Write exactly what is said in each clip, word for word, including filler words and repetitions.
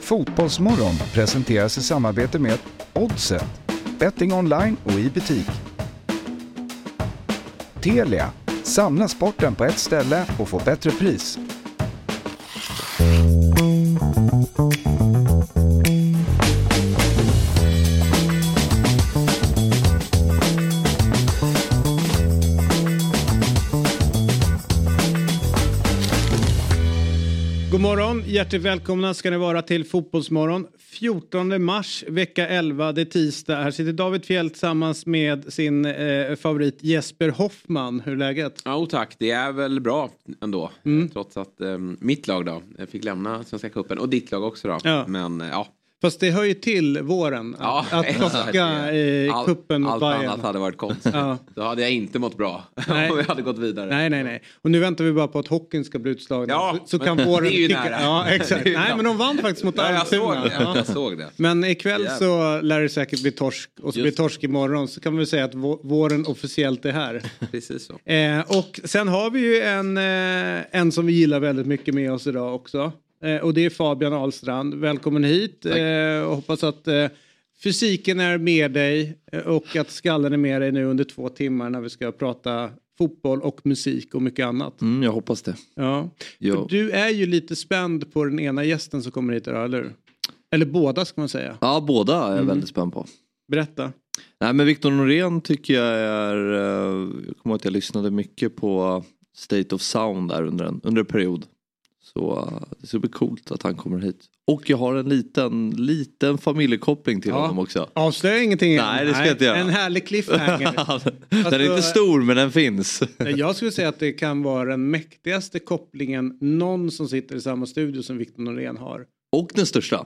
Fotbollsmorgon presenteras i samarbete med Oddset, betting online och i butik. Telia, samla sporten på ett ställe och få bättre pris. God morgon, hjärtligt välkomna ska ni vara till Fotbollsmorgon. fjortonde mars, vecka elva, det är tisdag. Här sitter David Fjell tillsammans med sin eh, favorit Jesper Hoffman. Hur är läget? Ja, tack. Det är väl bra ändå. Mm. Trots att eh, mitt lag då fick lämna Svenska cupen. Och ditt lag också då. Ja. Men ja. Fast det hör ju till våren Ja, att plocka i all, kuppen mot allt Bayern. annat hade varit konstigt. Ja. Då hade jag inte mått bra. Nej. Om vi hade gått vidare. Nej, nej, nej. Och nu väntar vi bara på att hockeyn ska bli utslagen. Ja, så, så kan men våren det är ju kicka. nära. Ja, exakt. Det är ju Nej, men de vann faktiskt mot Ja, jag såg Almtuna. det. Ja. Jag såg det. Men ikväll Yeah. så lär det säkert bli torsk. Och så Just blir torsk imorgon. Så kan vi säga att vå- våren officiellt är här. Precis så. Eh, och sen har vi ju en, eh, en som vi gillar väldigt mycket med oss idag också. Eh, och det är Fabian Ahlstrand. Välkommen hit. Eh, och hoppas att eh, fysiken är med dig. eh, Och att skallen är med dig nu under två timmar när vi ska prata fotboll och musik och mycket annat. Mm, jag hoppas det. Ja. Jo. För du är ju lite spänd på den ena gästen som kommer hit idag, eller hur? Eller båda ska man säga. Ja, båda är jag Mm. väldigt spänd på. Berätta. Nej, men Victor Norén tycker jag är... eh, Jag kommer ihåg att jag lyssnade mycket på State of Sound där under en, under en period. Så eh, det ska bli coolt att han kommer hit. Och jag har en liten, liten familjekoppling till Ja. honom också. Avslöja ingenting. Nej, det ska jag inte göra. En härlig cliffhanger. Den är inte stor, men den finns. Jag skulle säga att det kan vara den mäktigaste kopplingen någon som sitter i samma studio som Victor Norén har. Och den största.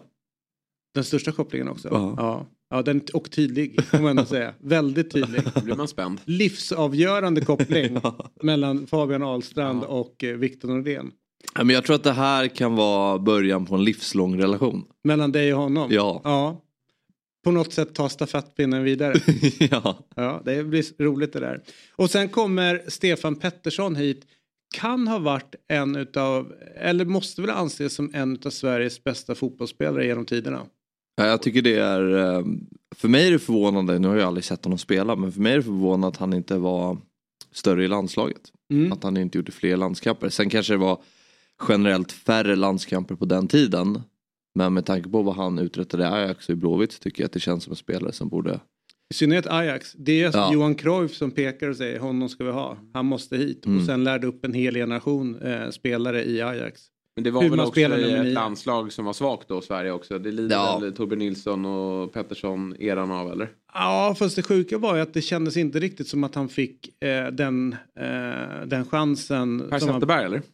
Den största kopplingen också. Ja. Ja, ja den, och tydlig, får man ändå säga. Väldigt tydlig. Då blir man spänd. Livsavgörande koppling mellan Fabian Ahlstrand Ja. och eh, Victor Norén. Ja, men jag tror att det här kan vara början på en livslång relation. Mellan dig och honom. Ja. Ja. På något sätt ta stafettpinnen vidare. Ja. Ja, det blir roligt det där. Och sen kommer Stefan Pettersson hit. Kan ha varit en utav, eller måste väl anses som en av Sveriges bästa fotbollsspelare genom tiderna. Ja, jag tycker det är, eh, för mig är det förvånande, nu har jag aldrig sett honom spela, men för mig är det förvånande att han inte var större i landslaget. Mm. Att han inte gjorde fler landskamper. Sen kanske det var generellt färre landskamper på den tiden. Men med tanke på vad han uträttade i Ajax och i Blåvitt tycker jag att det känns som en spelare som borde... I synnerhet Ajax. Det är Ja. Johan Cruyff som pekar och säger honom ska vi ha. Han måste hit. Mm. Och sen lärde upp en hel generation eh, spelare i Ajax. Men det var Hur väl man också spelar nummer ett nio. landslag som var svagt då, Sverige också. Det lider Ja. väl Torbjörn Nilsson och Pettersson eran av, eller? Ja, fast det sjuka var ju att det kändes inte riktigt som att han fick eh, den, eh, den chansen. Per som han... Zetterberg, eller?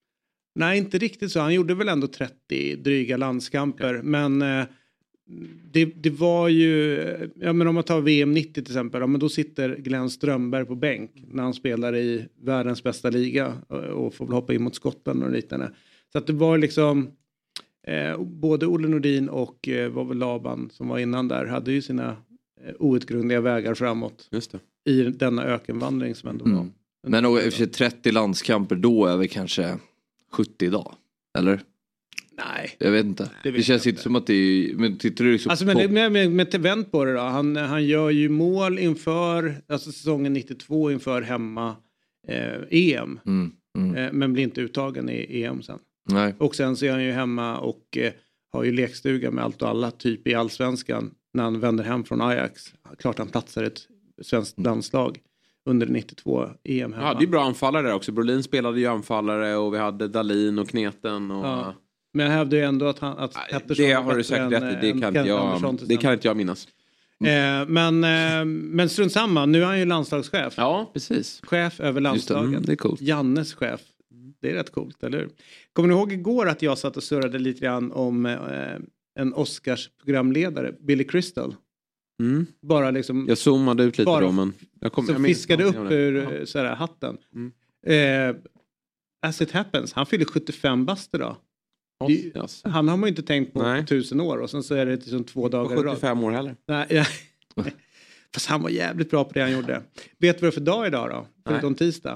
Nej, inte riktigt så. Han gjorde väl ändå trettio dryga landskamper. Ja. Men eh, det, det var ju... Ja, men om man tar V M nittio till exempel. Ja, men då sitter Glenn Strömberg på bänk när han spelar i världens bästa liga. Och, och får väl hoppa in mot Skottland och liknande. Så att det var liksom... Eh, både Olle Nordin och eh, var väl Laban som var innan där. Hade ju sina eh, outgrundliga vägar framåt. Just det. I denna ökenvandring som ändå var. Mm. Men och, i och för sig trettio landskamper då är vi kanske sjuttio idag. Eller? Nej. Jag vet inte. Det Det, vet känns jag inte inte. som att det är... Men tittar du liksom Alltså men på... det- med, med, med vänt på det då. Han, han gör ju mål inför alltså säsongen nittiotvå inför hemma eh, E M. Mm, mm. Eh, men blir inte uttagen i E M sen. Nej. Och sen så är han ju hemma och eh, har ju lekstuga med allt och alla typ i allsvenskan. När han vänder hem från Ajax. Klart han platsar i ett svenskt landslag under nittiotvå E M hemma. Ja, det är bra anfallare där också. Brolin spelade ju anfallare och vi hade Dalin och Kneten och... Ja. Men jag hävdade ju ändå att, han, att Nej, Pettersson det var har du bättre säkert än, rätt i. Det än kan, inte Kenneth Andersson jag, till det kan exempel. inte jag minnas. Eh, men, eh, men strunt samma, nu är han ju landslagschef. Ja, precis. Chef över Just det, landslagen. mm, det är coolt. Jannes chef. Det är rätt coolt, eller hur? Kommer ni ihåg igår att jag satt och surrade lite grann om eh, en Oscars programledare, Billy Crystal? Mm. Bara liksom... Jag zoomade ut lite Bara då, men... Jag kom, som jag minns fiskade någonting upp om det. ur Ja. ja. så här, hatten. Mm. Eh, as it happens, han fyller sjuttiofem bast idag. Oss, Det- yes. Han har man ju inte tänkt på Nej. på tusen år och sen så är det liksom två dagar i rad. sjuttiofem år heller. Nej, ja. Fast han var jävligt bra på det han gjorde. Vet du vad det är för dag idag då? Förutom tisdag.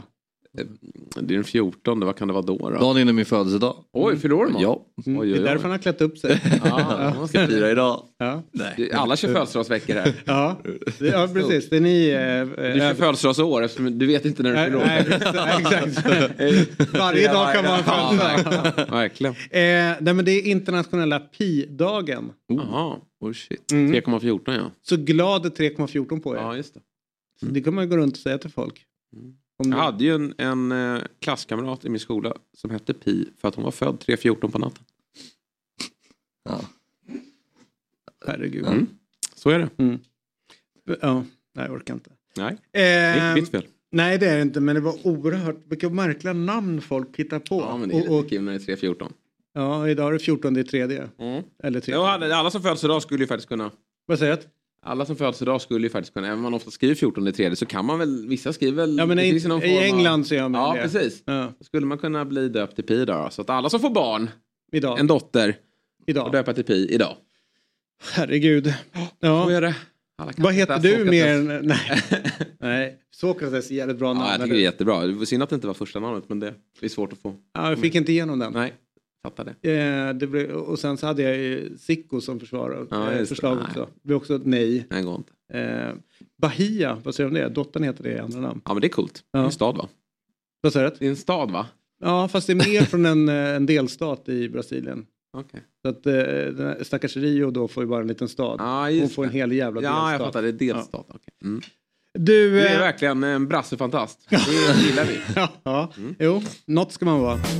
Det är den fjortonde, vad kan det vara då? då? Dagen innan min födelsedag. Oj, fyller du? Ja. Mm, oj, oj, oj. Det är därför han har klätt upp sig. Ja, man ska fira idag. Ja. Nej. Alla kör födelsedagsveckor här. Ja, det, ja precis. Det är ni... Eh, du kör födelsedagsår eftersom du vet inte när du fyller år. Nej, exakt. Varje dag kan man födelsedag. Ja, verkligen. Eh, nej, men det är internationella pi-dagen. Jaha, oh shit. Mm. tre komma fjorton ja. Så glad är tre komma fjorton på er. Ja, just det. Mm. Det kan man gå runt och säga till folk. Mm. Jag hade ju en, en eh, klasskamrat i min skola som hette Pi för att hon var född tre fjorton på natten. Ja. Herregud. Mm. Så är det. Mm. Ja, nej jag orkar inte. Nej, eh, det är inte mitt fel. Nej det är det inte, men det var oerhört, vilka märkliga namn folk hittar på. Ja, men det är lite och, kul när det är tre fjorton. Ja, idag är det fjorton, det är tredje. Mm. Eller tre. Ja, alla som föds idag skulle ju faktiskt kunna... Vad säger du? Alla som föds idag skulle ju faktiskt kunna, även om man ofta skriver fjorton i tredje så kan man väl, vissa skriver väl... Ja, men i, i England så gör man ja, det. Precis. Ja, precis. Skulle man kunna bli döpt till Pi då? Så att alla som får barn, idag. En dotter, idag. får döpa till Pi idag. Herregud. Ja. Så är det. Vad heter du mer än... Nej. Nej. Sokrates är jävligt bra namn. Ja, jag tycker det är jättebra. Det var synd att det inte var första namnet, men det är svårt att få. Ja, jag fick inte igenom den. Nej, fattar det. Eh, det blev, och sen så hade jag ju Sicko som försvarare. Ja, eh, förslag det. också. Det blev också ett nej. Nej, går inte. Eh, Bahia, vad säger du om det? Dottern heter det i andra namn. Ja, men det är coolt. Ja. Det är en stad va? Vad säger du? Det är en stad va? Ja, fast det är mer från en, en delstat i Brasilien. Okay. Så att eh, stackars Rio då får ju bara en liten stad. Ja, hon får en hel jävla ja, delstat. Ja, jag fattar. Det är delstat. Ja. Okay. Mm. Du, du är eh... verkligen en brassefantast. Det gillar vi. ja, ja. Mm. Jo, något ska man vara.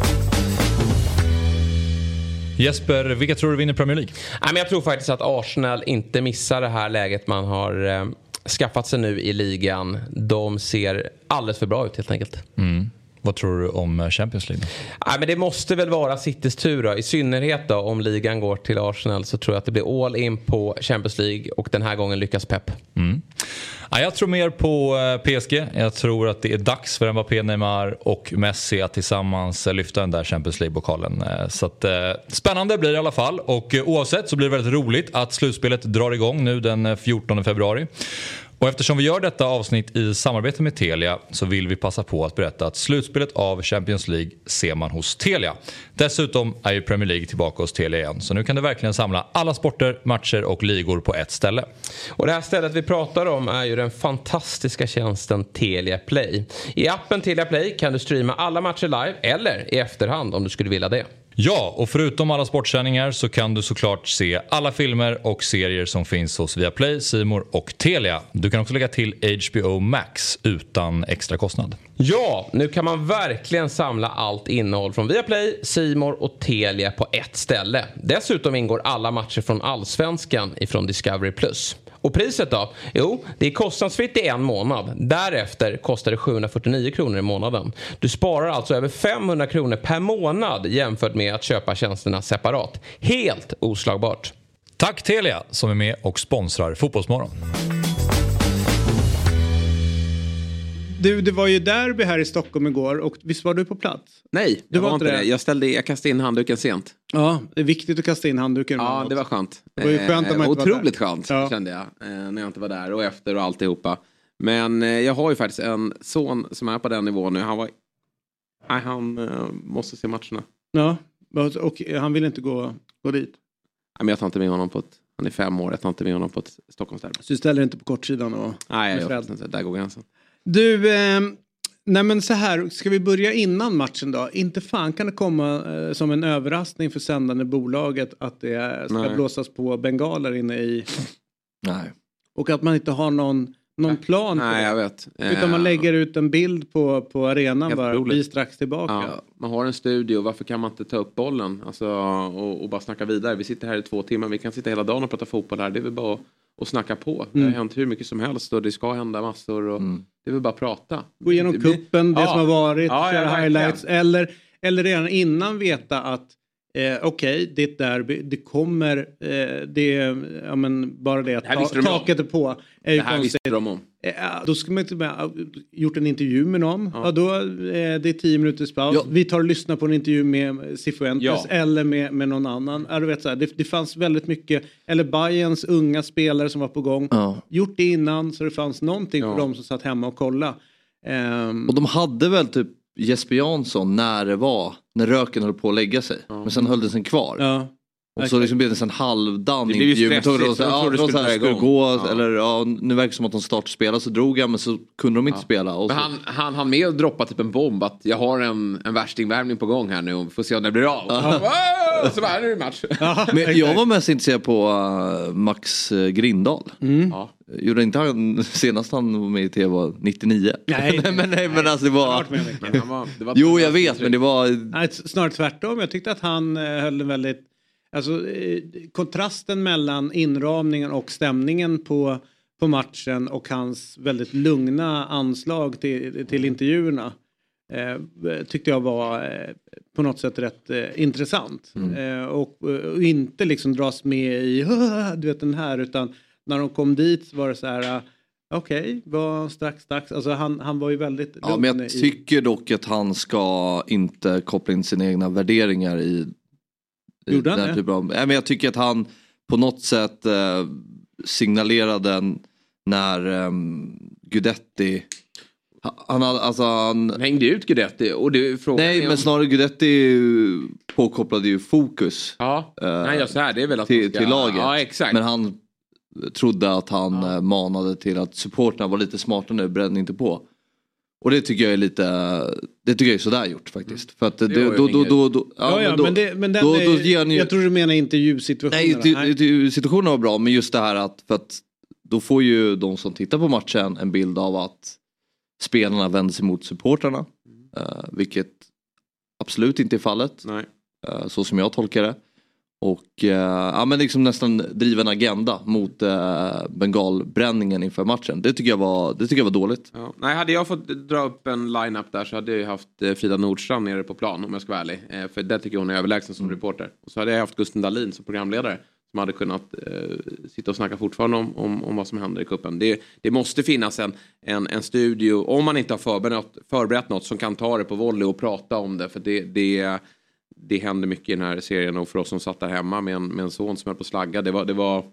Jesper, vilka tror du vinner Premier League? Nej, men jag tror faktiskt att Arsenal inte missar det här läget man har eh, skaffat sig nu i ligan. De ser alldeles för bra ut helt enkelt. Mm. Vad tror du om Champions League? Nej, men det måste väl vara Citys tur då. I synnerhet då om ligan går till Arsenal så tror jag att det blir all in på Champions League och den här gången lyckas Pep. Mm. Ja, jag tror mer på P S G. Jag tror att det är dags för Mbappé, Neymar och Messi att tillsammans lyfta den där Champions League-pokalen. Så att, eh, spännande blir det i alla fall. Och oavsett så blir det väldigt roligt att slutspelet drar igång nu den fjortonde februari. Och eftersom vi gör detta avsnitt i samarbete med Telia så vill vi passa på att berätta att slutspelet av Champions League ser man hos Telia. Dessutom är ju Premier League tillbaka hos Telia igen. Så nu kan du verkligen samla alla sporter, matcher och ligor på ett ställe. Och det här stället vi pratar om är ju den fantastiska tjänsten Telia Play. I appen Telia Play kan du streama alla matcher live eller i efterhand om du skulle vilja det. Ja, och förutom alla sportsändningar så kan du såklart se alla filmer och serier som finns hos Viaplay, C More och Telia. Du kan också lägga till H B O Max utan extra kostnad. Ja, nu kan man verkligen samla allt innehåll från Viaplay, C More och Telia på ett ställe. Dessutom ingår alla matcher från Allsvenskan ifrån Discovery Plus. Och priset då? Jo, det är kostnadsfritt i en månad. Därefter kostar det sjuhundrafyrtionio kronor i månaden. Du sparar alltså över femhundra kronor per månad jämfört med att köpa tjänsterna separat. Helt oslagbart. Tack Telia som är med och sponsrar Fotbollsmorgon. Du, det var ju derby här i Stockholm igår och visst var du på plats? Nej, du var, var inte det. det. Jag, ställde, jag kastade in handduken sent. Ja, det är viktigt att kasta in handduken. Ja, det var skönt. Det var ju skönt eh, att man inte otroligt var skönt ja. kände jag eh, när jag inte var där och efter och alltihopa. Men eh, jag har ju faktiskt en son som är på den nivån nu. Han var... Nej, han eh, måste se matcherna. Ja, och han vill inte gå, gå dit. Nej, men jag tar inte med honom på ett... Han är fem år, jag tar inte med honom på ett Stockholmsderby. Så du ställer inte på kortsidan och... Nej, jag gör inte. Där går gränsen. Du... Eh... Nej men så här, ska vi börja innan matchen då? Inte fan kan det komma eh, som en överraskning för sändande bolaget att det ska Nej. blåsas på bengaler inne i... Nej. Och att man inte har någon, någon plan Nej, för det. jag vet. Utan man lägger ut en bild på, på arenan bara, vi är strax tillbaka. Ja, man har en studio, varför kan man inte ta upp bollen alltså, och, och bara snacka vidare? Vi sitter här i två timmar, vi kan sitta hela dagen och prata fotboll här. Det är väl bara att snacka på. Mm. Det har hänt hur mycket som helst och det ska hända massor och mm. det är väl bara att prata. Gå igenom kuppen, det ja. som har varit, ja, köra ja, highlights. Eller, eller redan innan veta att eh, okej, okay, det där, det kommer, eh, det är, ja men bara det att det ta, taket är på. Är det här konstigt. Visste de om. Ja, då ska man inte bara gjort en intervju med någon. Ja. Ja, då är det tio minuters paus. Ja. Vi tar och lyssnar på en intervju med Cifuentes ja. eller med, med någon annan. Ja, du vet, så här, det, det fanns väldigt mycket, eller Bayerns unga spelare som var på gång. Ja. Gjort det innan så det fanns någonting ja. för dem som satt hemma och kolla. Um, och de hade väl typ Jesper Jansson när det var, när röken höll på att lägga sig. Ja. Men sen höll den sen kvar. Ja. Och så liksom blev det en halvdan intervju med tåg. Och så, ja, de skulle, skulle gå, ja. Eller ja, nu verkar det som att de startspelade, så drog jag, men så kunde de inte ja. spela. Och men han, han han med att droppa typ en bomb att jag har en, en värstingvärmning på gång här nu och får se om det blir av. Ja. Och så bara, nu är det match. Ja, men jag var mest intresserad på uh, Max Grindal. Mm. Ja. Gjorde inte han senast han var med i T V var nittionio? Nej, men, nej, nej, men alltså det var... Men han var det var jo, jag vet, men det var... Nej, snarare tvärtom. Jag tyckte att han uh, höll en väldigt... Alltså eh, kontrasten mellan inramningen och stämningen på, på matchen och hans väldigt lugna anslag till, till intervjuerna eh, tyckte jag var eh, på något sätt rätt eh, intressant. Mm. Eh, och, och inte liksom dras med i du vet den här, utan när de kom dit så var det så här uh, okej, okay, var strax strax. Alltså han, han var ju väldigt ja, men jag i... tycker dock att han ska inte koppla in sina egna värderingar i Gjorde han det? Typ av, nej, men jag tycker att han på något sätt eh, signalerade när eh, Guidetti han, alltså, han, han hängde ut Guidetti och det nej, men snarare Guidetti påkopplade ju fokus ja. eh, nej, jag så här, det är väl att till, ska... till laget. Ja, exakt. Men han trodde att han ja. eh, manade till att supporterna var lite smarta nu, brände inte på. Och det tycker jag är lite, det tycker jag är sådär gjort faktiskt. Mm. För att det, det, då, då, då, då, ja, ja, men, då, men, det, men den då, är, då ger ni, jag tror du menar intervjusituationen. Nej, nej. Situationen var bra, men just det här att, för att då får ju de som tittar på matchen en bild av att spelarna vänder sig mot supportrarna. Mm. Uh, vilket absolut inte är fallet. Nej. Uh, så som jag tolkar det. Och uh, ja, men liksom nästan driva en agenda mot uh, bengalbränningen inför matchen. Det tycker jag var, det tycker jag var dåligt. Ja. Nej, hade jag fått dra upp en line-up där så hade jag haft Frida Nordstrand nere på plan, om jag ska vara ärlig. Eh, för det tycker jag hon är överlägsen som mm. reporter. Och så hade jag haft Gusten Dahlin som programledare, som hade kunnat eh, sitta och snacka fortfarande om, om, om vad som händer i kuppen. Det, det måste finnas en, en, en studio, om man inte har förberett, förberett något, som kan ta det på volley och prata om det. För det, det, det händer mycket i den här serien, och för oss som satt där hemma med en, med en son som höll på att slagga, det var, det var,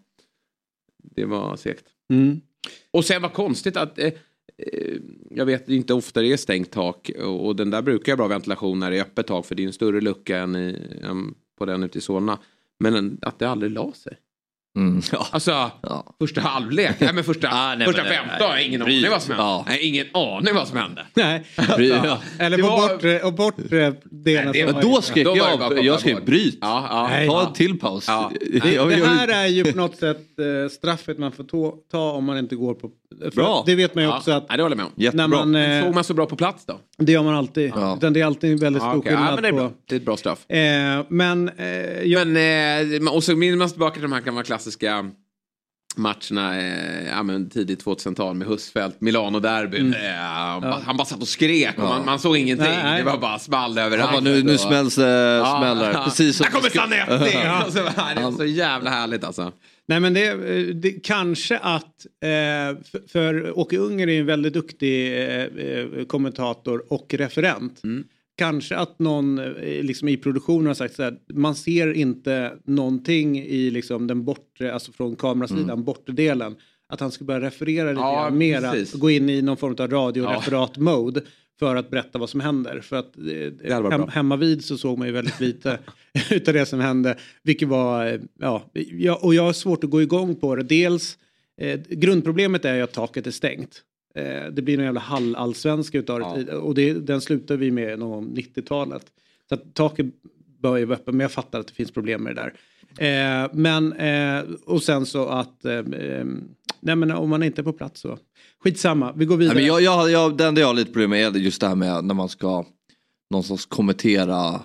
det var segt. Mm. Och sen var konstigt att eh, jag vet inte ofta det är stängt tak, och, och den där brukar jag bra ventilation när det är öppet tak, för det är en större lucka än, i, än på den ute i Solna. Men att det aldrig la sig. Mm, ja. Alltså, ja. första halvlek. Nej, men första, ah, nej, första men, femton. Nej, ingen aning vad som hände. Ja. Nej, ingen aning vad som hände. Nej. Ja. Eller på var... bortre, och bortre delen. Nej, men då skrek då jag, jag skrev bryt. Ja, ja. Ta ja. en till paus. Ja. Det, det här är ju på något sätt uh, straffet man får ta, ta om man inte går på... Bra. Det vet man ju ja. också att... Ja, det håller jag med om. Jättebra. När man, uh, såg man så bra på plats då? Det gör man alltid. Ja. Utan det är alltid en väldigt ja, stor okay. skillnad ja, men det är bra. på... Det är ett bra straff. Eh, men... Eh, jag... men eh, och så minns man tillbaka till de här gamla klassiska matcherna eh, ja, men tidigt tvåtusental med Husfeldt, Milano-derbyn. Mm. Eh, ja. Han bara satt och skrek och man, man såg ingenting. Nej, nej. Det var bara small överallt. Bara, nu, nu smälls det ja, smäller. Ja. Precis som där kommer Zanetti! Ja. Alltså, det är så jävla härligt alltså. Nej, men det, det kanske att eh, för, för Åke Unger är en väldigt duktig eh, kommentator och referent. Mm. Kanske att någon liksom i produktionen har sagt så här, man ser inte någonting i liksom den bortre, alltså från kamerasidan, mm. bortdelen. Att han ska börja referera lite ja, mera och gå in i någon form av radioreferat-mode för att berätta vad som händer. För att hem, hemma vid så såg man ju väldigt lite utav det som hände. Vilket var, ja, och jag har svårt att gå igång på det. Dels, eh, grundproblemet är ju att taket är stängt. Det blir en jävla hall-allsvenska utav det. Ja. Och det, den slutar vi med någon nittiotalet. Så att taket bör ju vara öppen. Men jag fattar att det finns problem med det där. Eh, men, eh, och sen så att eh, nej men om man inte är på plats så skitsamma, vi går vidare. Nej, men jag, jag, jag, det enda jag har lite problem med är just det här med när man ska någonstans kommentera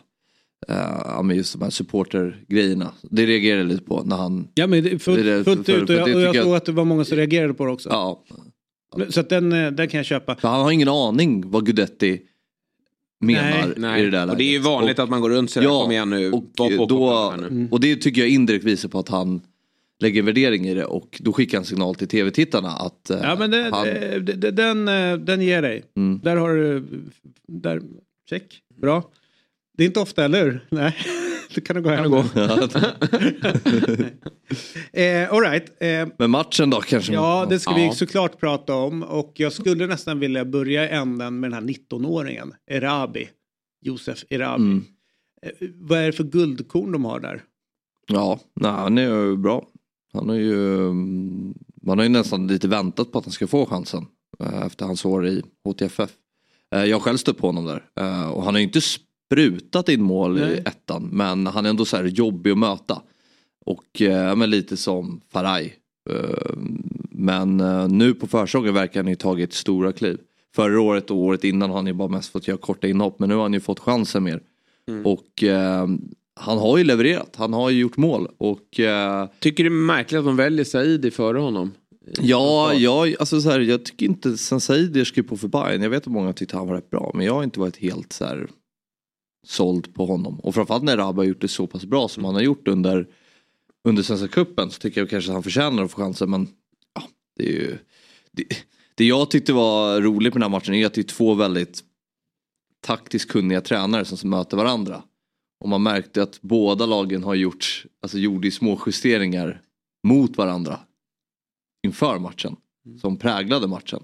Uh, med just de här supportergrejerna. Det reagerar jag lite på när han... Ja, men det, fullt, det, fullt för, ut och jag, och jag såg att det var många som reagerade på det också. Ja. Så att den, den kan jag köpa. För han har ingen aning vad Guidetti menar nej, nej. i det där läget. Och det är ju vanligt och, att man går runt så ja, kom igen nu. Och, på, då, nu. Mm. och det tycker jag indirekt visar på att han lägger en värdering i det. Och då skickar han signal till tv-tittarna att ja, men det, han... det, det, den, den ger dig. Mm. Där har du... Där, check. Bra. Det är inte ofta, eller? Nej. det kan du gå hem. Gå. eh, all right. Eh, Men matchen då kanske? ja, det ska Ja. vi såklart prata om. Och jag skulle nästan vilja börja i änden med den här nittonåringen. Erabi. Josef Erabi. Mm. Eh, vad är det för guldkorn de har där? Ja, nej, han är ju bra. Han är ju, man har ju nästan lite väntat på att han ska få chansen eh, efter hans år i H T F F. Eh, jag har själv stött på honom där. Eh, och han har ju inte sprutat in mål Nej. i ettan, men han är ändå så här jobbig att möta. Och eh, men lite som Faraj. Eh, men eh, nu på försäsongen verkar han ju tagit stora kliv. Förra året och året innan har han ju bara mest fått göra korta inhopp, men nu har han ju fått chansen mer. Mm. Och eh, han har ju levererat, han har ju gjort mål. Och, eh, Tycker du det är märkligt att de väljer Saidi före honom? ja, jag, alltså så här, jag tycker inte sen Saidi skrev på för Bayern. Jag vet att många tyckte han var rätt bra, men jag har inte varit helt så här såld på honom. Och framförallt när Rabba har gjort det så pass bra som han har gjort under under Svenska cupen, så tycker jag kanske att han förtjänar att få chansen. Men ja, det är ju det, det jag tyckte var roligt med den här matchen är att det är två väldigt taktiskt kunniga tränare som möter varandra. Och man märkte att båda lagen har gjort, alltså gjorde små justeringar mot varandra inför matchen. Mm. Som präglade matchen.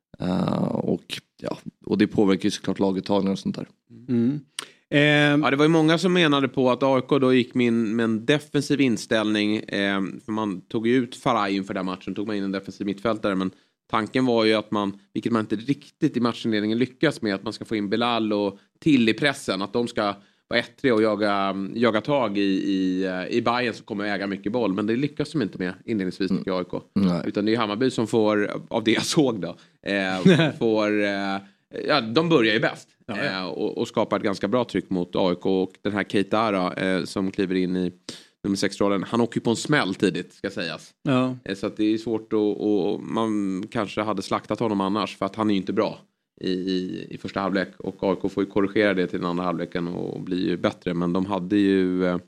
Uh, och, ja, och det påverkar ju såklart laguttagningar och sånt där. Mm. Eh, ja, det var ju många som menade på att A I K då gick min, med en defensiv inställning. Eh, för man tog ju ut Faraj inför den matchen. Tog man in en defensiv mittfältare. Men tanken var ju att man, vilket man inte riktigt i matchinledningen lyckas med, att man ska få in Bilal och till i pressen. Att de ska vara ettriga och jaga, jaga tag i, i, i Bayern som kommer att äga mycket boll. Men det lyckas de inte med inledningsvis mm. i A I K. Mm. Utan det är Hammarby som får, av det jag såg då, eh, får... Eh, ja, de börjar ju bäst. Ja, ja. Eh, och, och skapar ett ganska bra tryck mot A I K. Och den här Keitara eh, som kliver in i nummer sex-rollen. Han åker ju på en smäll tidigt, ska sägas. Ja. Eh, så att det är svårt att... Och man kanske hade slaktat honom annars. För att han är ju inte bra i, i, i första halvlek. Och A I K får ju korrigera det till den andra halvleken och blir ju bättre. Men de hade ju... Eh,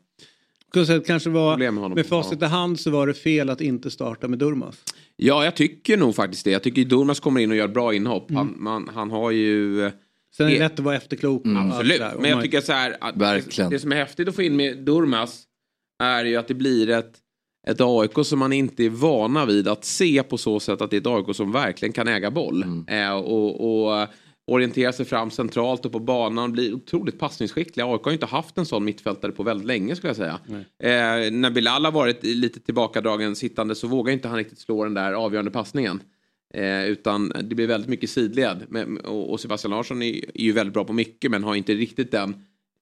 kanske var, med, med facit i hand så var det fel att inte starta med Durmaz. Ja, jag tycker nog faktiskt det. Jag tycker Durmaz kommer in och gör bra inhopp. Mm. Han, man, han har ju... Sen är det lätt att vara efterklok. Mm. Absolut, men jag tycker så här... Att Verkligen. Det, det som är häftigt att få in med Durmaz är ju att det blir ett, ett A I K som man inte är vana vid att se på så sätt att det är ett A I K som verkligen kan äga boll. Mm. Eh, och... och orientera sig fram centralt och på banan, blir otroligt passningsskickliga. A I K har ju inte haft en sån mittfältare på väldigt länge, skulle jag säga. Eh, när Bilal har varit lite tillbakadragen sittande så vågar inte han riktigt slå den där avgörande passningen. Eh, utan det blir väldigt mycket sidled. Men, och, och Sebastian Larsson är, är ju väldigt bra på mycket, men har inte riktigt den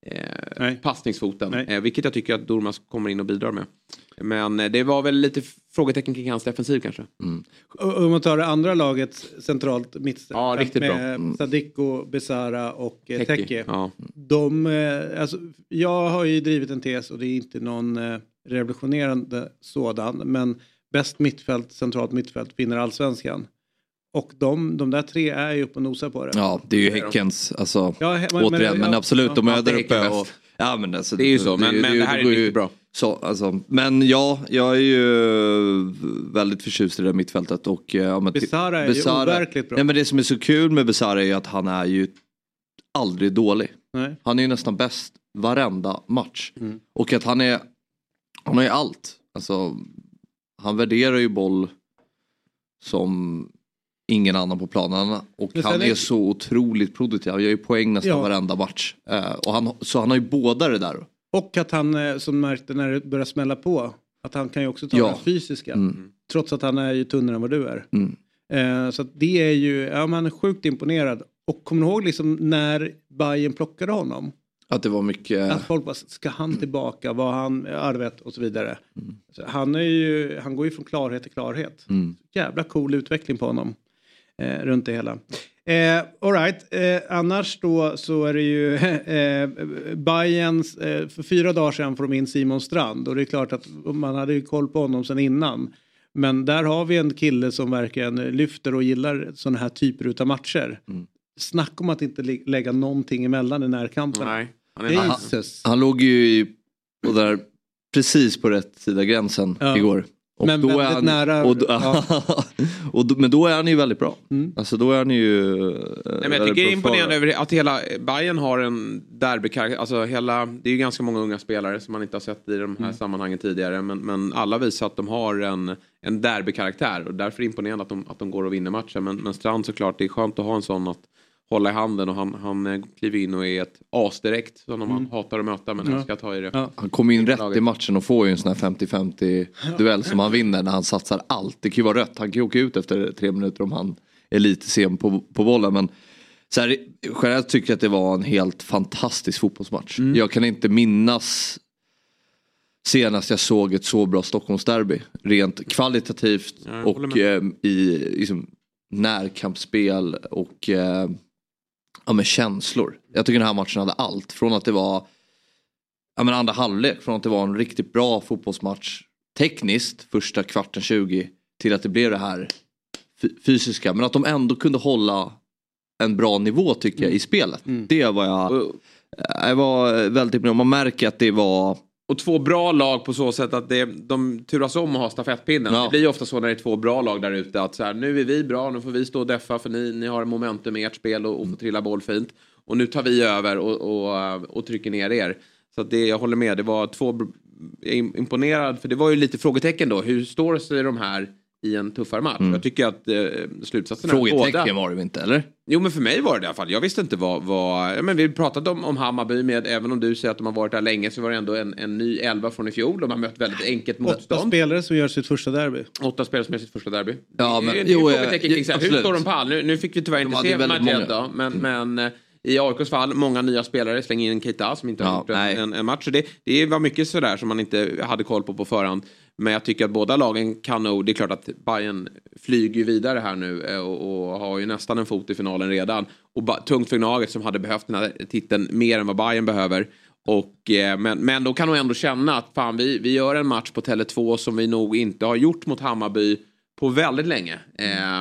eh, passningsfoten. Eh, vilket jag tycker att Durmaz kommer in och bidrar med. Men det var väl lite frågetecken kring hans defensiv kanske. Mm. Om man tar det andra laget centralt mitt ja, riktigt med bra. Mm. Sadiko, Besara och Teki. Teki. Ja. De, alltså, jag har ju drivit en tes och det är inte någon eh, revolutionerande sådan. Men bäst mittfält, centralt mittfält vinner allsvenskan. Och de, de där tre är ju uppe och nosar på det. Ja, det är ju Häckens, alltså, ja, men, återigen, men, men ja, absolut, ja, de är ja, där uppe och... Ja, men alltså, det är ju så, men det, men det, det här det är ju bra. Så, alltså, men ja, jag är ju väldigt förtjust i det där mittfältet. Och, ja, men, Besara är Besara, ju overkligt bra. Nej, men det som är så kul med Besara är ju att han är ju aldrig dålig. Nej. Han är ju nästan bäst varenda match. Mm. Och att han är, han har ju allt. Alltså, han värderar ju boll som ingen annan på planen. Och han är, är så otroligt produktiv. Han gör ju poäng nästan ja. varenda match. Uh, och han, så han har ju båda det där. Och att han, som märkte när det börjar smälla på, att han kan ju också ta ja. det fysiska. Mm. Trots att han är ju tunnare än vad du är. Mm. Uh, så att det är ju, ja, man är sjukt imponerad. Och kommer du ihåg liksom när Bayern plockade honom? Att det var mycket... Att folk bara, ska han tillbaka? Var han arvet? Och så vidare. Mm. Så han, är ju, han går ju från klarhet till klarhet. Mm. Jävla cool utveckling på honom. Eh, runt det hela. Eh, all right. Eh, annars då så är det ju eh, Bayerns, eh, för fyra dagar sedan får de in Simon Strand. Och det är klart att man hade ju koll på honom sedan innan. Men där har vi en kille som verkligen lyfter och gillar sådana här typer av matcher. Mm. Snack om att inte lä- lägga någonting emellan i närkampen. Nej. Han, är han, han låg ju i, och där, precis på rätt sida gränsen ja. igår. Och men då väldigt är han, nära. Och, ja. och då, men då är han ju väldigt bra. Mm. Alltså då är han ju... Nej, men jag tycker det är imponerande över att hela Bayern har en derbykaraktär. Alltså hela, det är ju ganska många unga spelare som man inte har sett i de här mm. sammanhangen tidigare. Men, men alla visar att de har en, en derbykaraktär. Och därför är det imponerande att de, att de går och vinner matchen. Men, men Strand såklart, det är skönt att ha en sån att hålla i handen och han, han kliver in och är ett as direkt som man mm. hatar att möta men ja. ska ta i det. Ja. Han kommer in rätt i matchen och får ju en sån här femtio femtio duell som han vinner när han satsar allt. Det kan ju vara rött, han kan ju åka ut efter tre minuter om han är lite sen på, på bollen. Men så här, själv tycker jag att det var en helt fantastisk fotbollsmatch. Mm. Jag kan inte minnas senast jag såg ett så bra Stockholmsderby. Rent kvalitativt ja, och eh, i liksom, närkampsspel och eh, ja, med känslor. Jag tycker den här matchen hade allt. Från att det var ja, men andra halvlek. Från att det var en riktigt bra fotbollsmatch tekniskt första kvarten tjugo till att det blev det här fysiska. Men att de ändå kunde hålla en bra nivå tycker jag i spelet. Mm. Det var jag... Jag var väldigt imponerad. Man märker att det var... Och två bra lag på så sätt att det, de turas om att ha stafettpinnen. Ja. Det blir ju ofta så när det är två bra lag där ute. Att så här, nu är vi bra, nu får vi stå och deffa för ni, ni har momentum i ert spel och, och får trilla boll fint. Och nu tar vi över och, och, och trycker ner er. Så att det, jag håller med, det var två... Jag är imponerad, för det var ju lite frågetecken då. Hur står sig de här i en tuffare match? Mm. Jag tycker att eh, slutsatsen är båda... Frågetecken var det inte, eller? Jo, men för mig var det i alla fall. Jag visste inte vad... vad ja, men vi pratade om, om Hammarby med, även om du säger att de har varit där länge, så var det ändå en, en ny elva från i fjol. De har mött väldigt enkelt motstånd. Åtta spelare som gör sitt första derby. Åtta spelare som gör sitt första derby. Ja, men... Det, det, jo, frågetecken kring, så, hur står de på all? Nu, nu fick vi tyvärr inte se Madrid då, men... men i A I K:s fall, många nya spelare slänger in Keita som inte har ja, gjort en, en, en match. Så det, det var mycket sådär som man inte hade koll på på förhand. Men jag tycker att båda lagen kan nog... Det är klart att Bayern flyger vidare här nu och, och har ju nästan en fot i finalen redan. Och ba, tungt för Gnaget som hade behövt den här titeln mer än vad Bayern behöver. Och, eh, men, men då kan de ändå känna att fan, vi, vi gör en match på Tele två som vi nog inte har gjort mot Hammarby på väldigt länge. Eh,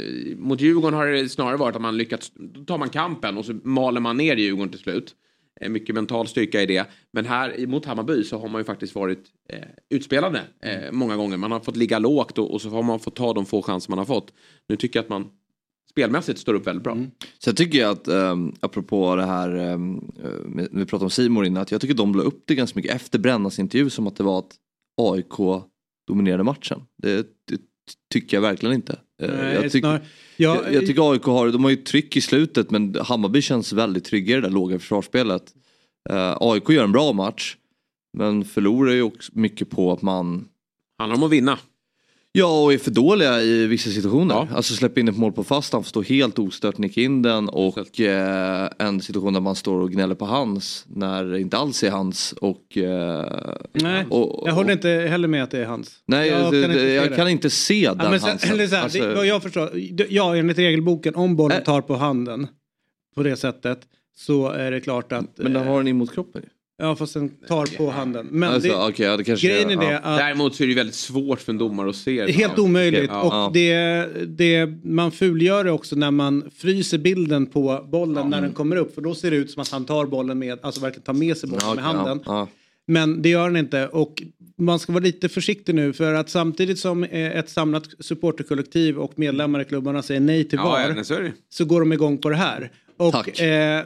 mot Djurgården har det snarare varit att man lyckats... Då tar man kampen och så maler man ner Djurgården till slut. Eh, mycket mental styrka i det. Men här mot Hammarby så har man ju faktiskt varit eh, utspelande eh, många gånger. Man har fått ligga lågt och, och så har man fått ta de få chanser man har fått. Nu tycker jag att man spelmässigt står upp väldigt bra. Mm. Så jag tycker att, um, apropå det här, um, vi pratade om Simon innan, att jag tycker de la upp det ganska mycket efter Brännas intervju som att det var att A I K dominerade matchen. Det, det tycker jag verkligen inte. Nej, jag, tyck, snar... ja, jag, jag tycker A I K har, de har ju tryck i slutet, men Hammarby känns väldigt trygga i det där låga försvarsspelet. Uh, A I K gör en bra match, men förlorar ju också mycket på att man... handlar om att vinna. Ja, och är för dåliga i vissa situationer. Ja. Alltså släppa in ett mål på fast, han får stå helt ostört, nicka in den. Och eh, en situation där man står och gnäller på hans när det inte alls är hans. Och, eh, nej, och, och, jag håller inte heller med att det är hans. Nej, jag, det, kan, inte jag kan inte se den ja, men sen, eller så här, alltså, det, vad jag förstår, ja, enligt regelboken, om bollen tar på handen på det sättet så är det klart att... Men den har den in mot kroppen ju. Ja, fast den tar på handen. Men alltså, det, okay, ja, det kanske grejen är ja. det att... Däremot så är det väldigt svårt för en domare att se det. Helt omöjligt. Ja. Och Ja. Det, det, man fulgör det också när man fryser bilden på bollen ja. när den kommer upp. För då ser det ut som att han tar bollen med, alltså verkligen tar med sig bollen ja, okay, med handen. Ja. Ja. Men det gör han inte. Och man ska vara lite försiktig nu. För att samtidigt som ett samlat supporterkollektiv och medlemmar i klubbarna säger nej till ja, V A R. Ja, så, så går de igång på det här. Och... Eh,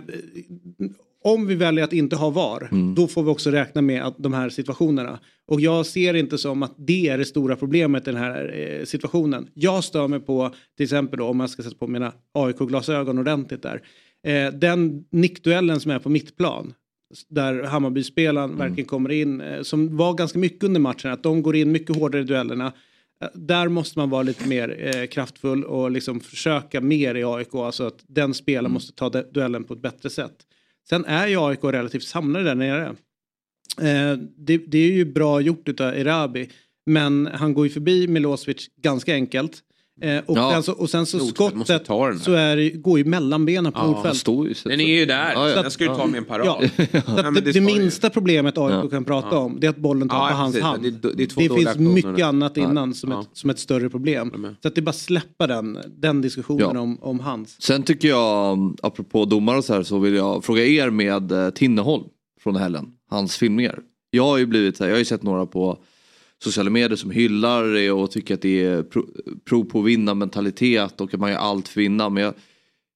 om vi väljer att inte ha V A R, mm. då får vi också räkna med att de här situationerna. Och jag ser inte som att det är det stora problemet i den här eh, situationen. Jag stör mig på, till exempel då, om man ska sätta på mina A I K-glasögon ordentligt där. Eh, den nickduellen som är på mittplan, där Hammarby-spelaren mm. verkligen kommer in, eh, som var ganska mycket under matchen, att de går in mycket hårdare i duellerna. Eh, där måste man vara lite mer eh, kraftfull och liksom försöka mer i A I K. Alltså att den spelaren mm. måste ta de- duellen på ett bättre sätt. Sen är ju A I K relativt samlade där nere. Eh, det, det är ju bra gjort utav Erabi. Men han går ju förbi Milosevic ganska enkelt. Eh, och, ja. sen så, och sen så skottet så är det, går ju mellan benen på Nordfeldt. Ja, den är ju där. Ja, ja. Jag skulle ja. ta med en parad. Ja. Så att det, det, det minsta problemet A I K ja. kan prata ja. om, det är att bollen tar ja, på hans hand. Det, det, det, det finns mycket där. annat innan ja. som, ja. Ett, som ett större problem. Så att det är bara släppa den, den diskussionen ja. om, om hans. Sen tycker jag, apropå domar och så här, så vill jag fråga er med Tinneholm från helgen. Hans filmningar. Jag har ju blivit, jag har ju sett några på sociala medier som hyllar det och tycker att det är pro, prov på att vinna mentalitet och att man gör allt för att vinna. Men jag,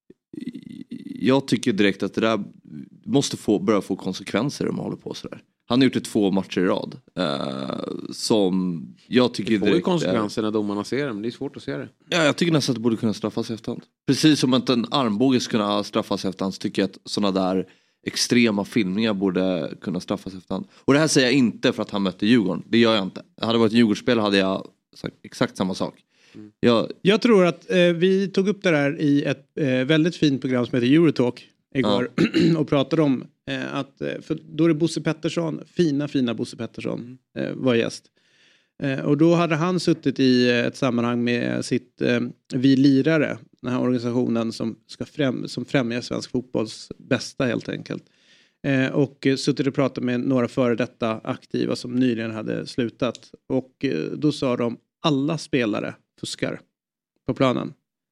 jag tycker direkt att det där måste få, börja få konsekvenser om man håller på sådär. Han har gjort det två matcher i rad. Eh, som jag tycker det får direkt ju konsekvenser när domarna ser det, men det är svårt att se det. Ja, jag tycker nästan att det borde kunna straffas i efterhand. Precis som att en armbåge ska kunna straffas i efterhand, så tycker jag att sådana där extrema filmningar borde kunna straffas i efterhand. Och det här säger jag inte för att han mötte Djurgården. Det gör jag inte. Hade det varit en Djurgårdsspel hade jag sagt exakt samma sak. Mm. Jag, jag tror att eh, vi tog upp det där i ett eh, väldigt fint program som heter Eurotalk igår ja. och pratade om eh, att, för då är det Bosse Pettersson, fina fina Bosse Pettersson eh, var gäst. Eh, och då hade han suttit i ett sammanhang med sitt eh, Vi lirare, den här organisationen som ska främ, som främjar svensk fotbolls bästa helt enkelt. Eh, och suttit och pratat med några före detta aktiva som nyligen hade slutat. Och eh, då sa de, alla spelare fuskar på planen.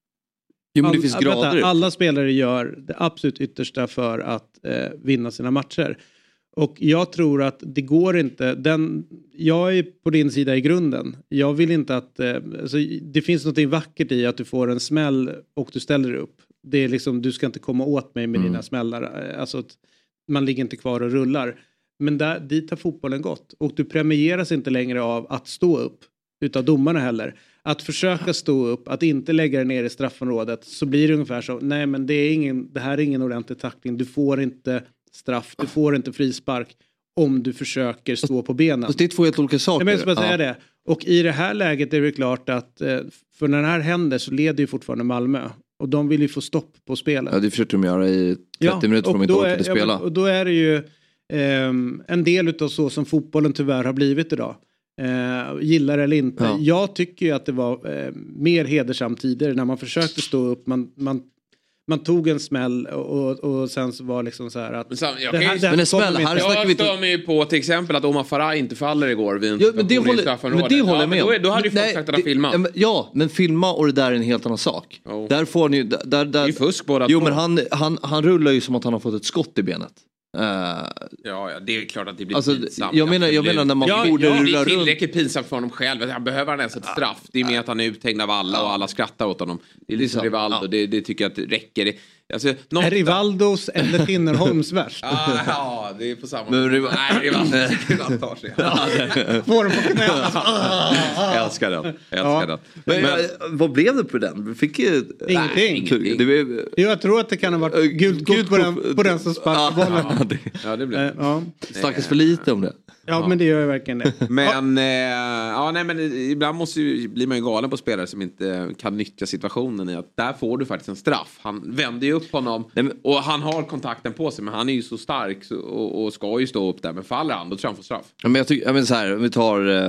Jo, men det finns All, grader. Vänta, alla spelare gör det absolut yttersta för att eh, vinna sina matcher. Och jag tror att det går inte. Den, jag är på din sida i grunden. Jag vill inte att... Eh, alltså, det finns något vackert i att du får en smäll och du ställer dig upp. Det är liksom, du ska inte komma åt mig med mm. dina smällar. Alltså, man ligger inte kvar och rullar. Men där, dit har fotbollen gått. Och du premieras inte längre av att stå upp. Utav domarna heller. Att försöka stå upp, att inte lägga dig ner i straffområdet, så blir det ungefär så. Nej, men det, är ingen, det här är ingen ordentlig tackling. Du får inte straff, du får inte frispark om du försöker stå på benen. Fast det är två helt olika saker. Jag måste bara säga det. Och i det här läget är det klart att för när det här händer så leder ju fortfarande Malmö. Och de vill ju få stopp på spelet. Ja, det försöker de göra i trettio ja, minuter för de inte orkade spela. Ja, och då är det ju eh, en del utav så som fotbollen tyvärr har blivit idag. Eh, gillar eller inte. Ja. Jag tycker ju att det var eh, mer hedersamt tidigare när man försökte stå upp. Man, man, man tog en smäll och, och sen så var liksom så här att... Men, sam, jag det här, ju, det här men en smäll, här jag vi stör mig ju på till exempel att Omar Farah inte faller igår vid en ja, men det håller, men det håller ja, med om. Då, då hade ju folk nej, sagt att han filmat. Ja, men filma och det där är en helt annan sak. Oh. Där får ni... Där, där, det är fusk båda. Jo, men han, han, han rullar ju som att han har fått ett skott i benet. Uh, ja, ja, det är klart att det blir alltså, pinsamt. Jag menar, jag menar när man ja, borde ja, rulla runt. Det är tillräckligt pinsamt för honom själv. Han behöver han ens ett straff. Det är mer att han är uthängd av alla och alla skrattar åt honom. Det är liksom Rivaldo. Ja. Det, det tycker jag att det räcker. Det, alltså, är Rivaldos eller Tinnerholms värst? ah, ja, det är på samma. Men Riv- nej, Rivaldo tycker han tar sig. Får den på knä. Jag älskar den. Jag älskar den. Men, men vad blev det på den? Vi fick ju... Ingenting. Nej, det blev... Jag tror att det kan ha varit gult kort på den, på den som sparkar bollen. Ja, det, ja, det blev. Ja. Snackas för lite om det. Ja, ja, men det gör ju verkligen det. Men, ja. Eh, ja, nej, men ibland måste ju, blir man ju galen på spelare som inte kan nyttja situationen i att där får du faktiskt en straff. Han vänder ju upp honom nej, men, och han har kontakten på sig, men han är ju så stark så, och, och ska ju stå upp där. Men faller han, då tror jag han får straff. Ja, men jag tycker, ja, men så här, om vi tar... Eh,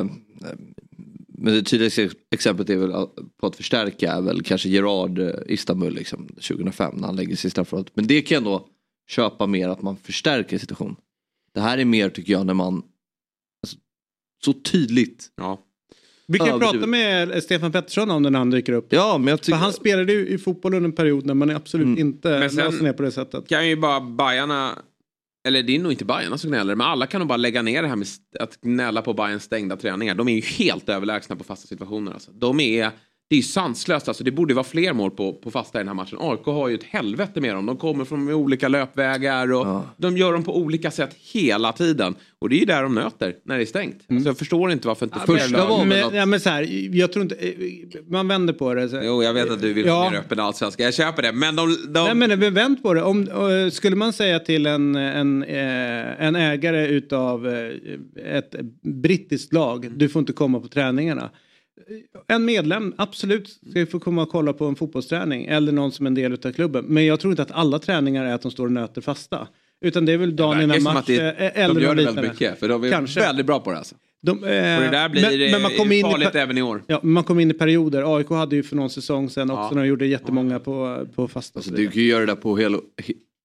men det tydligaste exemplet är väl på att förstärka är väl kanske Gerard eh, Istanbul liksom, tjugohundrafem när han lägger sig i straffområdet. Men det kan jag ändå köpa mer att man förstärker situationen. Det här är mer tycker jag när man alltså, så tydligt. Ja. Vi kan ju prata med Stefan Pettersson om den han dyker upp. Ja, men jag tycker... För han spelade ju i fotboll under en period när man absolut mm. inte löser ner på det sättet. Kan ju bara Bajarna, eller det är nog inte Bajarna som gnäller, men alla kan nog bara lägga ner det här med att gnälla på Bajans stängda träningar. De är ju helt överlägsna på fasta situationer. Alltså. De är... Det är ju sanslöst, alltså det borde vara fler mål på, på fasta i den här matchen. A I K har ju ett helvete med dem. De kommer från olika löpvägar och ja. de gör dem på olika sätt hela tiden. Och det är ju där de nöter när det är stängt. Mm. Alltså jag förstår inte varför inte ja, första var men, att... ja, men så här, jag tror inte man vänder på det. Så. Jo, jag vet att du vill ja. mer öppen allsvenska. Jag köper det, men de, de... Nej, men vi vänd på det. Om skulle man säga till en en en ägare utav ett brittiskt lag, du får inte komma på träningarna. En medlem, absolut, ska få komma och kolla på en fotbollsträning eller någon som är en del av klubben. Men jag tror inte att alla träningar är att de står och nöter fasta. Utan det är väl dagen innan match det, eller de gör det liknande. väldigt mycket, för de är Kanske. väldigt bra på det alltså. De, eh, och det där blir men, men man kom in farligt i, även i år. Ja, man kom in i perioder. A I K hade ju för någon säsong sen också ja. när de gjorde jättemånga på, på fasta. Alltså, du kan ju göra det där på hel,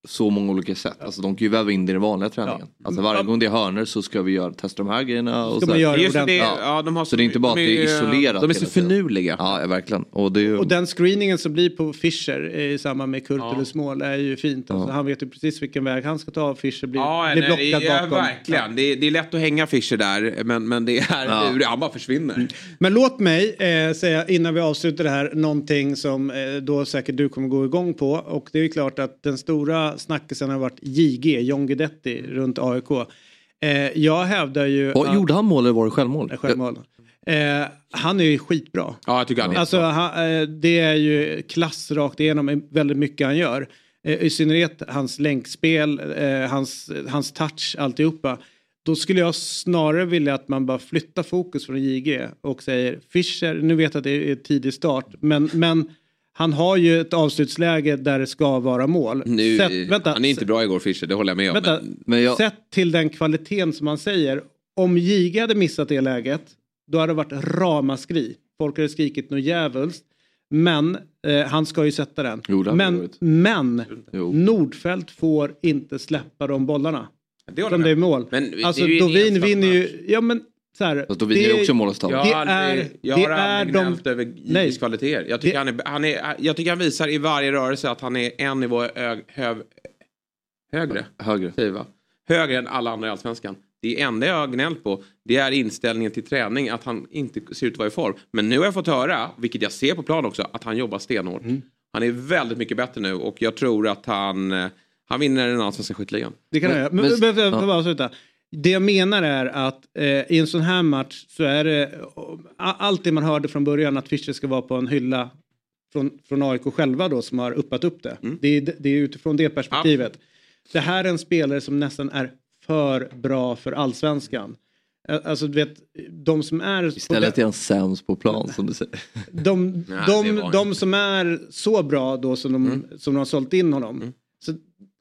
så många olika sätt. Alltså de kan ju väva in det i den vanliga träningen. Ja. Alltså varje gång det är hörnor så ska vi göra, testa de här grejerna. Och så, göra Just det, ja. Ja, de har så, så det är inte bara de att det är isolerat. De är så finurliga. Ja, verkligen. Och, det är ju... och den screeningen som blir på Fischer i samband med Kurtulus ja. mål är ju fint. Alltså, ja. Han vet ju precis vilken väg han ska ta. Fischer blir, ja, blir nej, blockad ja, bakom. Verkligen. Ja. Det, är, det är lätt att hänga Fischer där. Men, men det är ja. han bara försvinner. Men låt mig eh, säga innan vi avslutar det här någonting som eh, då säkert du kommer gå igång på. Och det är ju klart att den stora snackisen har varit J G, John Guidetti runt A I K. Eh, jag hävdar ju... Och, att, gjorde han mål eller var det självmål? självmål. Eh, han är ju skitbra. Ja, jag tycker han är alltså, han, eh, det är ju klass rakt igenom väldigt mycket han gör. Eh, I synnerhet hans länkspel, eh, hans, hans touch, alltihopa. Då skulle jag snarare vilja att man bara flyttar fokus från J G och säger Fischer, nu vet jag att det är tidig start, men, men han har ju ett avslutsläge där det ska vara mål. Nu, Sätt, vänta, han är inte bra igår Fischer, det håller jag med om. Vänta, men... Men jag... Sett till den kvaliteten som man säger, om J G hade missat det läget, då hade det varit ramaskri. Folk hade skrikit något jävulst. Men eh, han ska ju sätta den. Jo, men men jo. Nordfeldt får inte släppa de bollarna. Det som det är mål. Men, alltså Dovin vinner ju... Ja, men så här, så Dovin är också målstavs. Jag, det aldrig, är, jag det har aldrig är gnällt de, över J Gs kvaliteter. Jag tycker, det, han är, han är, jag tycker han visar i varje rörelse att han är en nivå hög, hög, högre. Högre. Säger, högre än alla andra i Allsvenskan. Det enda jag har gnällt på, det är inställningen till träning, att han inte ser ut att vara i form. Men nu har jag fått höra, vilket jag ser på plan också, att han jobbar stenhårt. Mm. Han är väldigt mycket bättre nu och jag tror att han, han vinner den allsvenska skitligan. Det kan jag göra. Men, men, men, ja. bara sluta. Det jag menar är att eh, i en sån här match så är det allt det man hörde från början att Fischer ska vara på en hylla från, från A I K själva då som har uppat upp det. Mm. Det, är, det är utifrån det perspektivet. Ja. Det här är en spelare som nästan är för bra för allsvenskan. Alltså du vet, de som är... Istället är han sämst på plan som du säger. De, Nej, de, de som är så bra då som de, mm. som de har sålt in honom. Mm. Så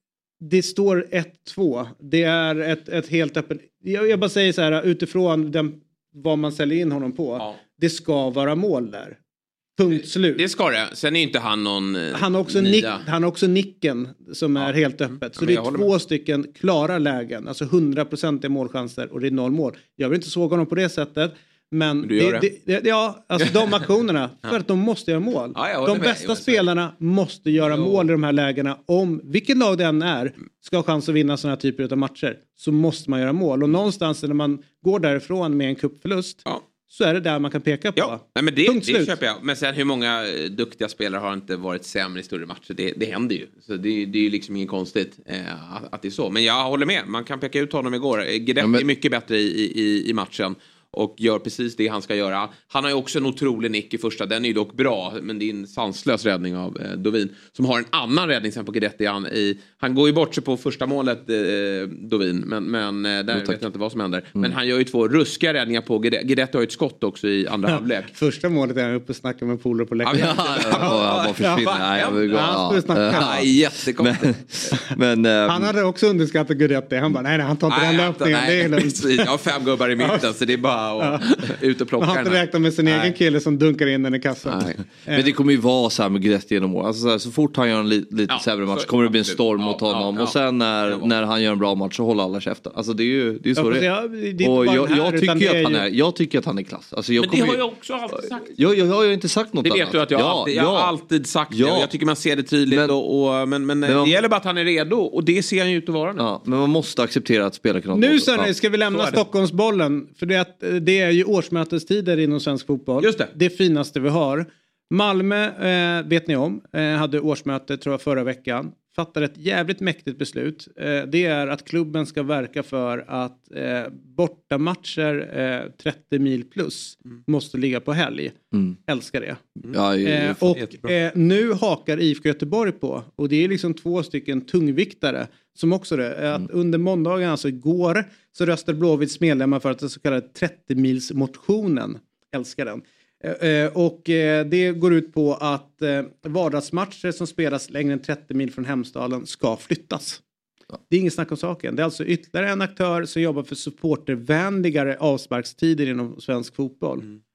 det står ett två. Det är ett, ett helt öppet... Jag, jag bara säger så här utifrån den, vad man säljer in honom på. Ja. Det ska vara mål där. Punkt slut. Det ska det. Sen är inte han någon han har också, nick, han har också nicken som ja. är helt öppet. Så ja, det är två med. stycken klara lägen. Alltså hundra procent är målchanser och det är noll mål. Jag vill inte såga honom på det sättet. Men det, det. Det, det, ja, alltså de aktionerna. För att de måste göra mål. Ja, de bästa med. spelarna måste göra jo. mål i de här lägena. Om vilket lag det än är ska ha chans att vinna sådana här typer av matcher. Så måste man göra mål. Och någonstans när man går därifrån med en cupförlust. Ja. Så är det där man kan peka på. Ja, nej, men det, det köper jag. Men sen hur många duktiga spelare har inte varit sämre i större matcher? Det, det händer ju. Så det, det är ju liksom inget konstigt eh, att, att det är så. Men jag håller med. Man kan peka ut honom igår. Guidetti ja, men... är mycket bättre i, i, i matchen. Och gör precis det han ska göra. Han har ju också en otrolig nick i första. Den är ju dock bra. Men det är en sanslös räddning av eh, Dovin. Som har en annan räddning sen på Guidetti. Han, i, han går ju bort sig på första målet, eh, Dovin. Men, men eh, där vet jag inte vad som händer. Mm. Men han gör ju två ruskiga räddningar på Guidetti. Guidetti har ju ett skott också i andra ja, halvlek. Första målet är han uppe och snackar med polare på läktaren. Ja, ja, ja, ja, försvinner. Nej, jag vill gå. Han skulle snacka. Ja, jättekonstigt. Men, men, han hade också underskattat Guidetti. Han bara, nej, nej han tar inte nej, den löpningen. Nej, det är jag har fem gubbar i mitten så det är bara att ut och plocka. Han har inte räknat med sin nej. egen kille som dunkar in den i kassan. Nej. Men det kommer ju vara så här med Guidetti genom år. Alltså så, här, så fort han gör en li, lite ja, sämre match så, kommer det bli en storm ja, mot honom. Ja, ja. Och sen när, när han gör en bra match så håller alla käften. Alltså det är ju det är så ja, det är. Jag, det är och jag, här, jag, tycker att han är, jag tycker att han är klass. Alltså jag men det har jag också alltid sagt. Jag, jag, jag har ju inte sagt något det annat. Det vet du att jag, ja, alltid, jag ja. har alltid sagt ja. det. Jag tycker man ser det tydligt. Men, och, och, men, men, men det gäller bara att han är redo. Och det ser han ju ut att vara nu. Ja, men man måste acceptera att spela kan nu så ja. ska vi lämna Stockholmsbollen. För det, att, det är ju årsmötestider inom svensk fotboll. Just det. Det finaste vi har. Malmö, eh, vet ni om, eh, hade årsmöte tror jag förra veckan. Fattar ett jävligt mäktigt beslut. Eh, det är att klubben ska verka för att eh, bortamatcher eh, trettio mil plus mm. måste ligga på helg. Mm. Älskar det. Mm. Ja, det eh, och eh, nu hakar I F K Göteborg på. Och det är liksom två stycken tungviktare som också det. Mm. Att under måndagen, alltså igår, så röstade Blåvitts medlemmar för att den så kallade trettio mils motionen. Älskar den. Eh, och eh, det går ut på att eh, vardagsmatcher som spelas längre än trettio mil från hemstaden ska flyttas. Ja. Det är inget snack om saken. Det är alltså ytterligare en aktör som jobbar för supportervänligare avsparkstider inom svensk fotboll. Mm.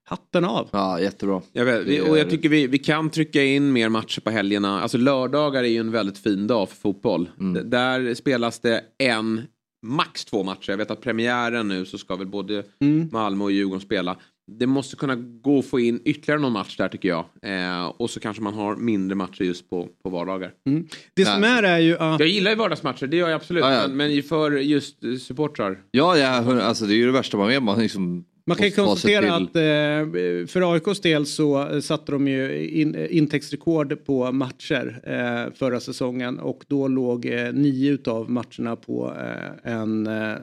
hatten av. Ja, jättebra. Jag vet, vi, och jag tycker vi, vi kan trycka in mer matcher på helgerna. Alltså lördagar är ju en väldigt fin dag för fotboll. Mm. D- där spelas det en, max två matcher. Jag vet att premiären nu så ska väl både Mm. Malmö och Djurgården spela. Det måste kunna gå att få in ytterligare någon match där tycker jag. Eh, och så kanske man har mindre matcher just på, på vardagar. Mm. Det som är är ju att... Jag gillar ju vardagsmatcher, det gör jag absolut. Ja, ja. Men, men för just eh, supportrar. Ja, ja, alltså det är ju det värsta man vet. Man liksom Man kan ju måste ta sig konstatera till- att eh, för A I K:s del så eh, satte de ju in, intäktsrekord på matcher eh, förra säsongen och då låg eh, nio utav matcherna på eh, en eh,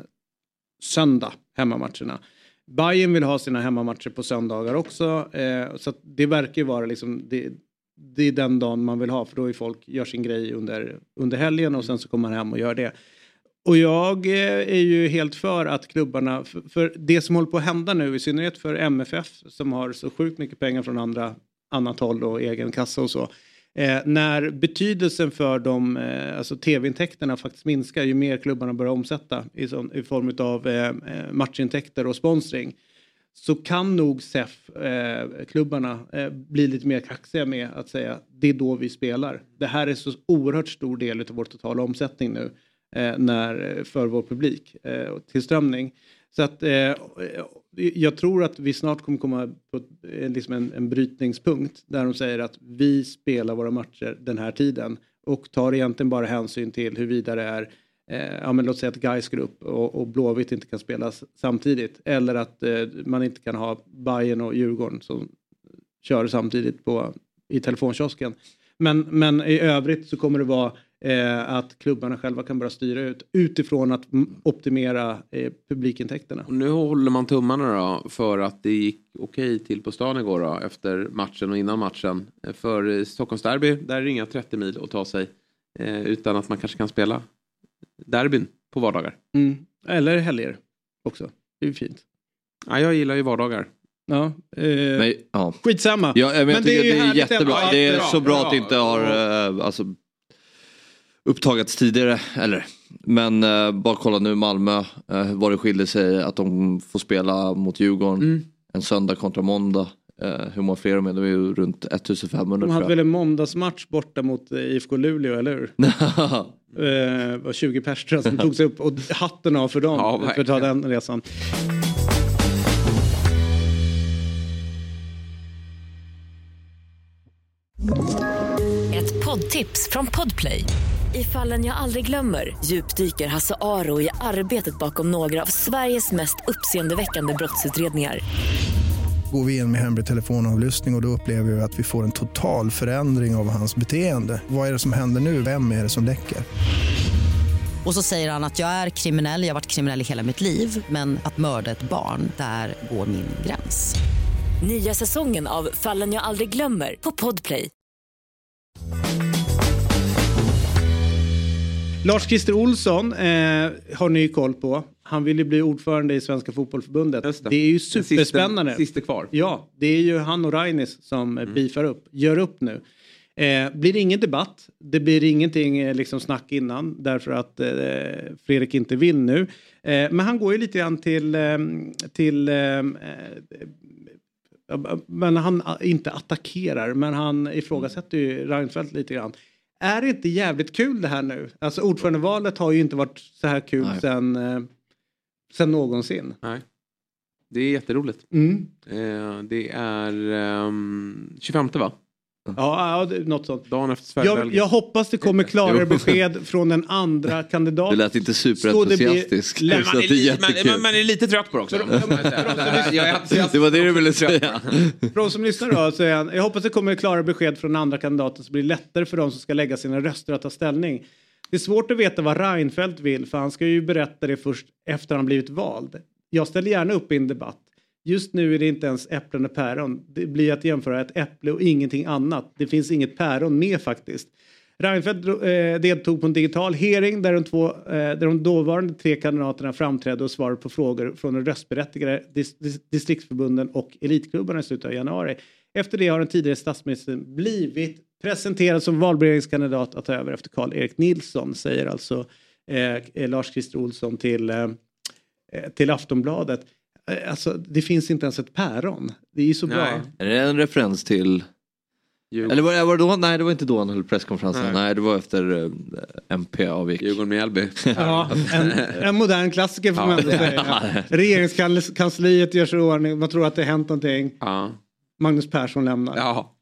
söndag, hemmamatcherna. Bayern vill ha sina hemmamatcher på söndagar också eh, så att det verkar ju vara liksom det, det är den dagen man vill ha för då är folk gör sin grej under, under helgen och sen så kommer man hem och gör det. Och jag är ju helt för att klubbarna, för, för det som håller på att hända nu i synnerhet för M F F som har så sjukt mycket pengar från andra, annat håll och egen kassa och så. Eh, när betydelsen för de eh, alltså tv-intäkterna faktiskt minskar ju mer klubbarna börjar omsätta i, sån, i form av eh, matchintäkter och sponsring. Så kan nog S E F-klubbarna eh, eh, bli lite mer kaxiga med att säga det är då vi spelar. Det här är så oerhört stor del av vår totala omsättning nu. Eh, när, för vår publik eh, och tillströmning. Så att eh, jag tror att vi snart kommer komma på eh, liksom en, en brytningspunkt där de säger att vi spelar våra matcher den här tiden och tar egentligen bara hänsyn till huruvida det är eh, ja, men låt säga att Gais går upp och, och Blåvitt inte kan spelas samtidigt eller att eh, man inte kan ha Bayern och Djurgården som kör samtidigt på, i telefonkiosken. Men, men i övrigt så kommer det vara Eh, att klubbarna själva kan börja styra ut utifrån att m- optimera eh, publikintäkterna. Och nu håller man tummarna då för att det gick okej till på stan igår då, efter matchen och innan matchen. För Stockholms derby, där är det inga trettio mil att ta sig eh, utan att man kanske kan spela derbyn på vardagar. Mm. Eller helger också. Det är ju fint. Ja, jag gillar ju vardagar. Ja, eh, Men, ja. skitsamma. Ja, men jag tycker ju det är härligt jättebra. ändå. Det är bra, så bra bra. att det inte har eh, alltså, upptagats tidigare. Eller, men eh, bara kolla nu Malmö. Eh, vad det skiljer sig att de får spela mot Djurgården Mm. en söndag kontra måndag. Eh, hur många fler de är? Det är ju runt femtonhundra. De hade väl en måndagsmatch borta mot eh, I F K Luleå, eller hur? eh, var tjugo pers tror jag som togs upp och hatten av för dem Ja, för att ta verkligen. den resan. Ett poddtips från Podplay. I Fallen jag aldrig glömmer djupdyker Hasse Aro i arbetet bakom några av Sveriges mest uppseendeväckande brottsutredningar. Går vi in med hemlig telefonavlyssning och, och då upplever vi att vi får en total förändring av hans beteende. Vad är det som händer nu? Vem är det som läcker? Och så säger han att jag är kriminell, jag har varit kriminell i hela mitt liv. Men att mörda ett barn, där går min gräns. Nya säsongen av Fallen jag aldrig glömmer på Podplay. Lars-Christer Olsson eh, har ny koll på. Han vill ju bli ordförande i Svenska fotbollförbundet. Just det. Det är ju Den superspännande. Sista, sista kvar. Ja, det är ju han och Rainis som mm. bifar upp. Gör upp nu. Eh, blir det ingen debatt. Det blir ingenting eh, liksom snack innan. Därför att eh, Fredrik inte vill nu. Eh, men han går ju lite grann till... Eh, till eh, eh, men han inte attackerar. Men han ifrågasätter ju Reinfeldt lite grann. Är det inte jävligt kul det här nu? Alltså ordförandevalet har ju inte varit så här kul sen, eh, sen någonsin. Nej. Det är jätteroligt. Mm. Eh, det är um, tjugofemte va? Ja, ja det, något sånt. Dagen efter Sverige. Jag, jag hoppas det kommer klarare besked från den andra kandidaten. Det lät inte superentusiastisk. Så det blir- Så att det är jättekul. man, man är lite trött på det också. Jag är entusiast. Det var det du ville säga. För de som lyssnar då så är han, jag hoppas det kommer klara besked från andra kandidater så blir det lättare för de som ska lägga sina röster att ta ställning. Det är svårt att veta vad Reinfeldt vill för han ska ju berätta det först efter han blivit vald. Jag ställer gärna upp i en debatt. Just nu är det inte ens äpplen och päron. Det blir att jämföra ett äpple och ingenting annat. Det finns inget päron med faktiskt. Reinfeldt eh, deltog på en digital hearing där de, två, eh, där de dåvarande tre kandidaterna framträdde och svarade på frågor från de röstberättigade dis- dis- distriktsförbunden och elitklubbarna i slutet av januari. Efter det har den tidigare statsministern blivit presenterad som valberedningskandidat att ta över efter Karl-Erik Nilsson, säger alltså eh, Lars-Christer Olsson till, eh, till Aftonbladet. Alltså, det finns inte ens ett päron. Det är ju så Nej. bra. Är det en referens till... Djurgården. Eller var det, var det då? Nej, det var inte då han höll presskonferensen. Nej, Nej. det var efter uh, M P avgick. Djurgården Mjällby. Ja, en, en modern klassiker får man ändå säga. Regeringskansliet gör sig i ordning. Man tror att det har hänt någonting. Ja. Magnus Persson lämnar. Ja.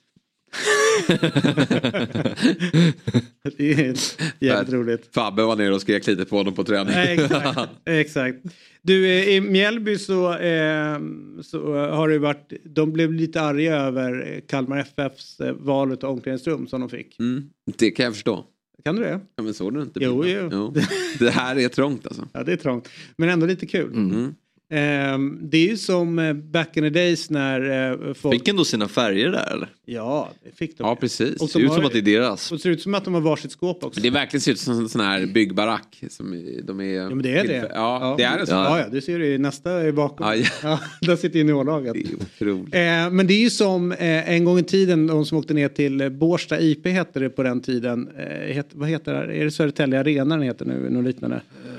Det är jävligt roligt. Fabbe var nere och skrek lite på honom på träning. Exakt, exakt. Du, i Mjällby så, eh, så har det varit, de blev lite arga över Kalmar F F:s val av omklädningsrum som de fick. Mm, det kan jag förstå. Kan du det? Ja, men såg du inte? Jo, jo. jo. Det här är trångt alltså. Ja, det är trångt. Men ändå lite kul. Mm. Eh, det är ju som back in the days när eh, folk... Fick ändå sina färger där eller? Ja, det fick de. Ja, precis. Och Det ser ut har- som att det är deras. Och det ser ut som att de har varsitt skåp också. Det är verkligen ser ut som en sån här byggbarack. Som de är, Ja, men det är det. Ja, Ja. det är det så. Ja, ja, det ser du. Nästa är bakom. Ja, ja. Ja, där sitter ju N-laget. Det är otroligt. Eh, men det är ju som eh, en gång i tiden de som åkte ner till eh, Bårsta I P hette det på den tiden. Eh, het, vad heter det? Är det Södertälje Arena den heter nu? Något liknande.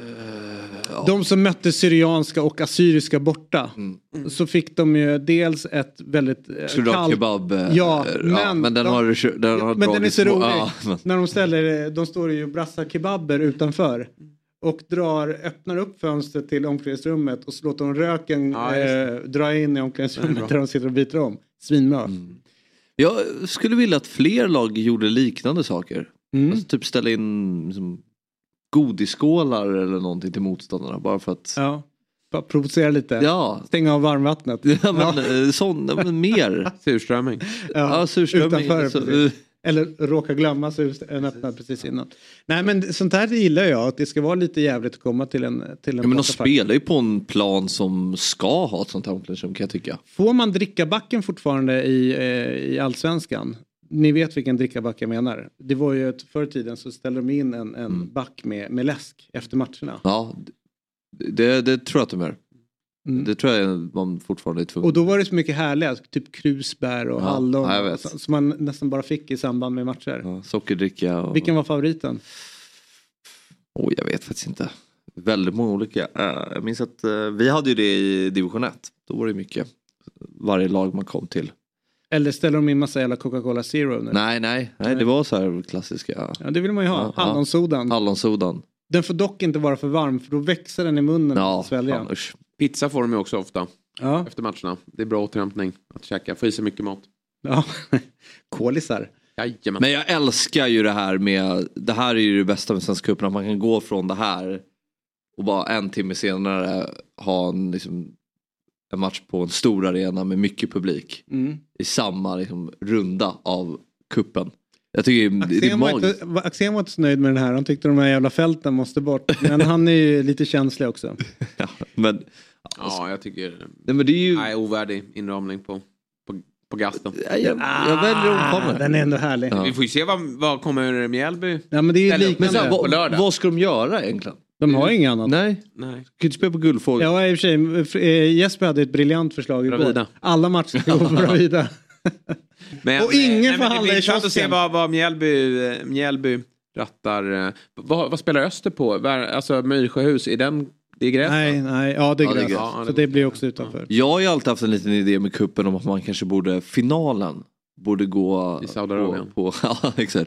Ja. De som mötte syrianska och assyriska borta. Mm. Så fick de ju dels ett väldigt eh, Skulle du ha kallt... kebab? eh, Ja, ja, men men den de- har, du- den har Men den är dragit så små- rolig. Ja, men- När de ställer, de står ju och brassar kebaber utanför. Och drar, öppnar upp fönstret till omklädningsrummet och så låter de röken Ja, just eh, dra in i omklädningsrummet där de sitter och byter om. Svinmör. Mm. Jag skulle vilja att fler lag gjorde liknande saker. Mm. Alltså typ ställa in liksom, godisskålar eller någonting till motståndarna. Bara för att... Ja, bara provocera lite. Ja, Stänga av varmvattnet. ja men ja. Sån, ja, men mer. Surströmming. Ja, Ja, surströmming. utanför, Så, precis. Eller råka glömma så en öppnad precis innan. Nej, men sånt här gillar jag. Att det ska vara lite jävligt att komma till en till en ja, men de bortafakt. spelar ju på en plan som ska ha ett sånt här omklädningsrum kan jag tycka. Får man dricka backen fortfarande i, eh, i Allsvenskan? Ni vet vilken drickaback jag menar. Det var ju ett, förr i tiden så ställde de in en, en Mm. back med, med läsk efter matcherna. Ja, det, det tror jag att de är. Mm. Det tror jag man fortfarande är tvungen. Och då var det så mycket härliga, typ krusbär och Ja, hallon. ja, jag vet. Som man nästan bara fick i samband med matcher. Ja, sockerdricka. Och... Vilken var favoriten? Oj, jag vet faktiskt inte. Väldigt många olika. Uh, jag minns att uh, vi hade ju det i division ett. Då var det mycket. Varje lag man kom till. Eller ställer de in massa jävla Coca-Cola Zero nu? Nej, nej. Nej, det var så här klassiska. Ja, det vill man ju ha. Ja, Hallonsodan. Hallonsodan. Den får dock inte vara för varm för då växer den i munnen. Ja, och sväljer. fan, usch. Pizza får de ju också ofta. Ja. Efter matcherna. Det är bra återhämtning att käka. Få i sig mycket mat. Ja. Kolisar. Jajamän. Men jag älskar ju det här med. Det här är ju det bästa med Svenska cupen. Att man kan gå från det här. Och bara en timme senare ha en, liksom, en match på en stor arena med mycket publik. Mm. I samma liksom, runda av kuppen. Jag tycker det, det är Axén var, magiskt. inte, Axén var inte så nöjd med den här. Han tyckte de här jävla fälten måste bort. Men han är ju lite känslig också. Ja, men, Ja, jag tycker... nej, men det är ju... Nej, ovärdig inramning på, på, på gasten. Jag, jag, jag väljer att omfamna. Den är ändå härlig. Ja. Vi får ju se vad, vad kommer Mjällby. Ja, men det är ju Ställ upp. Men liknande. så här, på vad, lördag. vad ska de göra egentligen? De har inget annat. Nej, Nej. du kan inte spela på Guldfågel. Ja, i och för sig. eh, Jesper hade ett briljant förslag igår. Bravida. Alla matcher ska gå på Bravida. Men, Och ingen nej, får men handla det blir i intressant att se kiosken. vad, vad Mjällby, eh, Mjällby rattar. eh, Vad, vad spelar Öster på? Var- Alltså Myrsjöhus, är den... Det är gräs? Nej, nej. Ja, det är Ja, det är gräs. gräs. Ja, Så det- det blir också utanför. Jag har ju alltid haft en liten idé med kuppen om att man kanske borde, finalen borde gå I Saudiarabien. på, på ja exakt.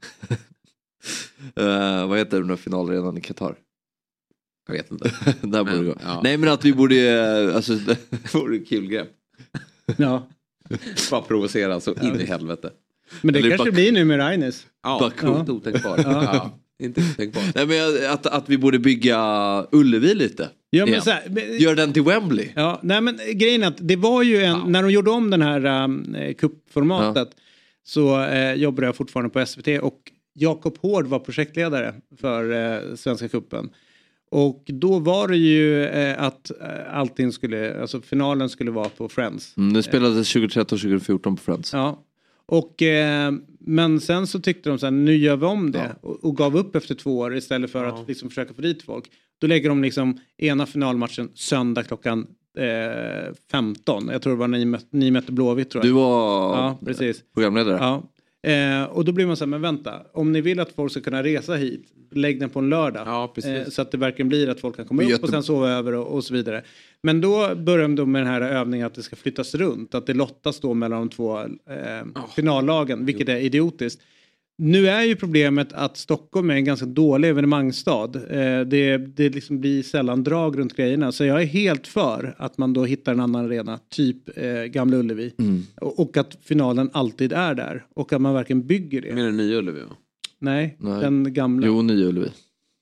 uh, vad heter den där finalarenan i Qatar? Jag vet inte. Där borde Men, det gå. ja. Nej men att vi borde, eh, alltså det vore ett kul grepp. Ja. Bara provocera så in i helvete. Men det Eller kanske bara- blir nu med Reines. Ja, Baku. inte otänkbart. Ja. Inte otänkbart. Nej men jag- att, att vi borde bygga Ullevi lite. Ja, men Igen. så här, men- Gör den till Wembley. Ja, nej men grejen är att det var ju en, Ja. när de gjorde om den här um, cupformatet så eh, jobbade jag fortfarande på S V T och Jakob Hård var projektledare för eh, Svenska cupen. Och då var det ju eh, att eh, allting skulle, alltså finalen skulle vara på Friends. Mm, det spelades tjugotretton tjugofjorton på Friends. Ja. Och, eh, men sen så tyckte de så här, nu gör vi om det. Och, och gav upp efter två år istället för Ja. att liksom försöka få dit folk. Då lägger de liksom ena finalmatchen söndag klockan eh, femton. Jag tror det var ni, möt, ni mötte Blåvitt tror jag. Du var Ja, precis. programledare. Ja. Eh, och då blir man så här, men vänta, om ni vill att folk ska kunna resa hit, lägg den på en lördag. Ja, eh, så att det verkligen blir att folk kan komma upp Jätte... och sen sova över och, och så vidare. Men då börjar de med den här övningen att det ska flyttas runt, att det lottas då mellan de två eh, oh. finallagen, vilket jo. är idiotiskt. Nu är ju problemet att Stockholm är en ganska dålig evenemangstad. Eh, det det liksom blir sällan drag runt grejerna. Så jag är helt för att man då hittar en annan arena. Typ eh, Gamla Ullevi. Mm. Och, och att finalen alltid är där. Och att man verkligen bygger det. Men är det Nya Ullevi? Va? Nej, Nej, den gamla. Jo, Nya Ullevi.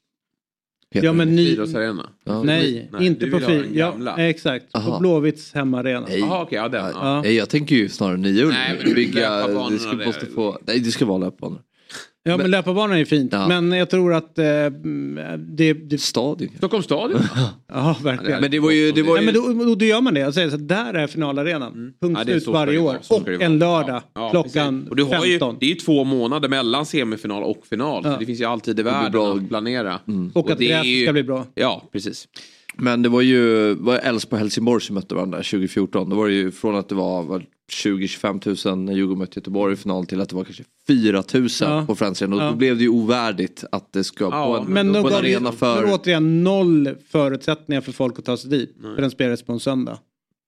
Ja, men ny... Arena. Ja. Nej, Nej, inte på fri. Ja, exakt. Aha. På Blåvitts hemmaarena. Jaha, okej, ja, den. Ja. Ja. Nej, jag tänker ju snarare Nya Ullevi. Nej, men bygga... Det ska, måste få... Nej, det ska vara löpbanor. Ja, men löparbanan är fint. Ja. Men jag tror att eh, det, det... Stadion. Stockholms stadion. Ja, verkligen. Men det var ju... Det var ju... Nej, men då, då gör man det. Jag säger så att där är finalarenan. Mm. Punkt ja, ut varje år. Och en lördag. Ja, ja, klockan och du har femton. Ju, det är ju två månader mellan semifinal och final. Ja. Så det finns ju alltid i världen att planera. Mm. Och, och att det ju... ska bli bra. Ja, precis. Men det var ju var Elfsborg och Helsingborg som mötte varandra tjugo fjorton. Då var det ju från att det var, var tjugo till tjugofem tusen när Djurgården mötte Göteborg i final till att det var kanske fyra tusen ja. på Friendsen. Och ja. då blev det ju ovärdigt att det ska ja, på en, men på en arena för... Men återigen noll förutsättningar för folk att ta sig dit. Nej. För den spelades på en söndag.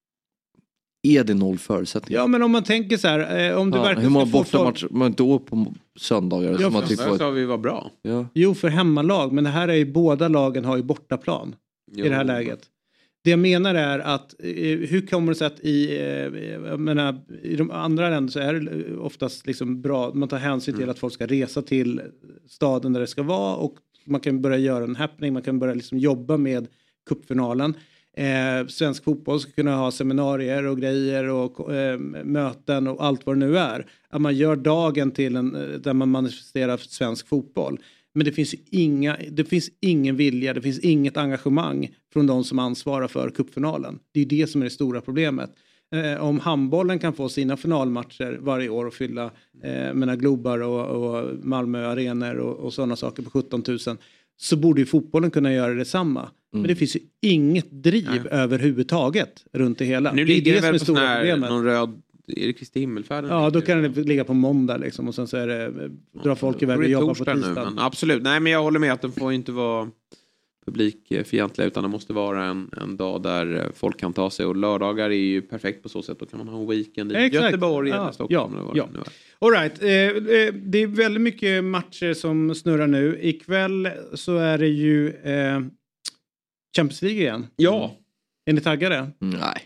Är det noll förutsättningar? Ja, men om man tänker så här, om du ja, verkligen hur många bortamatcher folk... man inte åker på söndagar? Ja, man för sa vi var bra. Ja. Jo, för hemmalag, men det här är ju båda lagen har ju bortaplan jo. i det här läget. Det jag menar är att eh, hur kommer det sig att i, eh, jag menar, i de andra länderna så är det oftast liksom bra, man tar hänsyn till mm. att folk ska resa till staden där det ska vara och man kan börja göra en happening, man kan börja liksom jobba med cupfinalen. Eh, svensk fotboll ska kunna ha seminarier och grejer och eh, möten och allt vad det nu är. Att man gör dagen till en, där man manifesterar svensk fotboll. Men det finns inga, det finns ingen vilja, det finns inget engagemang från de som ansvarar för cupfinalen. Det är det som är det stora problemet. Eh, om handbollen kan få sina finalmatcher varje år och fylla eh, mina Globar och, och Malmö arenor och, och sådana saker på sjutton tusen så borde ju fotbollen kunna göra detsamma. Mm. Men det finns ju inget driv Nej. överhuvudtaget runt det hela. Nu det är det, det som är det stora här, problemet. Någon röd, är det Kristi himmelfärden? Ja, då kan det ligga på måndag liksom och sen så är det drar folk iväg och jobbar på tisdag. Absolut, nej men jag håller med att den får inte vara publikfientliga utan det måste vara en, en dag där folk kan ta sig och lördagar är ju perfekt på så sätt. Då kan man ha en weekend i Exakt. Göteborg eller ja. Stockholm. Ja, ja. All right. eh, det är väldigt mycket matcher som snurrar nu. Ikväll så är det ju eh, Champions League igen. Ja. Är ni taggade? Nej.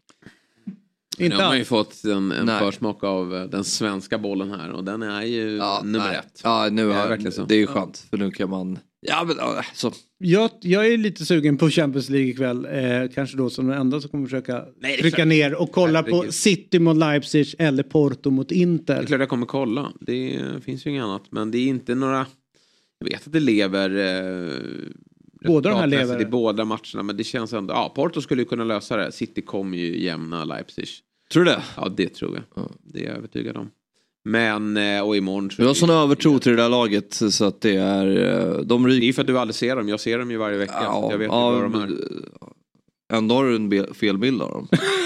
Nu har man ju fått en, en försmak av den svenska bollen här och den är ju ja, nummer nej. ett. Ja, nu är det, det är ju skönt för nu kan man ja, men, så. Jag, jag är lite sugen på Champions League ikväll. Eh, kanske då som den enda som kommer försöka Nej, trycka ner och kolla Nej, på City mot Leipzig eller Porto mot Inter. Det är klart jag kommer kolla. Det finns ju inget annat. Men det är inte några... Jag vet att det lever... Eh, båda de här lever. I båda matcherna. Men det känns ändå... Ja, Porto skulle ju kunna lösa det. City kommer ju jämna Leipzig. Tror du det? Ja, det tror jag. Mm. Det är jag övertygad om. Men, och imorgon... Jag har sån övertro till det där laget så att det är... De ryk... Det är för att du aldrig ser dem. Jag ser dem ju varje vecka. Ja, jag vet ja, vad de är. Ändå har du en fel bild av dem.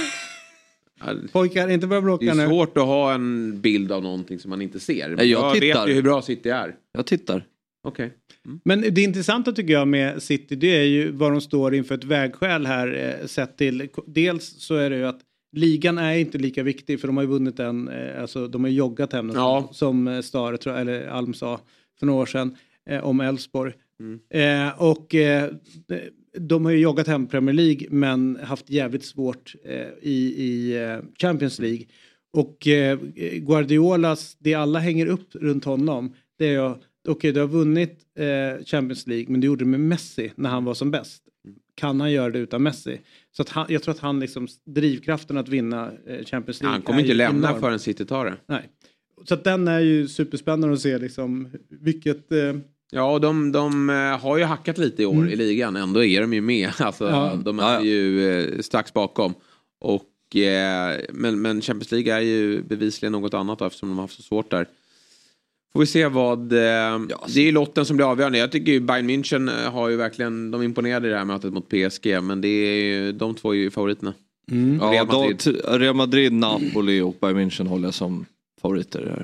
Pojkar, inte börja bråka nu. Det är svårt nu. Att ha en bild av någonting som man inte ser. Nej, jag, jag vet ju hur bra City är. Jag tittar. Okej. Okay. Mm. Men det intressanta tycker jag med City, det är ju vad de står inför ett vägskäl här eh, sett till. Dels så är det ju att ligan är inte lika viktig för de har ju vunnit en, eh, alltså de har joggat hem ja. som, som Stare, tror jag, eller Alm sa för några år sedan eh, om Elfsborg. Mm. Eh, och eh, de har ju joggat hem Premier League men haft jävligt svårt eh, i, i eh, Champions League. Och eh, Guardiolas, det alla hänger upp runt honom, det är ju okej, okay, du har vunnit eh, Champions League men du gjorde det med Messi när han var som bäst. Kan han göra det utan Messi? Så att han, jag tror att han liksom drivkraften att vinna eh, Champions League. Han kommer inte lämna enorm. Förrän City tar det. Nej. Så att den är ju superspännande att se liksom vilket... Eh... Ja, och de, de har ju hackat lite i år mm. i ligan. Ändå är de ju med. Alltså, ja. De är ja, ja. ju eh, strax bakom. Och, eh, men, men Champions League är ju bevisligen något annat då, eftersom de har haft så svårt där. Får vi se vad... Eh, ja, det är lotten som blir avgörande. Jag tycker ju Bayern München har ju verkligen... De imponerade i det här mötet mot P S G. Men det är ju, de två är ju favoriterna. Mm. Ja, Real Madrid. Då, Real Madrid, Napoli och Bayern München håller jag som favoriter här.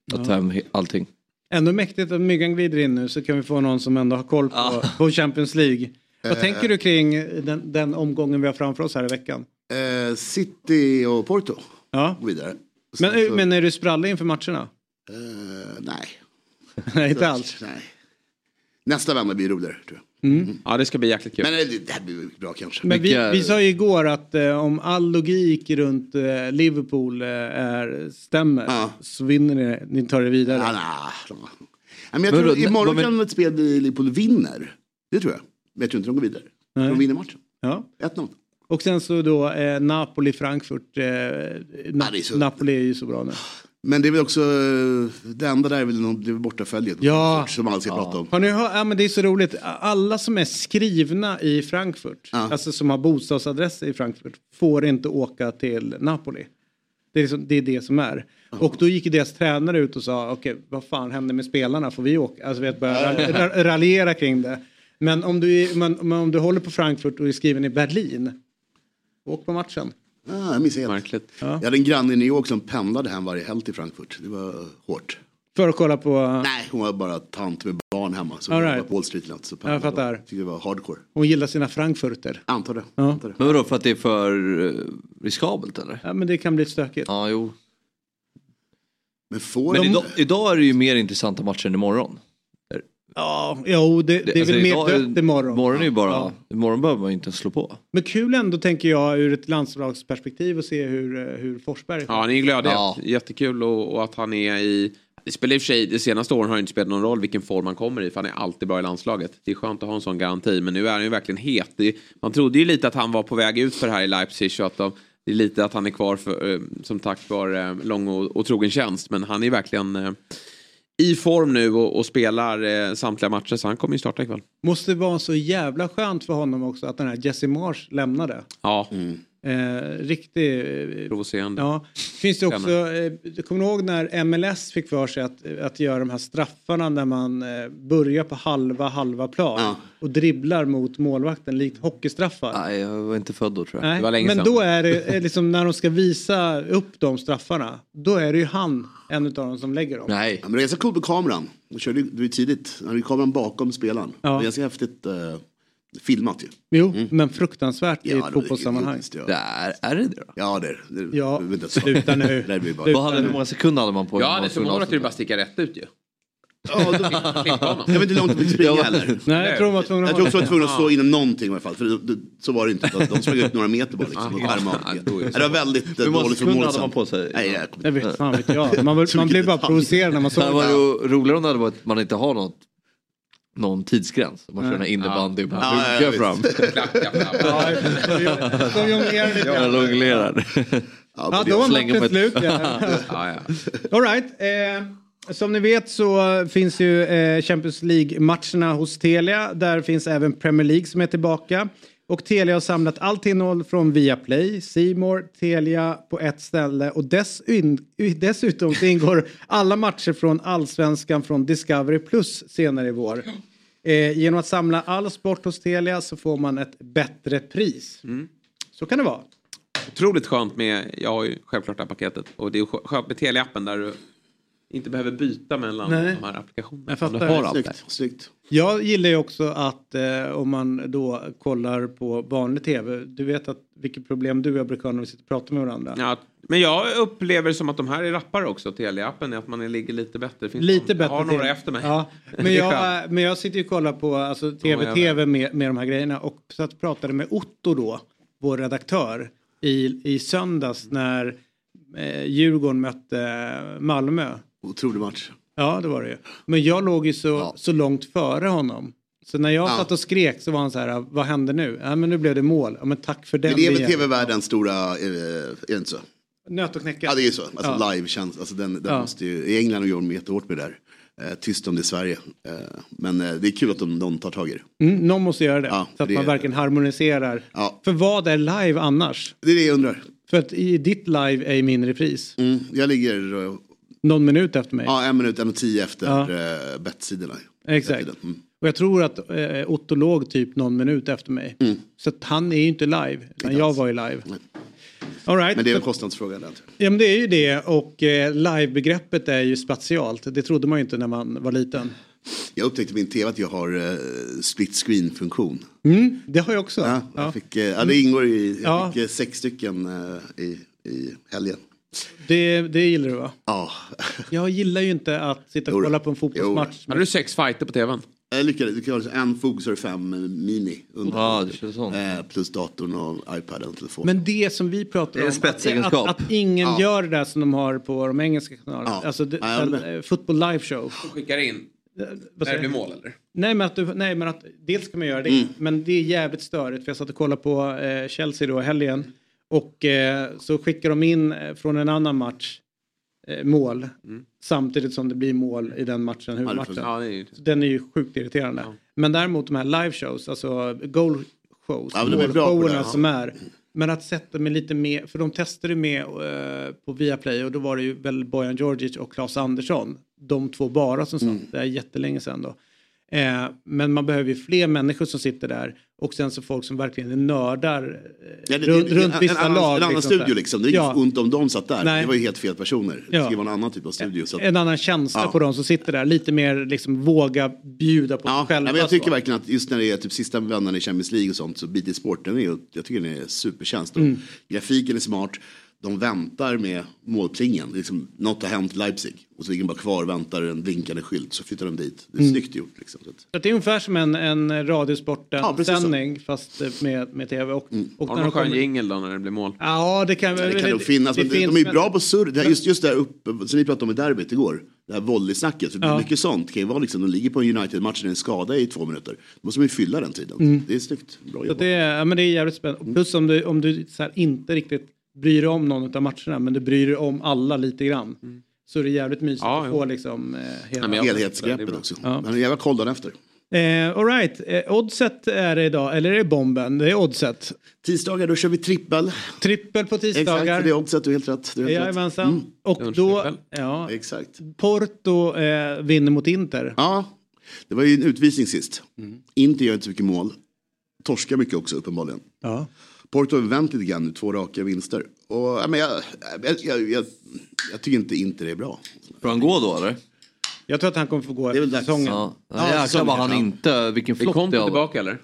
att ta hem allting. Ändå mäktigt att Myggan glider in nu, så kan vi få någon som ändå har koll på, ja. på Champions League. Vad uh, tänker du kring den, den omgången vi har framför oss här i veckan? Uh, City och Porto. Ja. Går vidare. Men, så, men är du sprallig inför matcherna? Uh, nej. Nej, inte alls. Nej. Nästa vända blir roligare, tror jag. Mm. Mm. Ja, det ska bli jäkligt kul. Men det, det här blir bra kanske. Men vi, vi sa ju igår att eh, om all logik runt eh, Liverpool eh, är, stämmer, ja. så vinner ni, ni tar det vidare. Ja, nej. Men jag tror, imorgon men, kan ett spel bli Liverpool vinner. Det tror jag. Men jag tror inte de går vidare. Nej. De vinner matchen. Ja. ett noll. Och sen så då eh, Napoli-Frankfurt. Eh, Na- ja, så... Napoli är ju så bra nu. Men det är väl också, det enda där är väl någon, det är bortaföljet. Ja. Som alla ska ja. prata om. Har ni hört, ja men det är så roligt. Alla som är skrivna i Frankfurt, ja. alltså som har bostadsadress i Frankfurt, får inte åka till Napoli. Det är, liksom, det, är det som är. Ja. Och då gick deras tränare ut och sa, okej, okay, vad fan händer med spelarna? Får vi åka? Alltså vet, börja ja. raljera kring det. Men om du, är, men, men om du håller på Frankfurt och är skriven i Berlin, åk på matchen. Ah, jag missade helt. Ja. Jag hade en granne i New York som pendlade hem varje helg till Frankfurt. Det var hårt. För att kolla på... Nej, hon var bara tant med barn hemma. Så All hon right. var på Wall Street. Så jag fattar. Tyckte det var hardcore. Hon gillar sina Frankfurter. Antar det. Ja. Antar det. Men vadå, för att det är för riskabelt eller? Ja, men det kan bli stökigt. Ja, jo. Men, får men de... idag, idag är det ju mer intressanta matcher än imorgon. Ja, jo, det, det är alltså väl mer dött imorgon. Imorgon är ju bara, ja. imorgon behöver man ju inte slå på. Men kul ändå tänker jag ur ett landslagsperspektiv och se hur, hur Forsberg... Ja, han är glödig. Ja. Jättekul och, och att han är i... Det spelar i och för sig, de senaste åren har det inte spelat någon roll vilken form han kommer i, för han är alltid bra i landslaget. Det är skönt att ha en sån garanti, men nu är han ju verkligen het. Det, man trodde ju lite att han var på väg ut för det här i Leipzig, så att de, det är lite att han är kvar för, som tack var lång och, och trogen tjänst, men han är verkligen... i form nu och, och spelar eh, samtliga matcher, så han kommer ju starta ikväll. Måste vara så jävla skönt för honom också att den här Jesse Marsh lämnade. Ja. Mm. Eh, riktigt eh, provocerande. Ja. Finns det också, eh, du kommer ihåg när M L S fick för sig att, att göra de här straffarna när man eh, börjar på halva halva plan ja. och dribblar mot målvakten likt hockeystraffar. Nej, jag var inte född då tror jag. Nej, det var länge men sedan. Då är det liksom när de ska visa upp de straffarna, då är det ju han, en av dem som lägger dem. Nej. Ja, men det är så coolt med kameran. De körde ju tidigt, han hade kameran bakom spelaren. Ja. Det är ganska häftigt uh, filmat ju. Jo, mm. men fruktansvärt ja, i ett fotbollssammanhang. Ja. Det är, är det det då? Ja, det är det. Ja, sluta nu. Det bara... Vad hade, hur många sekunder hade man på? Ja, det är så många att du bara stickar rätt ut ju. Ja, då... jag vet inte hur långt du fick springa heller. Nej, jag tror de var tvungna att, jag tror de var tvungna att stå inom någonting i alla fall. För det, det, så var det inte. De sprang ut några meter bara liksom. Ja, det var väldigt hur många sekunder hade man på sig? Nej, jag, jag vet fan vet jag. Man, man blir bara provocerad när man såg det. Det var ju roligare om det hade varit att man inte har något någon tidsgräns. Man kör den här innebandy och bara ruggar fram. De jonglerar lite. Ja, jonglerar. Ja, då var matchen slut. All right. Eh, som ni vet så finns ju eh, Champions League-matcherna hos Telia. Där finns även Premier League som är tillbaka. Och Telia har samlat allt innehåll från Viaplay, C More, Telia på ett ställe. Och dessutom, dessutom så ingår alla matcher från Allsvenskan från Discovery Plus senare i vår. Eh, genom att samla all sport hos Telia så får man ett bättre pris. Mm. Så kan det vara. Otroligt skönt med, jag har ju självklart det här paketet. Och det är skönt med Telia-appen där du inte behöver byta mellan Nej. de här applikationerna. Jag fattar. Snyggt, snyggt. Jag gillar ju också att eh, om man då kollar på vanlig tv. Du vet att vilket problem du och jag brukar ha när vi sitter och pratar med varandra. Ja, men jag upplever som att de här är rappare också. Telia-appen är att man ligger lite bättre. Finns lite någon, bättre. Jag har några efter mig. Ja, men, jag, men jag sitter ju och kollar på alltså, tv-tv med, med de här grejerna. Och så att pratade med Otto då, vår redaktör, i, i söndags när eh, Djurgården mötte Malmö. Otrolig match. Ja, det var det ju. Men jag låg ju så, ja. så långt före honom. Så när jag ja. satt och skrek så var han så här, vad hände nu? Ja, men nu blev det mål. Ja, men tack för den. Men det är väl tv-världens stora, är det inte så? Nöt och knäcka. Ja, det är så. Alltså ja. live känns, alltså den, den ja. måste ju, i England och Jordan jättehårt med det där. Eh, tyst om det i Sverige. Eh, men eh, det är kul att de, de tar tag i det. Mm, någon måste göra det. Ja, så att det man är, verkligen harmoniserar. Ja. För vad är live annars? Det är det jag undrar. För att i ditt live är min repris. Mm, jag ligger... Uh, någon minut efter mig. Ja, en minut, en och tio efter ja. uh, bettsidorna. Exakt. Mm. Och jag tror att uh, Otto låg typ någon minut efter mig. Mm. Så att han är ju inte live. Utan jag var ju live. Nej. All right. Men det är en kostnadsfråga där. Ja, men det är ju det, och eh, live-begreppet är ju spatialt. Det trodde man ju inte när man var liten. Jag upptäckte min tv att jag har uh, split screen-funktion. Mm, det har jag också. Ja, ja. Jag fick, uh, ja, det ingår i jag ja. fick, uh, sex stycken uh, i, i helgen. Det, det gillar du, va? Ja. Jag gillar ju inte att sitta och kolla på en fotbollsmatch. Hade du sex fighter på tvn? Jag lyckades, du kan ha en fokus och fem mini. Ja, det känns sånt. Eh, plus datorn och iPaden och telefon. Men det som vi pratar om, att, att, att ingen ja. gör det där som de har på de engelska kanalerna. Ja. Alltså, det, ja, football live show. De skickar in när det blir mål, eller? Nej, men att, du, nej, men att dels kan man göra det. Mm. Men det är jävligt störigt. För jag satt och kollade på eh, Chelsea då helgen. Och eh, så skickar de in eh, från en annan match eh, mål. Mm. Samtidigt som det blir mål i den matchen, huvudmatchen. Ja, är ju... Den är ju sjukt irriterande. Ja. Men däremot de här live shows, alltså goal shows, ja, målshowerna som är. Men att sätta med lite mer, för de testade med uh, på Viaplay och då var det ju väl Bojan Djordjic och Claes Andersson. De två bara som satt, mm. det är jättelänge sedan då. Eh, men man behöver ju fler människor som sitter där. Och sen så folk som verkligen är nördar eh, ja, det, runt, det, runt vissa en, en, lag. En annan liksom, studio liksom. Det är ja. ont om de satt där. Nej. Det var ju helt fel personer. Det ska vara en annan typ av studio. Så att... En annan känsla ja. på de som sitter där. Lite mer liksom våga bjuda på ja. sig själva. Ja, men jag tycker verkligen att just när det är typ sista vändan i Champions League och sånt, så B T Sport, den är, jag tycker den är supertjänst. Mm. Grafiken är smart. De väntar med målplingen. Liksom, något har hänt Leipzig. Och så ligger de bara kvar och väntar en blinkande skylt. Så flyttar de dit. Det är mm. snyggt gjort. Liksom. Så det är ungefär som en, en radiosporten-sändning. Ja, fast med, med tv. Och, mm. och har de någon skön jingel då när det blir mål? Ja, det kan, ja, det kan nog finnas. Det, det men finns, de är ju bra på surr. Det här, just, just det här uppe, som vi pratade om i derbyt igår. Det här volleysnacket. Så ja. mycket sånt kan ju vara liksom. De ligger på en United-match när en skada i två minuter. Då måste man ju fylla den tiden. Mm. Det är snyggt. Bra så det är, ja, men det är jävligt spännande. Plus om du, om du så här, inte riktigt bryr dig om någon av matcherna, men du bryr dig om alla lite grann. Mm. Så är det jävligt mysigt ja, att få liksom eh, hela... ja, helhetsgreppet också. Ja. Men jag var koll dagen efter. Eh, all right. Eh, oddset är det idag, eller är det bomben? Det är oddset. Tisdagar, då kör vi trippel. Trippel på tisdagar. Exakt, det är oddset, du är helt rätt. Du är helt rätt. Mm. Och då, ja, exakt. Porto eh, vinner mot Inter. Ja, det var ju en utvisning sist. Mm. Inter gör inte så mycket mål. Torskar mycket också, uppenbarligen. Ja. Porto har vänt lite grann nu, två raka vinster. Och, ja, men jag, jag, jag, jag, jag tycker inte Inter är bra. Får han gå då, eller? Jag tror att han kommer få gå efter säsongen. Ja, ja, jäklar vad han inte, vilken flopp det är. Kom tillbaka, eller?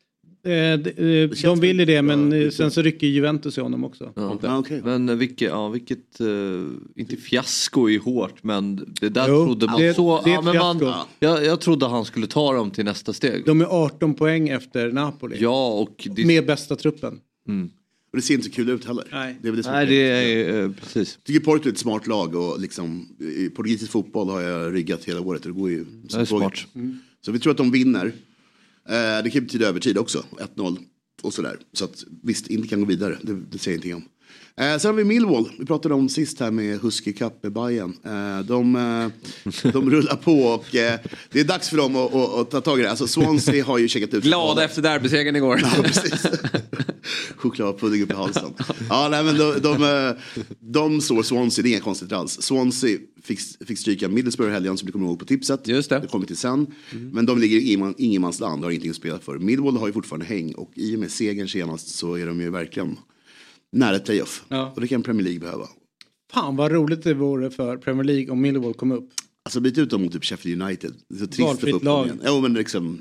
Eh, de, de vill ju det, men ja, sen så rycker Juventus i honom också. Ja. Ja, okay. Men vilket, ja, vilket uh, inte fiasko är hårt, men det där jo, trodde man det, så. Det ja, men man, ja. jag, jag trodde han skulle ta dem till nästa steg. De är arton poäng efter Napoli. Ja, och det... med bästa truppen. Mm. Och det ser inte så kul ut heller. Nej, det är, väl det Nej, det är uh, precis. Jag tycker Porto är ett smart lag och liksom i portugisisk fotboll har jag riggat hela året och det går ju det är smart. Mm. Så vi tror att de vinner. Eh, det kan betyda övertid också, ett noll och sådär. Så att visst, inte kan gå vidare, det, det säger ingenting om. Eh, sen har vi Millwall, vi pratade om sist här med Husky Cup med Bayern. Eh, de, eh, de rullar på och eh, det är dags för dem att, att, att ta tag i det. Alltså Swansea har ju checkat ut. Glada efter derbysegern igår. Ja, precis. Chokladpudding upp i halsen. Ja, nej, men de, de, de, de slår Swansea, det är inga konstigt alls. Swansea fick, fick stryka Middlesbrough helgen som du kommer ihåg på tipset. Just det. Det kommer till sen. Mm. Men de ligger i ingenmansland, har ingenting att spela för. Millwall har ju fortfarande häng och i och med segern senast så är de ju verkligen nära ett playoff. Ja. Och det kan Premier League behöva. Fan vad roligt det vore för Premier League om Millwall kom upp. Alltså byta ut dem mot typ Sheffield United. Det är så trist att få upp dem igen. Jo, men liksom,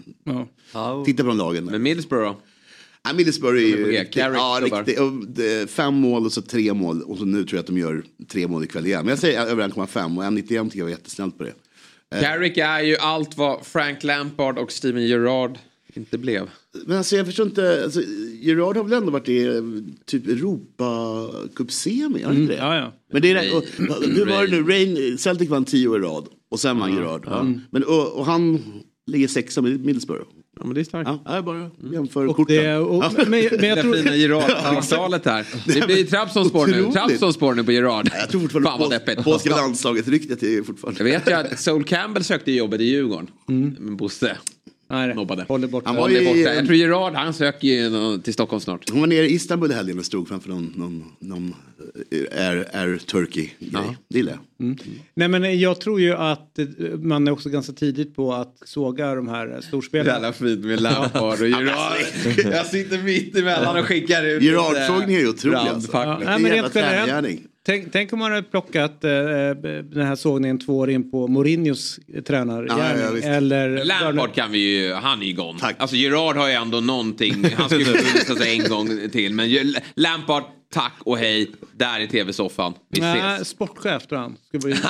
ja. Titta på de lagen. Men Middlesbrough? Ja, Middlesbrough är ju riktigt, ja, riktigt, fem mål och så tre mål. Och så nu tror jag att de gör tre mål ikväll igen. Men jag säger över en komma fem och en komma nittioen tycker jag var jättesnällt på det. Carrick är ju allt vad Frank Lampard och Steven Gerrard inte blev. Men alltså jag förstår inte, alltså, Gerrard har väl ändå varit i typ Europa-cup-semi, mm, det? Ja, ja. Men det är och, hur var det nu? Rain, Celtic vann tio år i rad och sen vann mm, Gerrard. Ja. Mm. Men, och, och han ligger sexa med Middlesbrough. Ja, men det är starkt. Ja, jag bara jämför och korten. Det, och, men, men jag tror... Det fina Gerard-talet här. Det blir Trabzonspår nu. Trabzonspår nu på Gerard. Jag tror fortfarande på polska landslaget ryktet är fortfarande. Jag vet ju att Sol Campbell sökte jobbet i Djurgården. Mm. Men Bosse Nej, nobbade. Håller borta. Han var ju, borta. Jag tror Gerard, han söker ju till Stockholm snart. Hon var nere i Istanbul i helgen och stod framför någon, någon, någon Air, Air Turkey-grej. Ja. Det gillar jag. Mm. Nej, men jag tror ju att man är också ganska tidigt på att såga de här storspelarna. Jävla fint med Lampard och Gerard. Jag sitter mitt emellan och skickar ut. Gerard-sågning är ju otrolig. Alltså. Ja, nej, men rent generellt. Tänk, tänk om man hade plockat eh, den här sågningen två år in på Mourinhos tränargärning. Ja, ja, eller Lampard kan vi ju, han är ju igång. Tack. Alltså Gerard har ju ändå någonting, han ska ju få sig en gång till. Men Lampard, tack och hej, där i tv-soffan. Vi Nej, ses. Sportchef tror han. Ska bli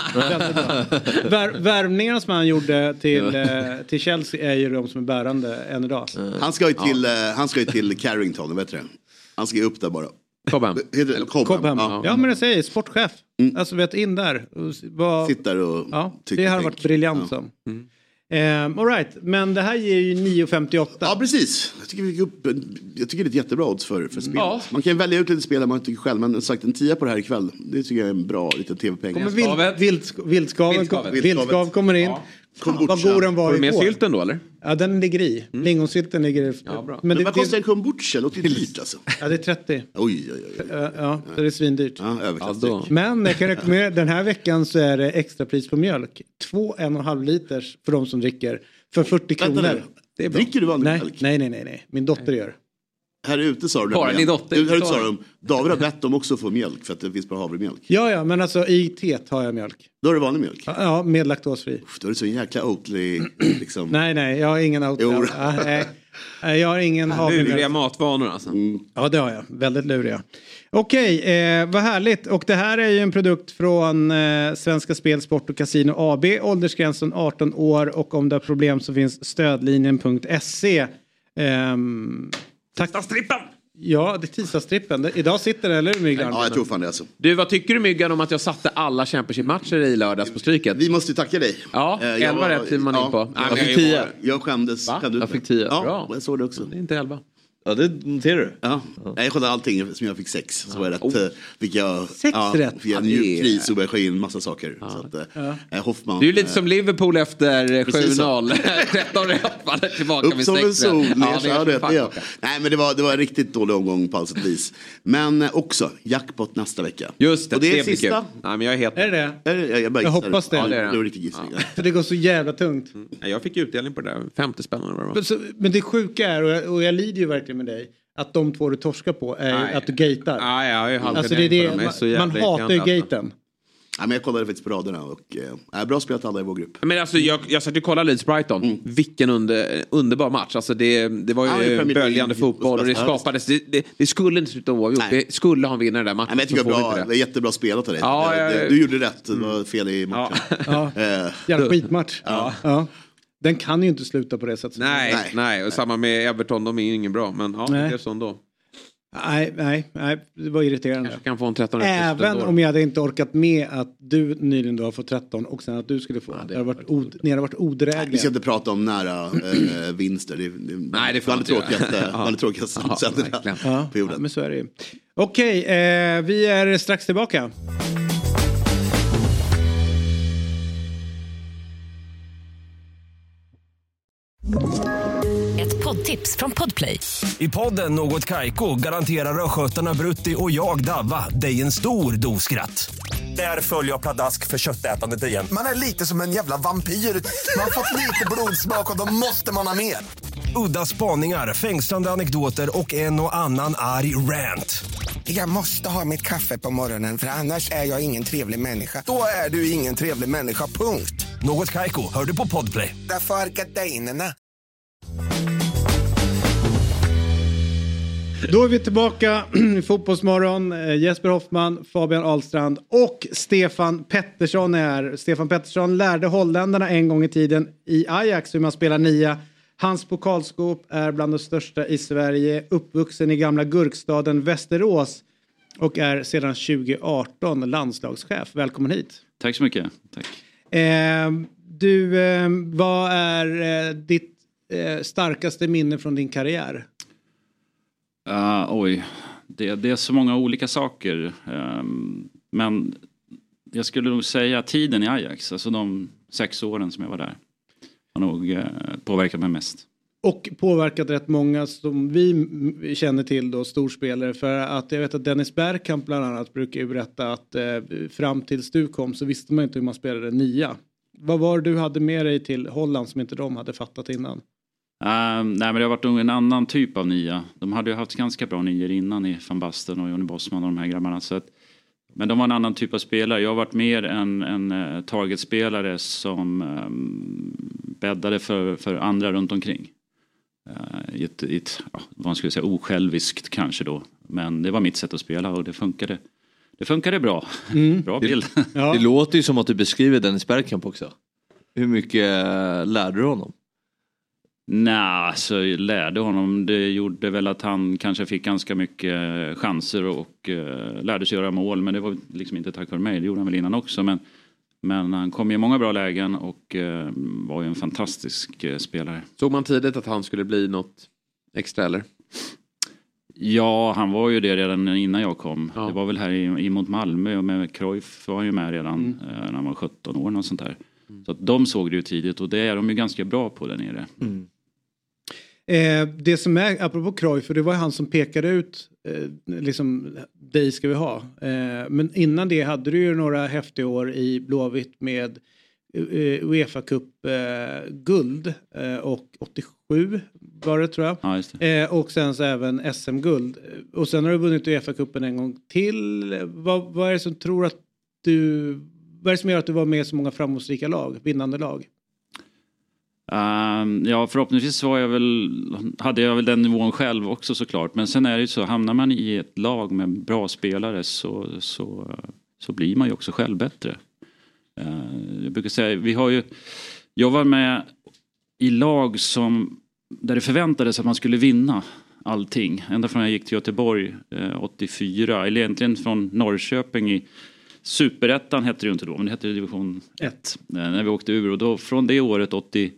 Vär, värvningarna som han gjorde till, eh, till Chelsea är ju de som är bärande än idag. Han ska ju till, ja. eh, han ska ju till Carrington, vet du det? Han ska ju upp där bara. Cobham. Heter Cobham. Cobham. Ja. ja men jag säger sportchef. Mm. Alltså vet in där. Var, Sitter och ja, det har varit briljant ja. som. Mm. Um, all right, men det här ger ju nio femtioåtta. Ja, precis. Jag tycker, vi upp, jag tycker det är ett jättebra odds för, för spelet. Ja. Man kan välja ut lite spel man tycker själv, men sagt en tia på det här ikväll. Det tycker jag är en bra liten tv-peng. Kommer vild, vild, vildskaven, vildskav kommer in. Ja. Vad går den var igår? Med sylten då eller? Ja, den ligger i. Mm. Lingonsylten ligger i. Ja, bra. Men, men det, vad kostar en kombucha? Det låter dyrt alltså. Ja, det är trettio. Oj, oj, oj. Ja, ja, det är svindyrt. Ja, överklass. Ja, men jag kan rekommendera, den här veckan så är det extra pris på mjölk. Två en och en halv liters för de som dricker. För fyrtio kronor. Det är bra. Dricker du vanlig nej, mjölk? Nej, nej, nej, nej. Min dotter gör. Här ute sa du Bara din dotter. Här ute sa de, David har bett dem också få mjölk för att det finns bara havremjölk. Ja, ja, men alltså i teet har jag mjölk. Då är det vanlig mjölk? Ja, med laktosfri. Uff, då är det så jäkla Oatly liksom. Nej, nej, jag har ingen Oatly. Ja, nej, jag har ingen havremjölk. Luriga matvanor alltså. Mm. Ja, det har jag. Väldigt luriga. Okej, eh, vad härligt. Och det här är ju en produkt från eh, Svenska Spel, Sport och Casino A B. Åldersgränsen arton år och om det är problem så finns stödlinjen punkt se. Ehm, tack. Tisdagsstrippen! Ja, det är tisdagsstrippen. Idag sitter det, eller hur Myggan? Ja, jag tror fan det alltså. Du, vad tycker du Myggan om att jag satte alla Championship-matcher i lördags på stryket? Vi måste tacka dig. Ja, uh, elva rätt till man ja, in på. Jag, jag fick tio. Jag skämdes. Va? Jag fick tio. Ja, bra. Jag såg det också. Det är inte elva. Ja, det noterar du. Ja. Ja. Jag skötte allting som jag fick sex. Så var det rätt. Oh. Fick jag, sex ja, rätt? Fick jag en mjuk kris och började in massa saker. Ja. Så att, ja. Hoffman, du är lite som Liverpool efter sju noll. tretton rätt, faller tillbaka upp med som sex en sol. Ja, det ja, det, det, nej, men det var, det var en riktigt dålig omgång på allt sätt vis. Men också jackpot nästa vecka. Just det, och det är det sista. Nej, men jag är helt... Är det det? Jag, jag, jag, jag hoppas det. Ja, det, är det. det var riktigt gissning. Ja. För det går så jävla tungt. Mm. Jag fick utdelning på det där. femtio spännande. Men, så, men det sjuka är, och jag, och jag lider ju verkligen med dig, att de två du torskar på är Nej. att du gatar. Ja, ja, jag är alltså det är det, man, man hatar ju gaten. Ja, men jag kollade faktiskt på raderna och äh, bra spelat alla i vår grupp. Men alltså jag, jag satt och kollade Leeds Brighton. Mm. Vilken under, underbar match. Alltså det, det var ju ja, böljande fotboll och det skapades. Det, det, det skulle inte sluta oavgjort. Det skulle ha en vinnare där matchen. Nej, men jag tycker det var bra, det är jättebra spelat av dig. Ja, det, det, du gjorde rätt. Det var fel i matchen. Ja. Ja. Jävla skitmatch. Ja. Ja. Den kan ju inte sluta på det sättet. Nej, nej, nej. Och samma med Everton, de är ju ingen bra. Men ja, nej. Det är sån då. Nej, nej, nej, det var irriterande. Jag kan få en tretton även om jag hade inte orkat med att du nyligen då har fått tretton och sen att du skulle få. Ja, det hade varit od, ni hade varit odrägliga. Vi ska inte prata om nära äh, vinster. Det, det, nej, det får inte tråkigaste, ja. Det tråkigaste ja, ja, på jorden. Ja, men så är det ju. Okej, eh, vi är strax tillbaka. Ett poddtips från Podplay. I podden Något Kaiko garanterar röskötarna Brutti och jag Davva dig en stor doskratt. Där följer jag pladask för köttätandet igen. Man är lite som en jävla vampyr. Man har fått lite blodsmak och då måste man ha mer. Udda spaningar, fängslande anekdoter och en och annan arg rant. Jag måste ha mitt kaffe på morgonen för annars är jag ingen trevlig människa. Då är du ingen trevlig människa, punkt. Något Kaiko, hör du på Podplay. Därför är gardinerna. Då är vi tillbaka i Fotbollsmorgon. Jesper Hoffman, Fabian Ahlstrand och Stefan Pettersson är här. Stefan Pettersson lärde holländarna en gång i tiden i Ajax hur man spelar nia. Hans pokalskåp är bland de största i Sverige. Uppvuxen i gamla gurkstaden Västerås och är sedan tjugo arton landslagschef. Välkommen hit. Tack så mycket. Tack. Eh, du, eh, vad är eh, ditt eh, starkaste minne från din karriär? Uh, oj, det, det är så många olika saker. Um, men jag skulle nog säga tiden i Ajax, alltså de sex åren som jag var där, har nog uh, påverkat mig mest. Och påverkat rätt många som vi känner till då, storspelare. För att jag vet att Dennis Bergkamp bland annat brukar ju berätta att eh, fram tills du kom så visste man inte hur man spelade nia. Vad var det du hade med dig till Holland som inte de hade fattat innan? Uh, nej men det har varit en annan typ av nia. De hade ju haft ganska bra nior innan i Van Basten och Johnny Bosman och de här grabbarna. Så att, men de var en annan typ av spelare. Jag har varit mer en, en uh, targetspelare som um, bäddade för, för andra runt omkring. Uh, i ett, i ett ja, vad man skulle säga, osjälviskt kanske då. Men det var mitt sätt att spela och det funkade. Det funkade bra. Mm. Bra bild. Det, ja. Det låter ju som att du beskriver Dennis Bergkamp också. Hur mycket lärde du honom? Nej, så jag lärde honom. Det gjorde väl att han kanske fick ganska mycket chanser och uh, lärde sig göra mål. Men det var liksom inte tack vare mig. Det gjorde han väl innan också. Men, men han kom i många bra lägen och uh, var ju en fantastisk uh, spelare. Såg man tidigt att han skulle bli något extra eller? Ja, han var ju det redan innan jag kom. Ja. Det var väl här i, mot Malmö och med Cruyff var han ju med redan mm. uh, när han var sjutton år och sånt där. Mm. Så att de såg det ju tidigt och det är de ju ganska bra på där nere. Mm. Eh, det som är, apropå Cruyff, för det var han som pekade ut eh, liksom, dig ska vi ha. Eh, men innan det hade du ju några häftiga år i Blåvitt med eh, UEFA Cup eh, guld eh, och åttiosju var det tror jag. Ja, just det. Eh, och sen så även S M-guld. Och sen har du vunnit UEFA Cupen en gång till. Vad, vad är det som tror att du, vad är det som gör att du var med i så många framgångsrika lag, vinnande lag? Um, ja, förhoppningsvis var jag väl, hade jag väl den nivån själv också såklart. Men sen är det ju så, hamnar man i ett lag med bra spelare så, så, så blir man ju också själv bättre. Uh, jag brukar säga, vi har ju, jag var med i lag som, där det förväntades att man skulle vinna allting. Ända från jag gick till Göteborg uh, åttiofyra, eller egentligen från Norrköping i Superettan hette det ju inte då, men det hette det division ett uh, när vi åkte ur. Och då från det året åttiotre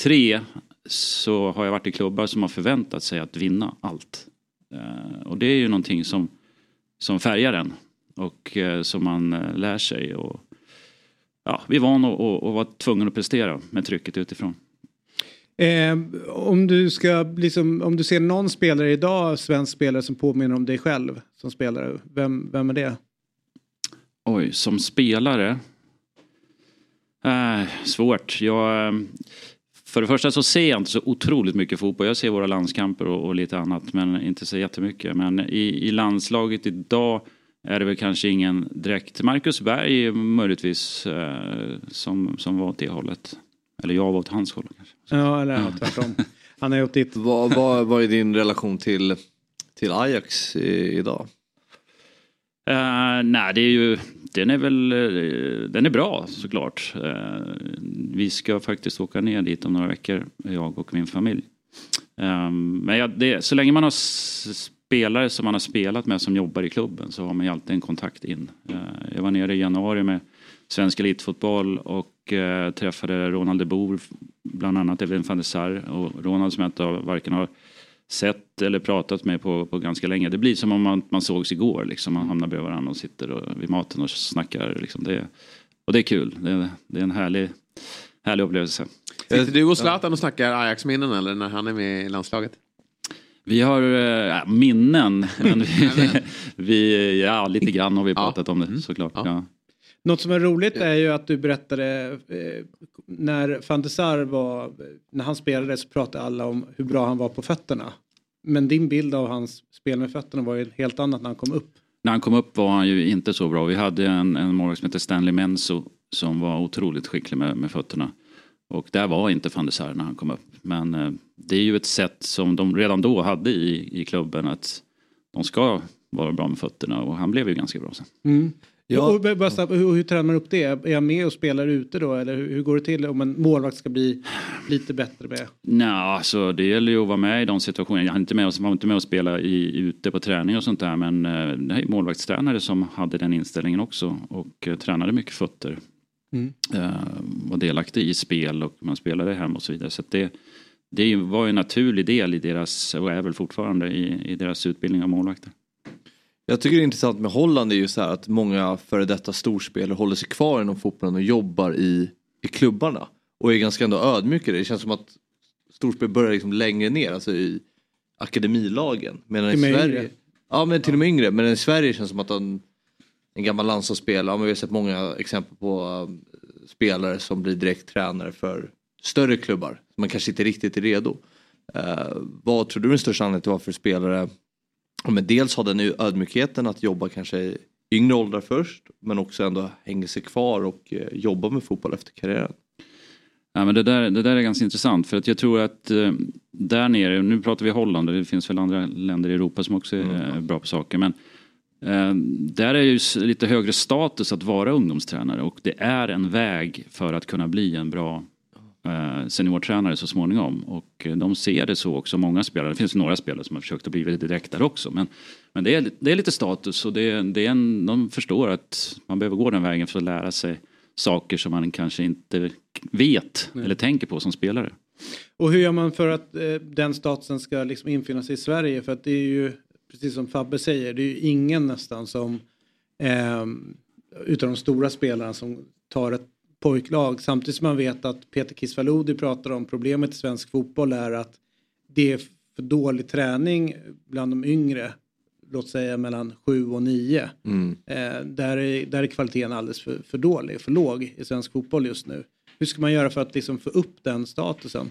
så har jag varit i klubbar som har förväntat sig att vinna allt. Uh, och det är ju någonting som, som färgar en och uh, som man uh, lär sig. Och, ja, vi var van och, och, och var tvungna att prestera med trycket utifrån. Eh, om du ska liksom, om du ser någon spelare idag, svensk spelare som påminner om dig själv som spelare, vem, vem är det? Oj, som spelare? Äh, svårt. Jag, för det första så ser jag inte så otroligt mycket fotboll. Jag ser våra landskamper och, och lite annat, men inte så jättemycket. Men i, i landslaget idag är det väl kanske ingen direkt. Marcus Berg möjligtvis eh, som, som var åt det hållet. Eller jag var åt hans håll kanske. Ja, eller ja, tvärtom. Han är åt ditt. Vad, vad, vad är din relation till, till Ajax i, idag? Uh, nej, det är ju, den är väl, uh, den är bra såklart. Uh, vi ska faktiskt åka ner dit om några veckor, jag och min familj. Um, men ja, det, så länge man har spelare som man har spelat med som jobbar i klubben så har man ju alltid en kontakt in. Uh, jag var nere i januari med svensk elitfotboll och uh, träffade Ronald de Boer, bland annat Evelyn van der Sar, och Ronald som jag inte varken har sett eller pratat med på, på ganska länge. Det blir som om man, man sågs igår. Liksom. Man hamnar bredvid varandra och sitter och, vid maten och snackar. Liksom. Det, och det är kul. Det, det är en härlig, härlig upplevelse. Sitter du och Zlatan och snackar Ajax-minnen eller när han är med i landslaget? Vi har äh, minnen. Men vi, vi, ja, lite grann har vi pratat ja. om det såklart. Ja. Ja. Något som är roligt är ju att du berättade eh, när van der Sar var, när han spelade så pratade alla om hur bra han var på fötterna. Men din bild av hans spel med fötterna var ju helt annat när han kom upp. När han kom upp var han ju inte så bra. Vi hade en, en målvakt som heter Stanley Menzo som var otroligt skicklig med, med fötterna. Och där var inte van der Sar när han kom upp. Men eh, det är ju ett sätt som de redan då hade i, i klubben att de ska vara bra med fötterna. Och han blev ju ganska bra sen. Mm. Ja. Och, och, bara, hur, hur tränar man upp det? Är jag med och spelar ute då? Eller hur, hur går det till om en målvakt ska bli lite bättre med? Nej, alltså det gäller ju att vara med i de situationerna. Jag var inte med och, var inte med och spela i, ute på träning och sånt där. Men eh, det är målvaktstränare som hade den inställningen också. Och eh, tränade mycket fötter. Mm. Eh, var delaktig i spel och man spelade hem och så vidare. Så att det, det var ju en naturlig del i deras, och är väl fortfarande i, i deras utbildning av målvakter. Jag tycker det är intressant med Holland är ju så här att många före detta storspelare håller sig kvar inom fotbollen och jobbar i, i klubbarna. Och är ganska ändå ödmjuka. Det känns som att storspel börjar liksom längre ner, alltså i akademilagen. Medan i Till och med Sverige... yngre. Ja, men till och med yngre. Men i Sverige känns det som att en, en gammal landslagsspelare, ja, men vi har sett många exempel på um, spelare som blir direkt tränare för större klubbar. Man kanske inte riktigt är redo. Uh, vad tror du är den största anledningen till varför spelare, ja, men dels har den ödmjukheten att jobba kanske i yngre åldrar först, men också ändå hänger sig kvar och uh, jobba med fotboll efter karriären? Ja, men det, där, det där är ganska intressant, för att jag tror att uh, där nere, nu pratar vi Holland och det finns väl andra länder i Europa som också är mm. bra på saker, men uh, där är ju lite högre status att vara ungdomstränare, och det är en väg för att kunna bli en bra uh, seniortränare så småningom, och uh, de ser det så också, många spelare. Det finns några spelare som har försökt att bli väldigt direkt där också, men, men det, är, det är lite status, och det, det är en, de förstår att man behöver gå den vägen för att lära sig saker som man kanske inte vet mm. eller tänker på som spelare. Och hur gör man för att eh, den statusen ska liksom infinna sig i Sverige? För att det är ju, precis som Fabbe säger, det är ju ingen nästan som eh, utav de stora spelarna som tar ett pojklag. Samtidigt som man vet att Peter Kisvalodi pratar om problemet i svensk fotboll är att det är för dålig träning bland de yngre. Låt säga mellan sju och nio. Mm. Eh, där, är, där är kvaliteten alldeles för, för dålig, för låg i svensk fotboll just nu. Hur ska man göra för att liksom få upp den statusen?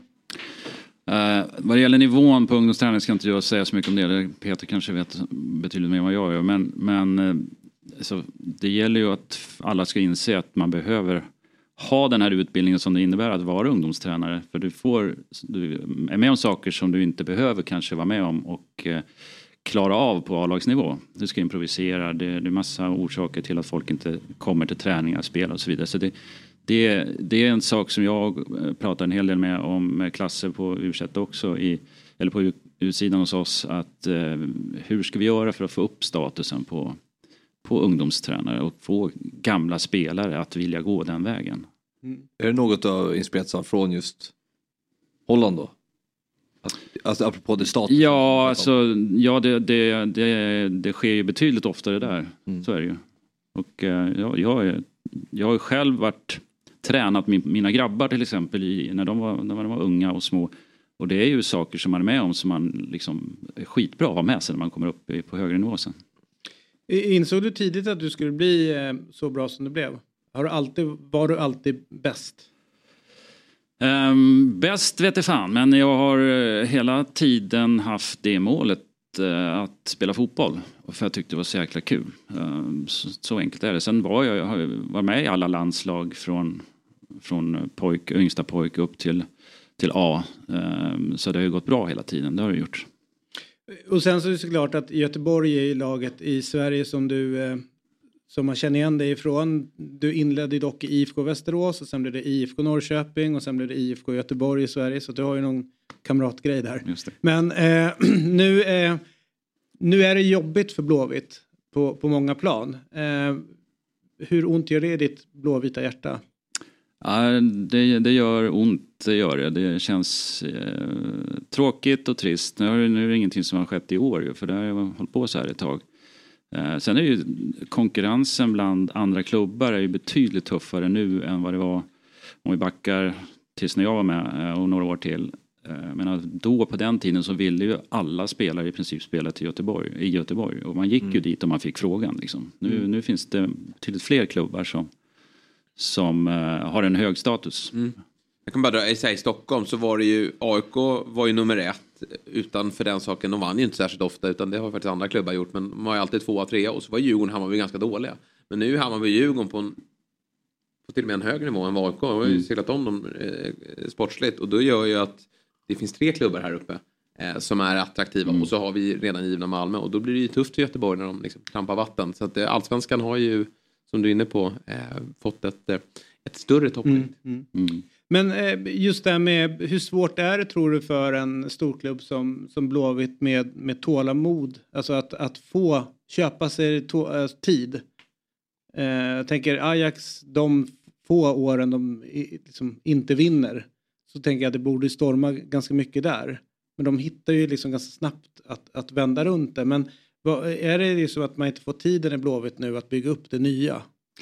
Uh, vad det gäller nivån på ungdomsträning ska inte jag säga så mycket om det. Peter kanske vet betydligt mer än vad jag gör. Men, men uh, så det gäller ju att alla ska inse att man behöver ha den här utbildningen som det innebär att vara ungdomstränare. För du, får, du är med om saker som du inte behöver kanske vara med om och uh, klara av på A-lagsnivå. Du ska improvisera, det, det är massa orsaker till att folk inte kommer till träningar, spel och så vidare. Så det, det, det är en sak som jag pratar en hel del med om med klasser på U tjugoett också, i, eller på U-sidan hos oss, att eh, hur ska vi göra för att få upp statusen på, på ungdomstränare och få gamla spelare att vilja gå den vägen. Mm. Är det något av inspirerat från just Holland då? Alltså apropå det status. Ja, alltså, ja det, det, det, det sker ju betydligt oftare där. Mm. Så är det ju. Och uh, jag, jag, jag har ju själv varit tränat min, mina grabbar till exempel i, när, de var, när de var unga och små. Och det är ju saker som man är med om som man liksom är skitbra att ha med sig när man kommer upp på högre nivå sen. Insåg du tidigt att du skulle bli eh, så bra som du blev? Har du alltid, var du alltid bäst? Um, bäst vet jag fan, men jag har uh, hela tiden haft det målet uh, att spela fotboll. För jag tyckte det var så jäkla kul. Uh, så, så enkelt är det. Sen var jag, jag var med i alla landslag från, från pojk, yngsta pojk upp till, till A. Uh, så det har ju gått bra hela tiden, det har det gjort. Och sen så är det såklart att Göteborg är i laget i Sverige som du... Uh... som man känner igen dig ifrån. Du inledde dock i I F K Västerås och sen blev det I F K Norrköping och sen blev det I F K Göteborg i Sverige, så du har ju någon kamratgrej där. Just det. Men eh, nu, eh, nu är det jobbigt för Blåvitt på, på många plan. Eh, hur ont gör det i ditt blåvita hjärta? Ja, det, det gör ont, det gör det. Det känns eh, tråkigt och trist. Nu är, det, nu är det ingenting som har skett i år, för det har jag hållit på så här ett tag. Eh, sen är ju konkurrensen bland andra klubbar är ju betydligt tuffare nu än vad det var om vi backar tills när jag var med och några år till. Eh, men då på den tiden så ville ju alla spelare i princip spela till Göteborg, i Göteborg. Och man gick mm. ju dit om man fick frågan. Liksom. Nu, mm. nu finns det betydligt fler klubbar som, som eh, har en hög status. Mm. Jag kan bara dra, i Stockholm så var det ju, A I K var ju nummer ett. Utan för den saken, de vann ju inte särskilt ofta, utan det har faktiskt andra klubbar gjort, men de var ju alltid tvåa, trea, och så var Djurgården och Hammarby ganska dåliga. Men nu är Hammarby Djurgården på, en, på till och med en högre nivå än A I K. De har ju seglat om dem eh, sportsligt, och då gör ju att det finns tre klubbar här uppe eh, som är attraktiva, mm. och så har vi redan givna Malmö, och då blir det ju tufft för Göteborg när de liksom trampar vatten. Så att eh, Allsvenskan har ju, som du är inne på, eh, fått ett, eh, ett större toppskikt. Mm. Mm. Mm. Men just det här med hur svårt är det, tror du, för en storklubb som, som Blåvitt med, med tålamod? Alltså att, att få köpa sig to, äh, tid. Eh, jag tänker Ajax, de få åren de liksom inte vinner, så tänker jag att det borde storma ganska mycket där. Men de hittar ju liksom ganska snabbt att, att vända runt det. Men vad, är det ju så att man inte får tiden i Blåvitt nu att bygga upp det nya?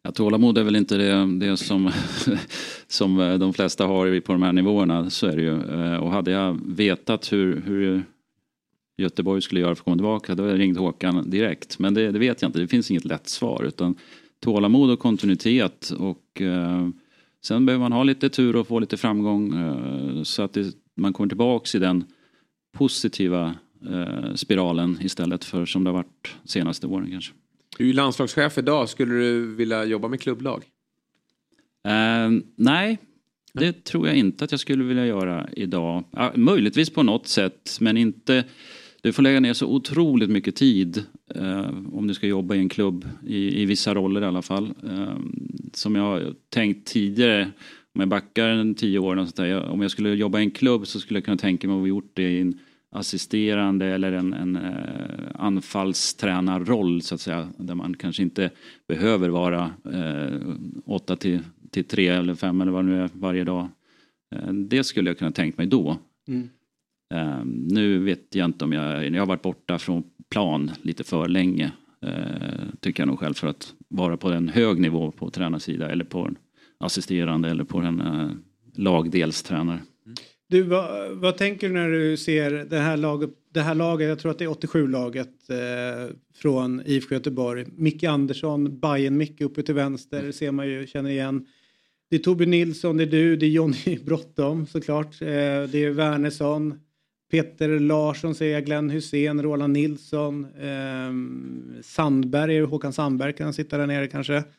Ja, tålamod är väl inte det, det som, som de flesta har på de här nivåerna, så är det ju. Och hade jag vetat hur, hur Göteborg skulle göra för att komma tillbaka, då hade jag ringt Håkan direkt. Men det, det vet jag inte, det finns inget lätt svar, utan tålamod och kontinuitet, och eh, sen behöver man ha lite tur och få lite framgång eh, så att det, man kommer tillbaka i den positiva eh, spiralen istället för som det har varit senaste åren kanske. Du är landslagschef idag. Skulle du vilja jobba med klubblag? Uh, nej, det tror jag inte att jag skulle vilja göra idag. Uh, möjligtvis på något sätt, men inte... Du får lägga ner så otroligt mycket tid uh, om du ska jobba i en klubb, i, i vissa roller i alla fall. Uh, som jag har tänkt tidigare, om jag backar en tio år, och sånt där, om jag skulle jobba i en klubb så skulle jag kunna tänka mig att vi gjort det i en assisterande eller en, en uh, anfallstränarroll så att säga, där man kanske inte behöver vara uh, åtta till, till tre eller fem eller vad det nu är varje dag. Uh, det skulle jag kunna tänka mig då. Mm. Uh, nu vet jag inte om jag, jag har varit borta från plan lite för länge, uh, tycker jag nog själv, för att vara på en hög nivå på tränarsidan eller på en assisterande eller på en uh, lagdelstränare. Mm. Du, vad, vad tänker du när du ser det här laget, det här laget, jag tror att det är åttiosju-laget eh, från I F K Göteborg. Micke Andersson, Bayern Micke uppe till vänster, mm. ser man ju, känner igen. Det är Torbjörn Nilsson, det är du, det är Johnny Brottom såklart. Eh, det är Wernersson, Peter Larsson, säger jag, Glenn Hussein, Roland Nilsson, eh, Sandberg, Håkan Sandberg kan han sitta där nere kanske. Eh,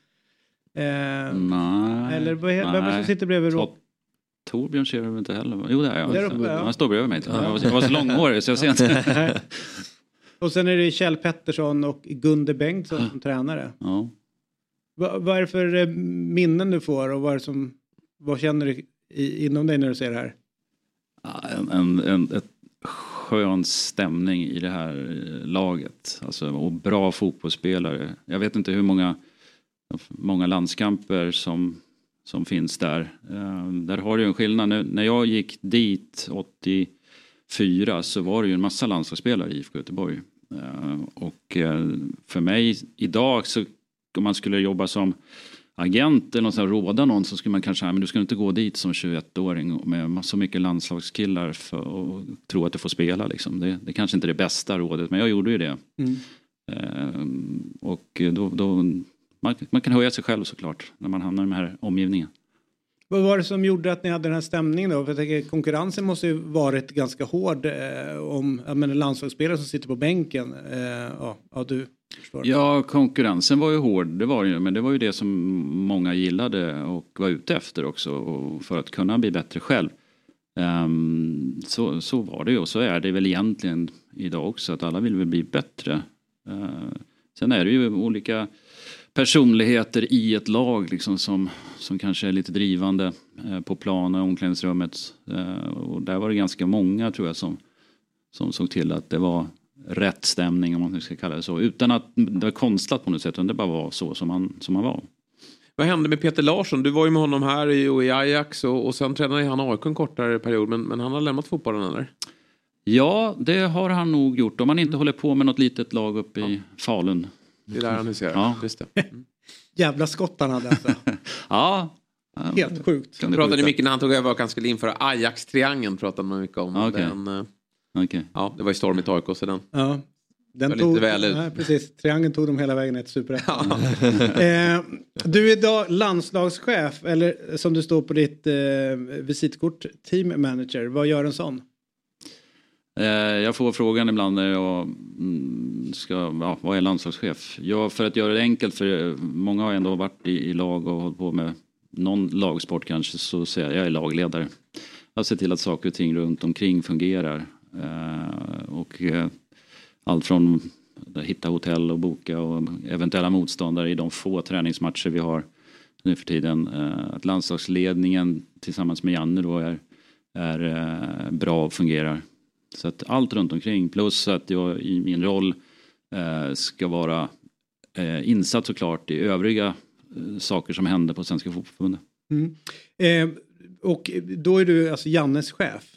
nej. Eller vem som sitter bredvid Ro- Torbjörn ser vi inte heller. Jo, det är jag. Där uppe, ja. Han står bredvid mig. Jag var, jag var så långhårig så jag ser inte. Och sen är det Kjell Pettersson och Gunde Bengtsson som tränare. Ja. Va, vad är det för minnen du får och vad, är det som, vad känner du i, inom dig när du ser det här? En, en, en ett skön stämning i det här laget. Alltså, och bra fotbollsspelare. Jag vet inte hur många, många landskamper som... som finns där. Uh, där har du en skillnad. Nu, när jag gick dit åttiofyra så var det ju en massa landslagsspelare i I F K Göteborg. Uh, och uh, för mig idag, så om man skulle jobba som agent eller något sånt, råda någon, så skulle man kanske säga, men du ska inte gå dit som tjugoettåring med så mycket landslagskillar för att tro att du får spela. Liksom. Det, det kanske inte är det bästa rådet, men jag gjorde ju det. Mm. Uh, och då... då Man, man kan höja sig själv såklart när man hamnar i den här omgivningen. Vad var det som gjorde att ni hade den här stämningen då? För jag tänker, konkurrensen måste ju varit ganska hård eh, om jag menar, landslagsspelare som sitter på bänken. Eh, ja, ja, du förstår. Ja, konkurrensen var ju hård, det var ju, men det var ju det som många gillade och var ute efter också, och för att kunna bli bättre själv. Um, så, så var det ju, och så är det väl egentligen idag också, att alla vill väl bli bättre. Uh, sen är det ju olika personligheter i ett lag liksom, som, som kanske är lite drivande eh, på plan och omklädningsrummet. Eh, och där var det ganska många, tror jag, som, som såg till att det var rätt stämning, om man ska kalla det så. Utan att det var konstlat på något sätt, utan det bara var så som man, som man var. Vad hände med Peter Larsson? Du var ju med honom här i, och i Ajax och, och sen tränade han A I K en kortare period, men, men han har lämnat fotbollen, eller? Ja, det har han nog gjort. Om man inte mm. håller på med något litet lag uppe ja. i Falun. Det är där han huserar. Ja. Just det. Mm. Jävla skott han hade alltså. ja. Helt sjukt. Han pratade mycket när han tog över och han skulle införa Ajax-triangeln, pratade man mycket om. Okay. Den, okay. Ja, det var ju stormigt A I K, så den. Ja. Den var tog, lite väl ut. Nej, precis. Triangeln tog dem hela vägen ett superrätt. eh, du är idag landslagschef, eller som du står på ditt eh, visitkort, team manager. Vad gör en sån? Jag får frågan ibland när jag ska, ja, vad är landslagschef? Jag, för att göra det enkelt, för många har ändå varit i, i lag och hållit på med någon lagsport kanske, så säger jag, jag är lagledare. Jag ser till att saker och ting runt omkring fungerar. Och allt från att hitta hotell och boka och eventuella motståndare i de få träningsmatcher vi har nu för tiden. Att landslagsledningen tillsammans med Janne då är, är bra och fungerar. Så att allt runt omkring, plus att jag i min roll eh, ska vara eh, insatt såklart i övriga eh, saker som händer på Svenska Fotbollförbundet. Mm. Eh, och då är du alltså Jannes chef?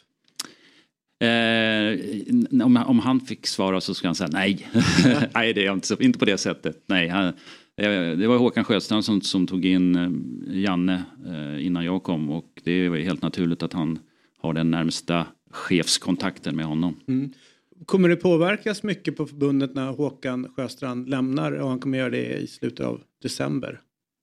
Eh, om, om han fick svara så ska han säga nej. nej, det är inte, så, inte på det sättet. Nej, han, Det var Håkan Sjöstrand som, som tog in Janne innan jag kom. Och det är helt naturligt att han har den närmsta chefskontakten med honom. Mm. Kommer det påverkas mycket på förbundet när Håkan Sjöstrand lämnar och han kommer göra det i slutet av december?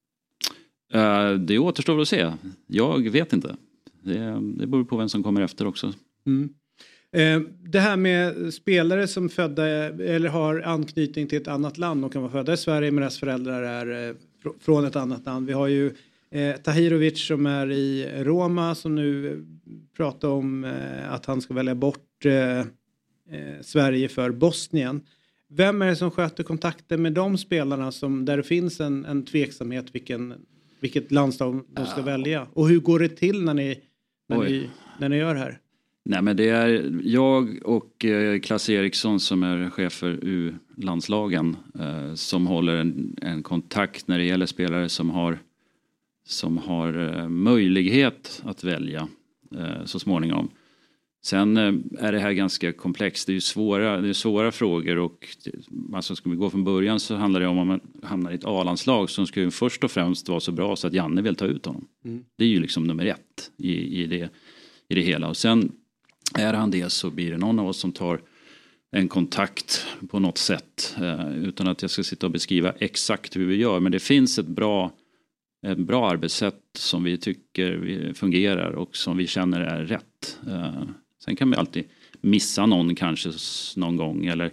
Uh, det återstår att se. Jag vet inte. Det, det beror på vem som kommer efter också. Mm. Eh, det här med spelare som födda eller har anknytning till ett annat land och kan vara födda i Sverige men deras föräldrar är eh, fr- från ett annat land. Vi har ju eh, Tahirovic som är i Roma som nu pratar om eh, att han ska välja bort eh, eh, Sverige för Bosnien. Vem är det som sköter kontakten med de spelarna som, där det finns en, en tveksamhet vilken, vilket landslag de ska ja. välja? Och hur går det till när ni, när ni, när ni gör det här? Nej, men det är jag och eh, Klasse Eriksson som är chef för U-landslagen eh, som håller en, en kontakt när det gäller spelare som har, som har eh, möjlighet att välja eh, så småningom. Sen eh, är det här ganska komplext. Det är ju svåra, det är svåra frågor och alltså, ska vi gå från början så handlar det om om man hamnar i ett A-landslag som ska ju först och främst vara så bra så att Janne vill ta ut honom. Mm. Det är ju liksom nummer ett i, i, det, i det hela. Och sen är han det så blir det någon av oss som tar en kontakt på något sätt. Eh, utan att jag ska sitta och beskriva exakt hur vi gör. Men det finns ett bra, ett bra arbetssätt som vi tycker fungerar och som vi känner är rätt. Eh, sen kan vi alltid missa någon kanske någon gång. Eller,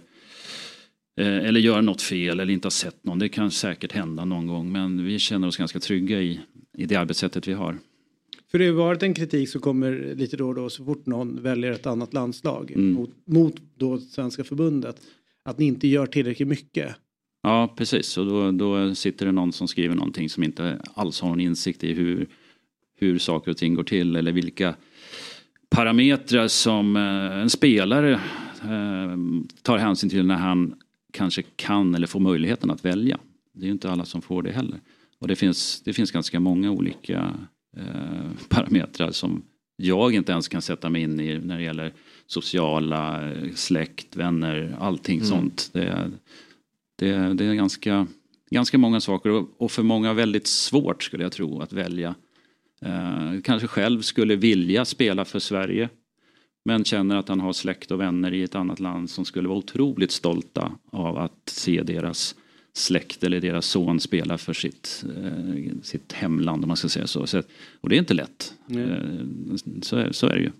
eh, eller göra något fel eller inte ha sett någon. Det kan säkert hända någon gång. Men vi känner oss ganska trygga i, i det arbetssättet vi har. För det har varit en kritik som kommer lite då och då så fort någon väljer ett annat landslag mm. mot, mot då Svenska förbundet. Att ni inte gör tillräckligt mycket. Ja, precis. Och då, då sitter det någon som skriver någonting som inte alls har någon insikt i hur, hur saker och ting går till. Eller vilka parametrar som en spelare eh, tar hänsyn till när han kanske kan eller får möjligheten att välja. Det är ju inte alla som får det heller. Och det finns, det finns ganska många olika Eh, parametrar som jag inte ens kan sätta mig in i när det gäller sociala, släkt, vänner, allting mm. sånt. Det är, det, är, det är ganska, ganska många saker och, och för många väldigt svårt skulle jag tro att välja. Eh, kanske själv skulle vilja spela för Sverige men känner att han har släkt och vänner i ett annat land som skulle vara otroligt stolta av att se deras släkt eller deras son spela för sitt, eh, sitt hemland om man ska säga så. så och det är inte lätt. Mm. Eh, så, är, så är det ju.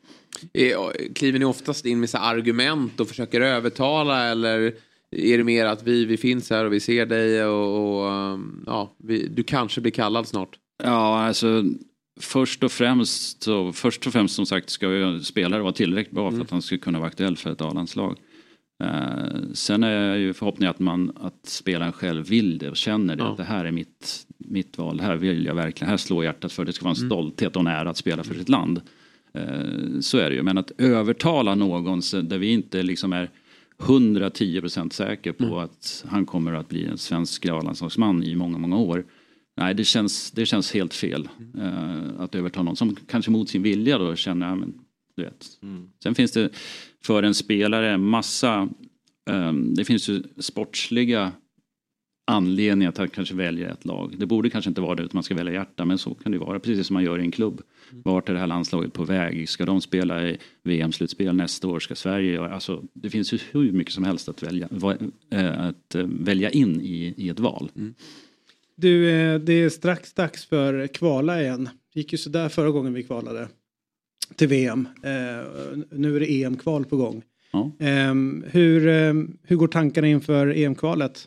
Kliver ni oftast in med så argument och försöker övertala eller är det mer att vi, vi finns här och vi ser dig och, och um, ja, vi, du kanske blir kallad snart? Ja, alltså först och främst så, först och främst som sagt ska ju spelare vara tillräckligt bra mm. för att han ska kunna vara aktuell för ett A-landslag. Uh, sen är ju förhoppningen att man att spelaren själv vill det och känner det. Ja. Att det här är mitt, mitt val. Det här vill jag verkligen. Här slår hjärtat för. Det ska vara en mm. stolthet och en ära att spela för sitt land. Uh, så är det ju. Men att övertala någon så, där vi inte liksom är hundratio procent säker på mm. att han kommer att bli en svensk landslagsman i många, många år. Nej, det känns, det känns helt fel. Uh, att övertala någon som kanske mot sin vilja då känner ja, men, du vet. Mm. Sen finns det för en spelare massa um, det finns ju sportsliga anledningar att kanske välja ett lag. Det borde kanske inte vara det utan man ska välja hjärta, men så kan det vara precis som man gör i en klubb. Mm. Vart är det här landslaget på väg? Ska de spela i V M-slutspel nästa år? Ska Sverige göra? Alltså, det finns ju hur mycket som helst att välja, att välja in i, i ett val. Mm. Du, det är strax dags för kvala igen. Det gick ju så där förra gången vi kvalade till V M. Eh, nu är det E M-kval på gång. Ja. Eh, hur, eh, hur går tankarna inför E M-kvalet?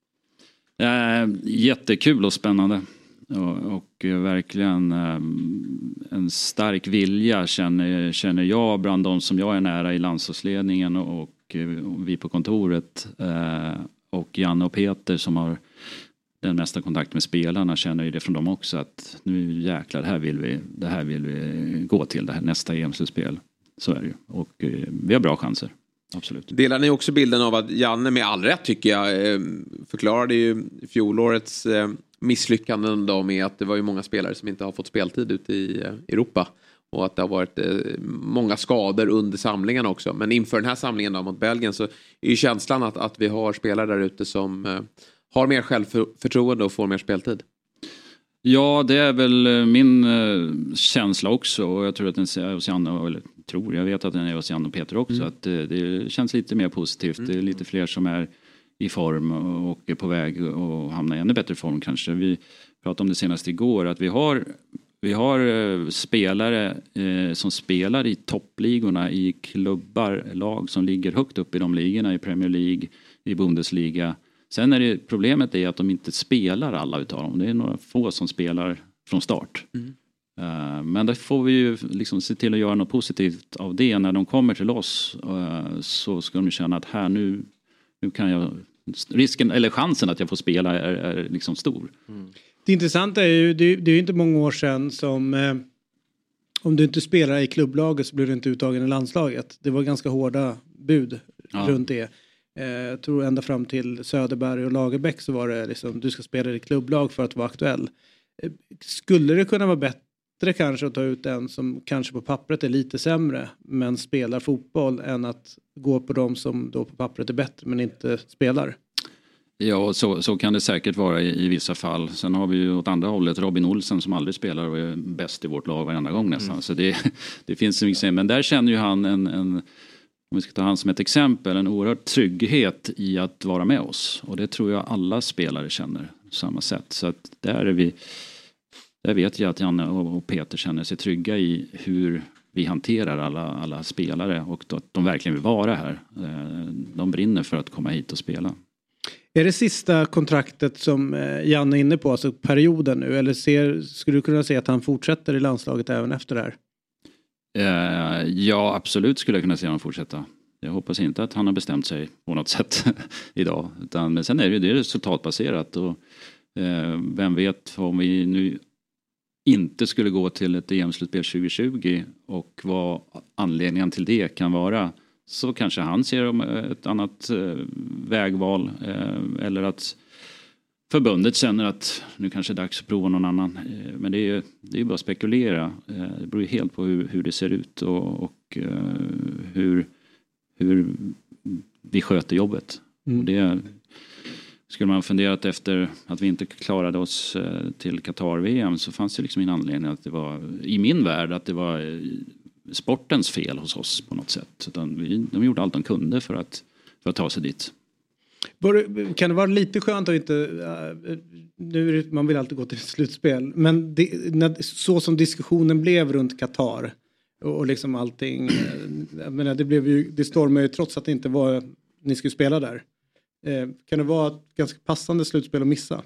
Eh, jättekul och spännande. Och, och verkligen eh, en stark vilja känner, känner jag bland de som jag är nära i landslagsledningen och, och, och vi på kontoret. Eh, och Janne och Peter som har den mesta kontakt med spelarna känner ju det från dem också att nu jäklar, det här vill vi, det här vill vi gå till, det här nästa E M-slutspel. Så är det ju. Och eh, vi har bra chanser. Absolut. Delar ni också bilden av att Janne med all rätt tycker jag eh, förklarade ju fjolårets eh, misslyckanden då med att det var ju många spelare som inte har fått speltid ute i eh, Europa och att det har varit eh, många skador under samlingen också. Men inför den här samlingen då mot Belgien så är ju känslan att, att vi har spelare där ute som eh, har mer självförtroende och får mer speltid? Ja, det är väl min uh, känsla också. Och jag tror att den är hos Janne, eller tror, jag vet att den är hos Janne och Peter också. Mm. Att uh, det känns lite mer positivt. Mm. Det är lite fler som är i form och är på väg att hamna i ännu bättre form kanske. Vi pratade om det senast igår, att vi har, vi har uh, spelare uh, som spelar i toppligorna, i klubbar, lag som ligger högt upp i de ligorna, i Premier League, i Bundesliga. Sen är det problemet är att de inte spelar alla utav dem. Det är några få som spelar från start. Mm. Uh, men då får vi ju liksom se till att göra något positivt av det. När de kommer till oss uh, så ska de känna att här nu, nu kan jag... Risken eller chansen att jag får spela är, är liksom stor. Mm. Det intressanta är ju, det, det är ju inte många år sedan som... Eh, om du inte spelar i klubblaget så blir du inte uttagen i landslaget. Det var ganska hårda bud ja. runt det. Jag tror ända fram till Söderberg och Lagerbäck så var det liksom, du ska spela i klubblag för att vara aktuell. Skulle det kunna vara bättre kanske att ta ut en som kanske på pappret är lite sämre men spelar fotboll än att gå på dem som då på pappret är bättre men inte spelar? Ja, så, så kan det säkert vara i, i vissa fall. Sen har vi ju åt andra hållet Robin Olsen som aldrig spelar och är bäst i vårt lag varenda gång nästan. Mm. Så det, det finns så mycket, men där känner ju han en... en om vi ska ta han som ett exempel, en oerhörd trygghet i att vara med oss. Och det tror jag alla spelare känner på samma sätt. Så att där är vi, där vet jag att Janne och Peter känner sig trygga i hur vi hanterar alla, alla spelare. Och att de verkligen vill vara här. De brinner för att komma hit och spela. Är det sista kontraktet som Janne är inne på, alltså perioden nu? Eller ser, skulle du kunna se att han fortsätter i landslaget även efter det här? Ja, absolut skulle jag kunna se honom fortsätta. Jag hoppas inte att han har bestämt sig på något sätt idag. Utan, men sen är det ju det resultatbaserat. Och, eh, vem vet om vi nu inte skulle gå till ett E M-slutspel tjugo tjugo och vad anledningen till det kan vara. Så kanske han ser ett annat eh, vägval. Eh, eller att förbundet känner att nu kanske är dags att prova någon annan. Men det är ju det är bara att spekulera. Det beror ju helt på hur, hur det ser ut och, och hur, hur vi sköter jobbet. Mm. Och det skulle man funderat efter att vi inte klarade oss till Qatar-V M så fanns det liksom ingen anledning att det var, i min värld, att det var sportens fel hos oss på något sätt. Utan vi, de gjorde allt de kunde för att, för att ta sig dit. Kan det vara lite skönt att inte, uh, nu man vill alltid gå till slutspel, men det, när, så som diskussionen blev runt Qatar och, och liksom allting, jag menar, det blev ju, det stormade ju trots att det inte var, ni skulle spela där. Uh, kan det vara ett ganska passande slutspel att missa?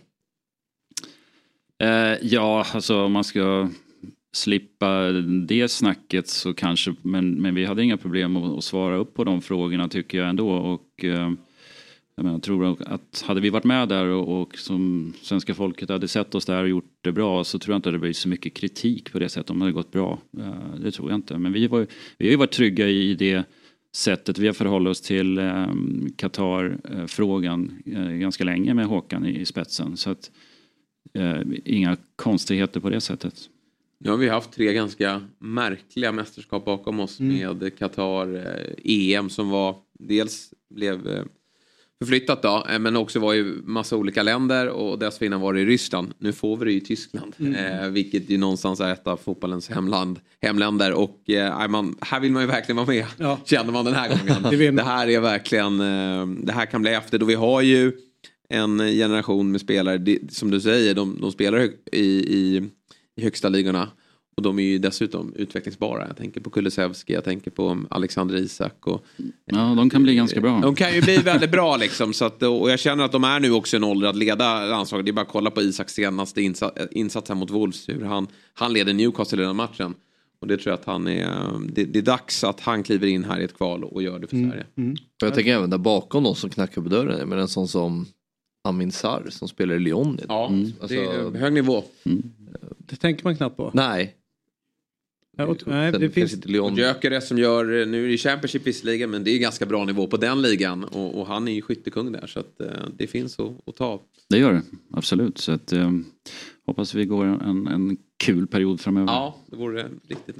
Uh, ja, alltså om man ska slippa det snacket så kanske, men, men vi hade inga problem att, att svara upp på de frågorna tycker jag ändå och uh, jag tror att hade vi varit med där och, och som svenska folket hade sett oss där och gjort det bra så tror jag inte det blir så mycket kritik på det sättet om det hade gått bra. Det tror jag inte. Men vi, var, vi har ju varit trygga i det sättet. Vi har förhållit oss till eh, Qatar-frågan eh, ganska länge med Håkan i, i spetsen. Så att eh, inga konstigheter på det sättet. Nu har vi haft tre ganska märkliga mästerskap bakom oss mm. med Qatar eh, E M som var dels blev eh, förflyttat då, men också var ju massa olika länder och dessförinnan var det i Ryssland. Nu får vi det i Tyskland, mm. eh, vilket ju någonstans är ett av fotbollens hemland, hemländer och eh, man, här vill man ju verkligen vara med, ja. Känner man den här gången. det, det här är verkligen, eh, det här kan bli efter då vi har ju en generation med spelare, det, som du säger, de, de spelar i, i, i högsta ligorna. Och de är ju dessutom utvecklingsbara. Jag tänker på Kulusevski, jag tänker på Alexander Isak. Och, ja, de kan bli ganska bra. De kan ju bli väldigt bra liksom. Så att, och jag känner att de är nu också en ålder att leda landslaget. Det är bara att kolla på Isaks senaste insats, insats här mot Wolves. Hur han, han leder Newcastle i den matchen. Och det tror jag att han är... Det, det är dags att han kliver in här i ett kval och gör det för mm. Sverige. Mm. Jag tänker även där bakom de som knackar på dörren. Men en sån som Amin Sarr som spelar i Lyon. Ja, mm. alltså, det är hög nivå. Mm. Det tänker man knappt på. Nej. Ja, nej, det finns Gyökeres som gör, nu är det Championship visserligen, men det är ganska bra nivå på den ligan och, och han är ju skyttekung där så att uh, det finns att, att ta av. Det gör det, absolut. Så att, um, hoppas vi går en, en kul period framöver. Ja, det vore riktigt nice.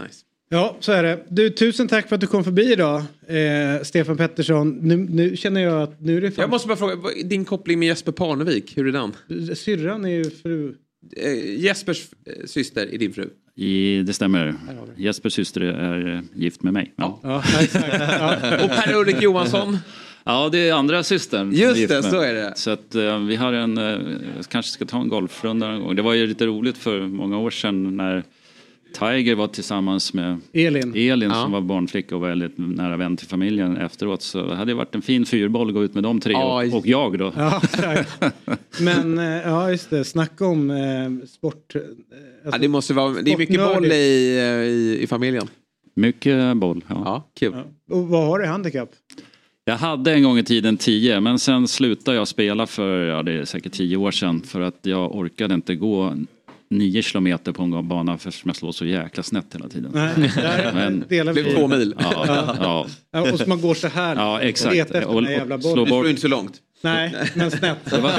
Ja, så är det. Du, tusen tack för att du kom förbi idag, eh, Stefan Pettersson. Nu, nu känner jag att nu är det fan... Jag måste bara fråga, din koppling med Jesper Parnevik, hur är den? Syrran är ju fru... Eh, Jespers eh, syster är din fru? I, det stämmer. Jespers syster är eh, gift med mig. Ja. Ja, exakt. Ja. Och Per-Ulrik Johansson? Ja, det är andra systern. Just det, så är det. Så att uh, vi har en, uh, kanske ska ta en golfrunda en gång. Det var ju lite roligt för många år sedan när Tiger var tillsammans med Elin, Elin ja. som var barnflicka och väldigt nära vän till familjen efteråt. Så det hade varit en fin fyrboll att gå ut med de tre ja, och, och jag då. Ja, men ja, just det. Snacka om eh, sport. Eh, alltså, ja, det måste vara, det är mycket boll i, i, i familjen. Mycket boll, ja. Ja, kul. Ja. Och vad har du i handikapp? Jag hade en gång i tiden tio, men sen slutade jag spela för, ja det är säkert tio år sedan, för att jag orkade inte gå nio kilometer på en bana för att jag slår så jäkla snett hela tiden. Nej, där men, delar vi. Det är två mil. Ja, ja. Ja, och så man går så här. Ja, exakt. Och, och, och jävla boll. Du slår inte så långt. Nej, men snett.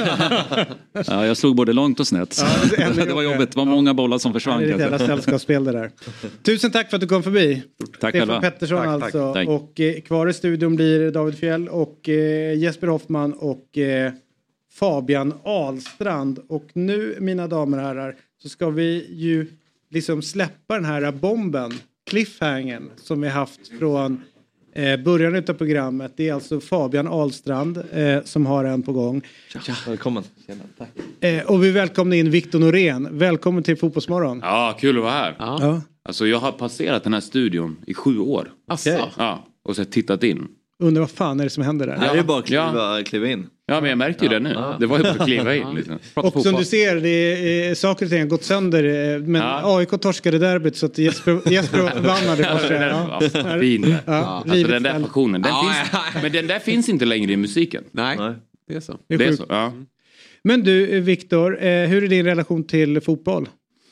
Ja, jag slog både långt och snett. Ja, det, det var jobbigt. Det var många bollar som försvann. Det är ett jävla sällskapsspel det där. Tusen tack för att du kom förbi. Tack Stefan själva. Pettersson tack, alltså. Tack. Och eh, kvar i studion blir David Fjell och eh, Jesper Hoffman och eh, Fabian Ahlstrand. Och nu, mina damer och herrar, så ska vi ju liksom släppa den här bomben, cliffhangern, som vi haft från eh, början av programmet. Det är alltså Fabian Ahlstrand eh, som har en på gång. Ja, välkommen. Tjena, tack. Eh, och vi välkomnar in Viktor Norén. Välkommen till Fotbollsmorgon. Ja, kul att vara här. Ja. Ja. Alltså jag har passerat den här studion i sju år. Okay. Ja, och så tittat in. Undrar vad fan är det som händer där? Ja, det är bara att kliva, ja. kliva in. Ja, men jag märkte ju ja. det nu. Ja. Det var ju bara att kliva in. Liksom. Och som du ser, det är, saker och ting har gått sönder. Men ja. A I K torskade derbyt så att Jesper, Jesper var förbannad. Ja, ja, fin. Ja. Ja. Alltså den där passionen. Den ja, finns, ja. Men den där finns inte längre i musiken. Nej, Nej. det är så. Det är det är så ja. Men du, Viktor, hur är din relation till fotboll?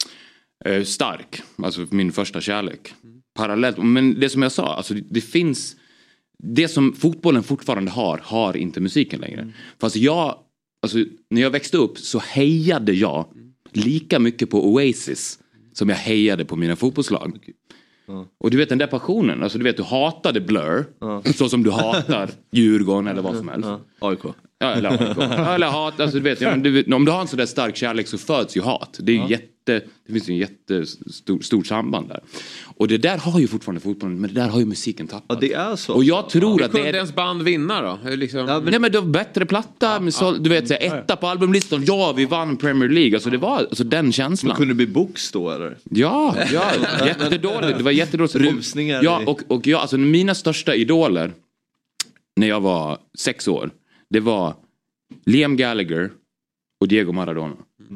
Eh, stark. Alltså min första kärlek. Parallellt. Men det som jag sa, alltså det finns... Det som fotbollen fortfarande har, har inte musiken längre. Mm. Fast jag, alltså, när jag växte upp så hejade jag lika mycket på Oasis som jag hejade på mina fotbollslag. Mm. Och du vet den där passionen, alltså du vet du hatade Blur, mm. så som du hatar Djurgården eller vad som helst. Mm. A I K. Ja, eller A I K. Ja, eller hat, alltså du vet, ja, men du, om du har en sån där stark kärlek så föds ju hat. Det är ju mm. jätte, det finns ju en jättestort stort samband där. Och det där har ju fortfarande fotbollen, men det där har ju musiken tappat. Ja, det är så. Och jag tror ja, att det kunde är... ens band vinna då? Liksom... Ja, men... Nej men det var bättre platta, ja, så, du vet, så, etta på albumlistan, ja vi vann Premier League, alltså det var alltså, den känslan. Men kunde det bli box då eller? Ja, ja jättedåligt, det var jättedåligt. Rusningar. Ja, och, och jag, alltså mina största idoler när jag var sex år, det var Liam Gallagher och Diego Maradona.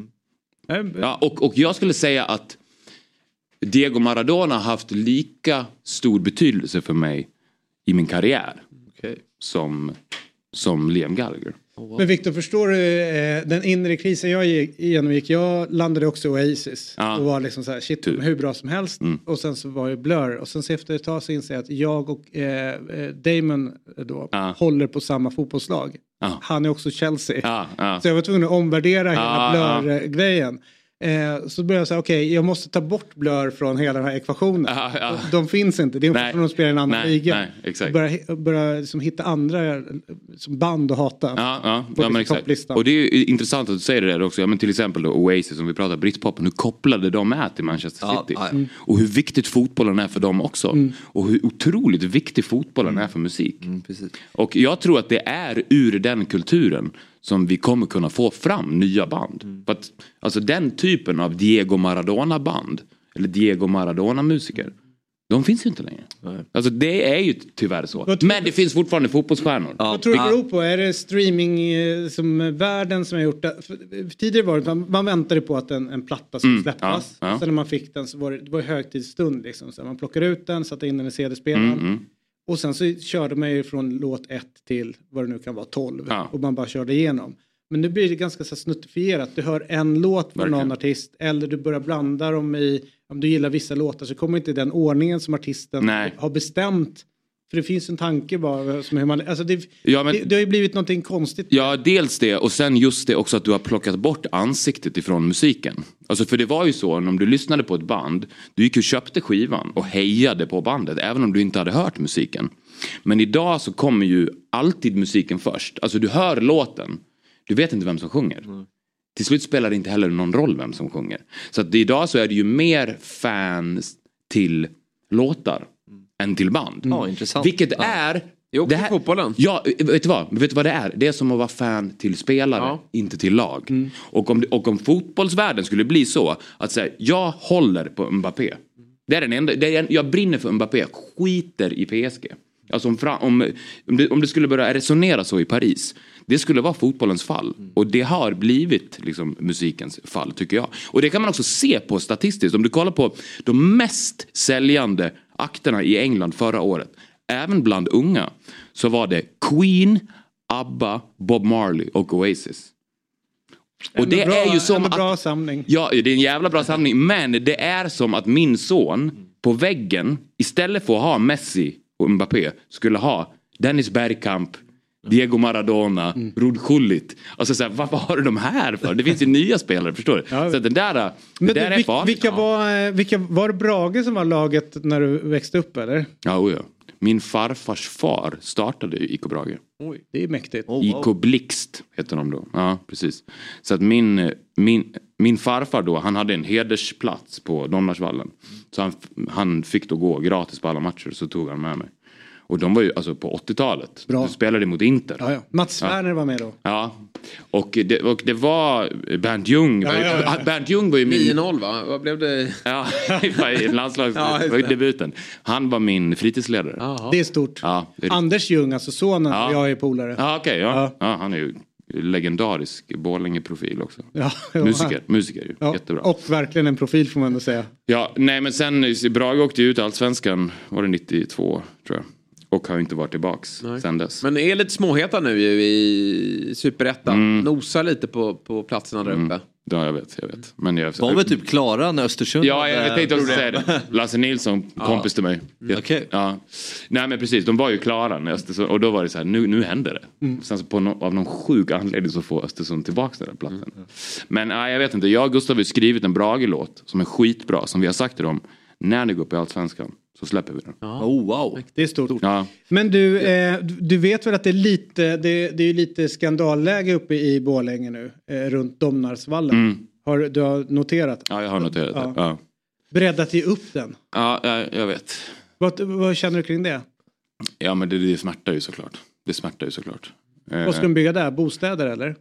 Mm. Ja, och, och jag skulle säga att Diego Maradona har haft lika stor betydelse för mig i min karriär okay. som, som Liam Gallagher. Oh, wow. Men Victor, förstår du eh, den inre krisen jag genomgick? Jag landade också i Oasis ja. och var liksom så här, shit, hur bra som helst. Mm. Och sen så var jag Blur. Och sen så efter ett tag så inser jag att jag och eh, Damon då ja. håller på samma fotbollslag. Ja. Han är också Chelsea. Ja, ja. Så jag var tvungen att omvärdera ja, hela Blur-grejen. Eh, så började jag säga, okej, okay, jag måste ta bort Blur från hela den här ekvationen. Ja, ja. De finns inte, det är för att de spelar i en annan nej, liga. Nej, exakt. Börja, börja liksom hitta andra som band att hata. Ja, ja, ja men exakt. Och det är ju intressant att du säger det där också. Ja, men till exempel då Oasis, som vi pratar Britpopen, hur kopplade de är till Manchester ja, City. Ja, ja. Och hur viktigt fotbollen är för dem också. Mm. Och hur otroligt viktig fotbollen mm. är för musik. Mm, precis. Och jag tror att det är ur den kulturen som vi kommer kunna få fram nya band. Mm. För att, alltså den typen av Diego Maradona band, eller Diego Maradona musiker, de finns ju inte längre. Nej. Alltså det är ju tyvärr så. Men det finns fortfarande fotbollsstjärnor. Ja. Vad tror du det beror på? Är det streaming som världen som har gjort det? För tidigare var det, man, man väntade på att en, en platta skulle mm. släppas. Ja. Ja. Sen när man fick den så var det, det var högtidsstund liksom. Så man plockade ut den, satte in den i C D-spelaren. Mm, mm. Och sen så körde man ju från låt ett till vad det nu kan vara tolv. Ja. Och man bara körde igenom. Men nu blir det ganska så snuttifierat. Du hör en låt från någon artist. Eller du börjar blanda dem i... Om du gillar vissa låtar så kommer inte den ordningen som artisten Nej. har bestämt För det finns en tanke bara som hur man, alltså det, Ja, men- det, det har ju blivit någonting konstigt. Ja, dels det och sen just det också att du har plockat bort ansiktet ifrån musiken. Alltså för det var ju så, om du lyssnade på ett band, du gick och köpte skivan och hejade på bandet även om du inte hade hört musiken. Men idag så kommer ju alltid musiken först. Alltså du hör låten, du vet inte vem som sjunger. Mm. Till slut spelar det inte heller någon roll vem som sjunger. Så att idag så är det ju mer fans till låtar mm. än till band. Mm. Ja, intressant. Vilket ja. är... Jo, det här, fotbollen. Ja, vet du vad? Vet du vad det är? Det är som att vara fan till spelare, Ja. inte till lag. Mm. Och, om, och om fotbollsvärlden skulle bli så att säga, jag håller på Mbappé. Det är den enda, det är, jag brinner för Mbappé, skiter i P S G. Alltså om, om, om, det, om det skulle börja resonera så i Paris, det skulle vara fotbollens fall. Mm. Och det har blivit liksom musikens fall, tycker jag. Och det kan man också se på statistiskt. Om du kollar på de mest säljande akterna i England förra året, även bland unga, så var det Queen, ABBA, Bob Marley och Oasis. Och det bra, är ju som en bra att, samling. Ja, det är en jävla bra samling. Men det är som att min son på väggen, istället för att ha Messi och Mbappé, skulle ha Dennis Bergkamp, Diego Maradona, mm. Rud Gullit. Alltså så här, varför har du de här för? Det finns ju nya spelare, förstår du? Ja. Så den där, det Men där du, är farligt. vilka var, vilka, var det Brage som var laget när du växte upp, eller? Ja, oja. Min farfars far startade i I K Brage. Oj, det är mäktigt. Oh, wow. I K Blixt heter de då. Ja, precis. Så att min, min, min farfar då, han hade en hedersplats på Domnarsvallen. Så han, han fick då gå gratis på alla matcher, så tog han med mig. Och de var ju alltså på åttiotalet. Bra. De spelade mot Inter. Ja, ja. Mats Werner ja. var med då. Ja. Och det, och det var Bernt Ljung. Ja, ja, ja. Bernt Ljung var ju min... nio noll va? Vad blev det? Ja, i landslagsdebuten. Ja, han var min fritidsledare. Aha. Det är stort. Ja. Anders Ljung, alltså sonen, ja. Jag är polare. Ja, okej. Okay, ja. Ja. Ja, han är ju legendarisk Borlänge-profil också. Ja, musiker, musiker ju. Ja. Jättebra. Och verkligen en profil får man ändå säga. Ja, nej men sen Brage åkte ju ut i Allsvenskan, var det nittiotvå tror jag. Och har inte varit tillbaks nej. Sen dess. Men är lite småheta nu ju i Superettan. Mm. Nosar lite på, på platserna där uppe. Mm. Ja, jag vet, jag vet. Men jag... Var väl typ klara när Östersund... Ja, jag, jag tänkte också säga det. Lasse Nilsson, kompis till mig. Mm. Okej. Okay. Ja. Nej, men precis. De var ju klara när Östersund... Och då var det så här, nu, nu händer det. Mm. Sen så på no, av någon sjuk anledning så får Östersund tillbaka den där platsen. Mm. Men nej, jag vet inte. Jag och Gustav har skrivit en Brage-låt som är skitbra. Som vi har sagt till dem. När ni går upp i Allsvenskan så släpper vi den. Ja. Oh, wow. Det är stort. Ja. Men du, eh, du vet väl att det är lite, det, det är lite skandalläge uppe i Borlänge nu. Eh, runt Domnarsvallen. Mm. Har du har noterat? Ja, jag har noterat ja. det. Ja. Beredd att ge upp den? Ja, jag, jag vet. Vad, vad känner du kring det? Ja, men det, det smärtar ju såklart. Det smärtar ju såklart. Vad ska de bygga där? Bostäder eller?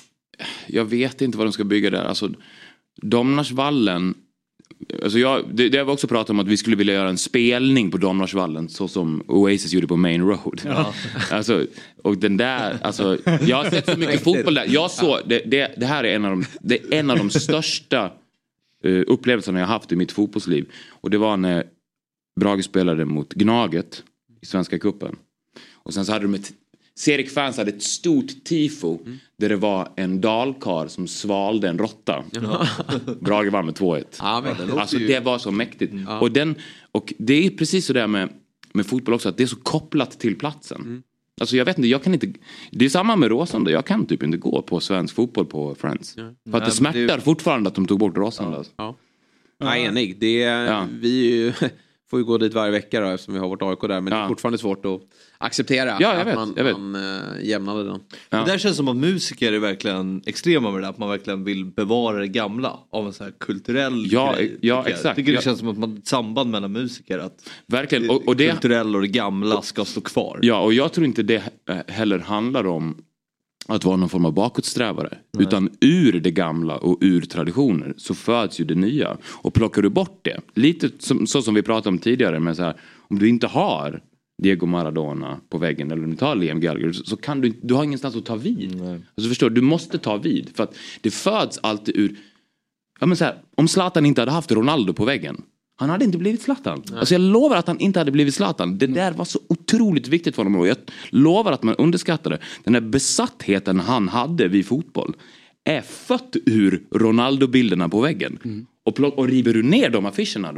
Jag vet inte vad de ska bygga där. Alltså, Domnarsvallen... Alltså jag, det, det har vi också pratat om att vi skulle vilja göra en spelning på Domnarsvallen så som Oasis gjorde på Main Road. Ja. Alltså, och den där, alltså, jag har sett så mycket fotboll där. Jag såg, det, det, det här är en av de, det är en av de största uh, upplevelserna jag haft i mitt fotbollsliv. Och det var när Brage spelade mot Gnaget i Svenska cupen. Och sen så hade de ett Serik-fans hade ett stort tifo mm. där det var en dalkar som svalde en råtta. Ja. Brage vann med två ett. Ja, men det alltså ju... det var så mäktigt. Ja. Och, den, och det är precis så där med, med fotboll också, att det är så kopplat till platsen. Mm. Alltså jag vet inte, jag kan inte... Det är samma med Råsunda, jag kan typ inte gå på svensk fotboll på Friends. Ja. För att det smärtar det... fortfarande att de tog bort Råsunda. Ja, ja. Ja, enig. Det är, ja. Vi ju, får ju gå dit varje vecka då, eftersom vi har vårt A I K där. Men ja. Det är fortfarande svårt att acceptera ja, jag att vet, man, jag vet. man äh, jämnade den. Ja. Det där känns som att musiker är verkligen extrema med det där. Att man verkligen vill bevara det gamla av en så här kulturell ja, grej. Ja, jag. exakt. Tycker det ja. känns som att man ett samband mellan musiker. Att verkligen. Och, och det kulturella och det gamla ska stå kvar. Ja, och jag tror inte det heller handlar om att vara någon form av bakåtsträvare. Nej. Utan ur det gamla och ur traditioner så föds ju det nya. Och plockar du bort det, lite som, så som vi pratade om tidigare, med så här, om du inte har Diego Maradona på väggen eller om du tar Liam Gallagher, så, så kan du, du har ingenstans att ta vid. Nej. Alltså förstår du, du måste ta vid. För att det föds alltid ur, ja men så här, om Zlatan inte hade haft Ronaldo på väggen, han hade inte blivit Zlatan. Nej. Alltså jag lovar att han inte hade blivit Zlatan. Det där var så otroligt viktigt för honom. Och jag lovar att man underskattade den där besattheten han hade vid fotboll. Är fött ur Ronaldo-bilderna på väggen. Mm. Och, plock, och river du ner de affischerna då,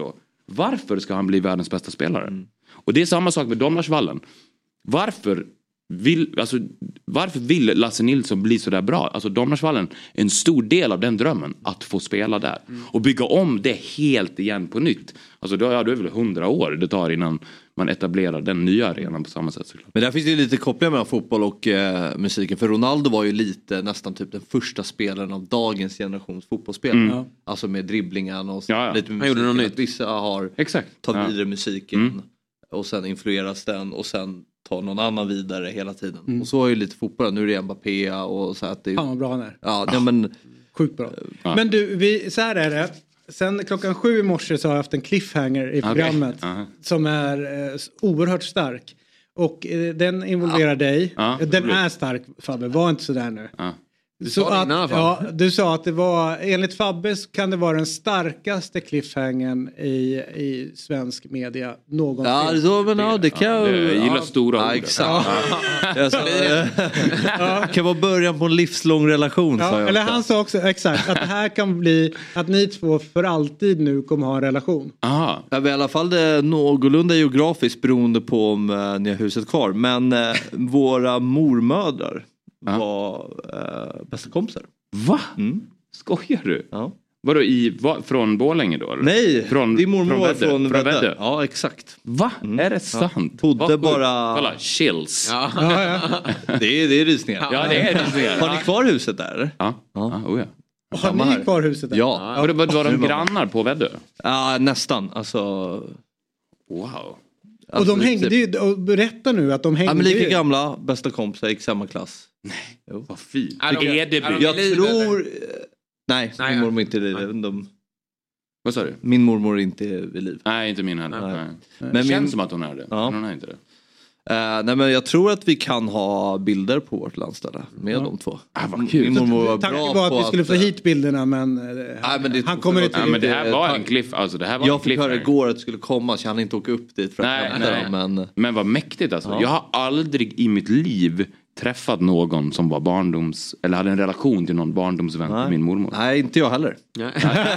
Varför ska han bli världens bästa spelare? Mm. Och det är samma sak med Domnarsvallen. Varför vill, alltså, varför vill Lasse Nilsson bli så där bra? Alltså Domnarsvallen är en stor del av den drömmen att få spela där. Mm. Och bygga om det helt igen på nytt. Alltså då, ja, då är det väl hundra år det tar innan man etablerar den nya arenan på samma sätt. Såklart. Men där finns det ju lite kopplingar mellan fotboll och eh, musiken. För Ronaldo var ju lite nästan typ den första spelaren av dagens generations fotbollsspelare. Mm. Alltså med dribblingarna och så, ja, ja. Lite med musiken. Han gjorde något nytt. Vissa har Exakt. tagit vidare ja. musiken mm. och sen influeras den och sen tar någon annan vidare hela tiden. Mm. Och så är ju lite fotboll. Nu är det Mbappé och så att det är... Fan vad bra han är. Ja, ja. men... Sjukt bra. Ja. Men du, vi, så här är det. Sen klockan sju i morse så har jag haft en cliffhanger i programmet. Okay. Uh-huh. Som är eh, oerhört stark. Och eh, den involverar ja. dig. Ja. Den är stark, Fabbe. Var inte sådär nu. Ja. Du så sa det att, innan, ja, du sa att det var, enligt Fabbe kan det vara den starkaste cliffhangern i, i svensk media någonsin. Ja, så, men, ja det kan ja, jag gillar ja, stora ja, ord. Exakt. Ja. Sa, det kan vara början på en livslång relation. Ja, sa jag eller också. han sa också exakt att det här kan bli att ni två för alltid nu kommer ha en relation. Aha. Ja, i alla fall det är någorlunda geografiskt beroende på om uh, ni har huset kvar. Men uh, våra mormödrar var äh, bästa kompisar. Va? Mm. Skojar du? Ja. Vadå i, va, från Borlänge då? Eller? Nej, från, din mormor från var Väddö. från Från Väddö. Väddö. Ja, exakt. Va? Mm. Är det sant? Ja. Bodde bara... Kolla, chills. Ja. Ja, ja. det, är, det är rysningar. Ja, det är rysningar. Har ni kvar huset där? Eller? Ja. Ja. Ja, oh ja. Har ni här. Kvar huset där? Ja. ja. Var, det, var de grannar på Väddö? Ja, nästan. Alltså... Wow. Och de hängde ju, och berätta nu att de hängde ja, men lika ju. gamla, bästa kompisar, gick samma klass. Nej, jo. Vad fint. Är de, är det är de jag liv, tror... Eller? Nej, Nej, min mormor är inte i liv. De... Vad sa du? Min mormor är inte vid liv. Nej, inte min heller. Nej. Nej. Men det känns min... som att hon är det. Ja. Men hon är inte det. Uh, nej men jag tror att vi kan ha bilder på vårt landställe med ja. de två. Ah, vad kul. Min mormor var Tanken bra var på att vi skulle att, få hit bilderna men, nej, men det, han kommer inte ja, men det här var en cliff. Alltså, det här var jag en cliff fick höra igår att det skulle komma så han inte åka upp dit för att nej, hämta nej. dem. Men... men vad mäktigt alltså. Ja. Jag har aldrig i mitt liv träffat någon som var barndoms eller hade en relation till någon barndomsvän till min mormor. Nej, inte jag heller. uh,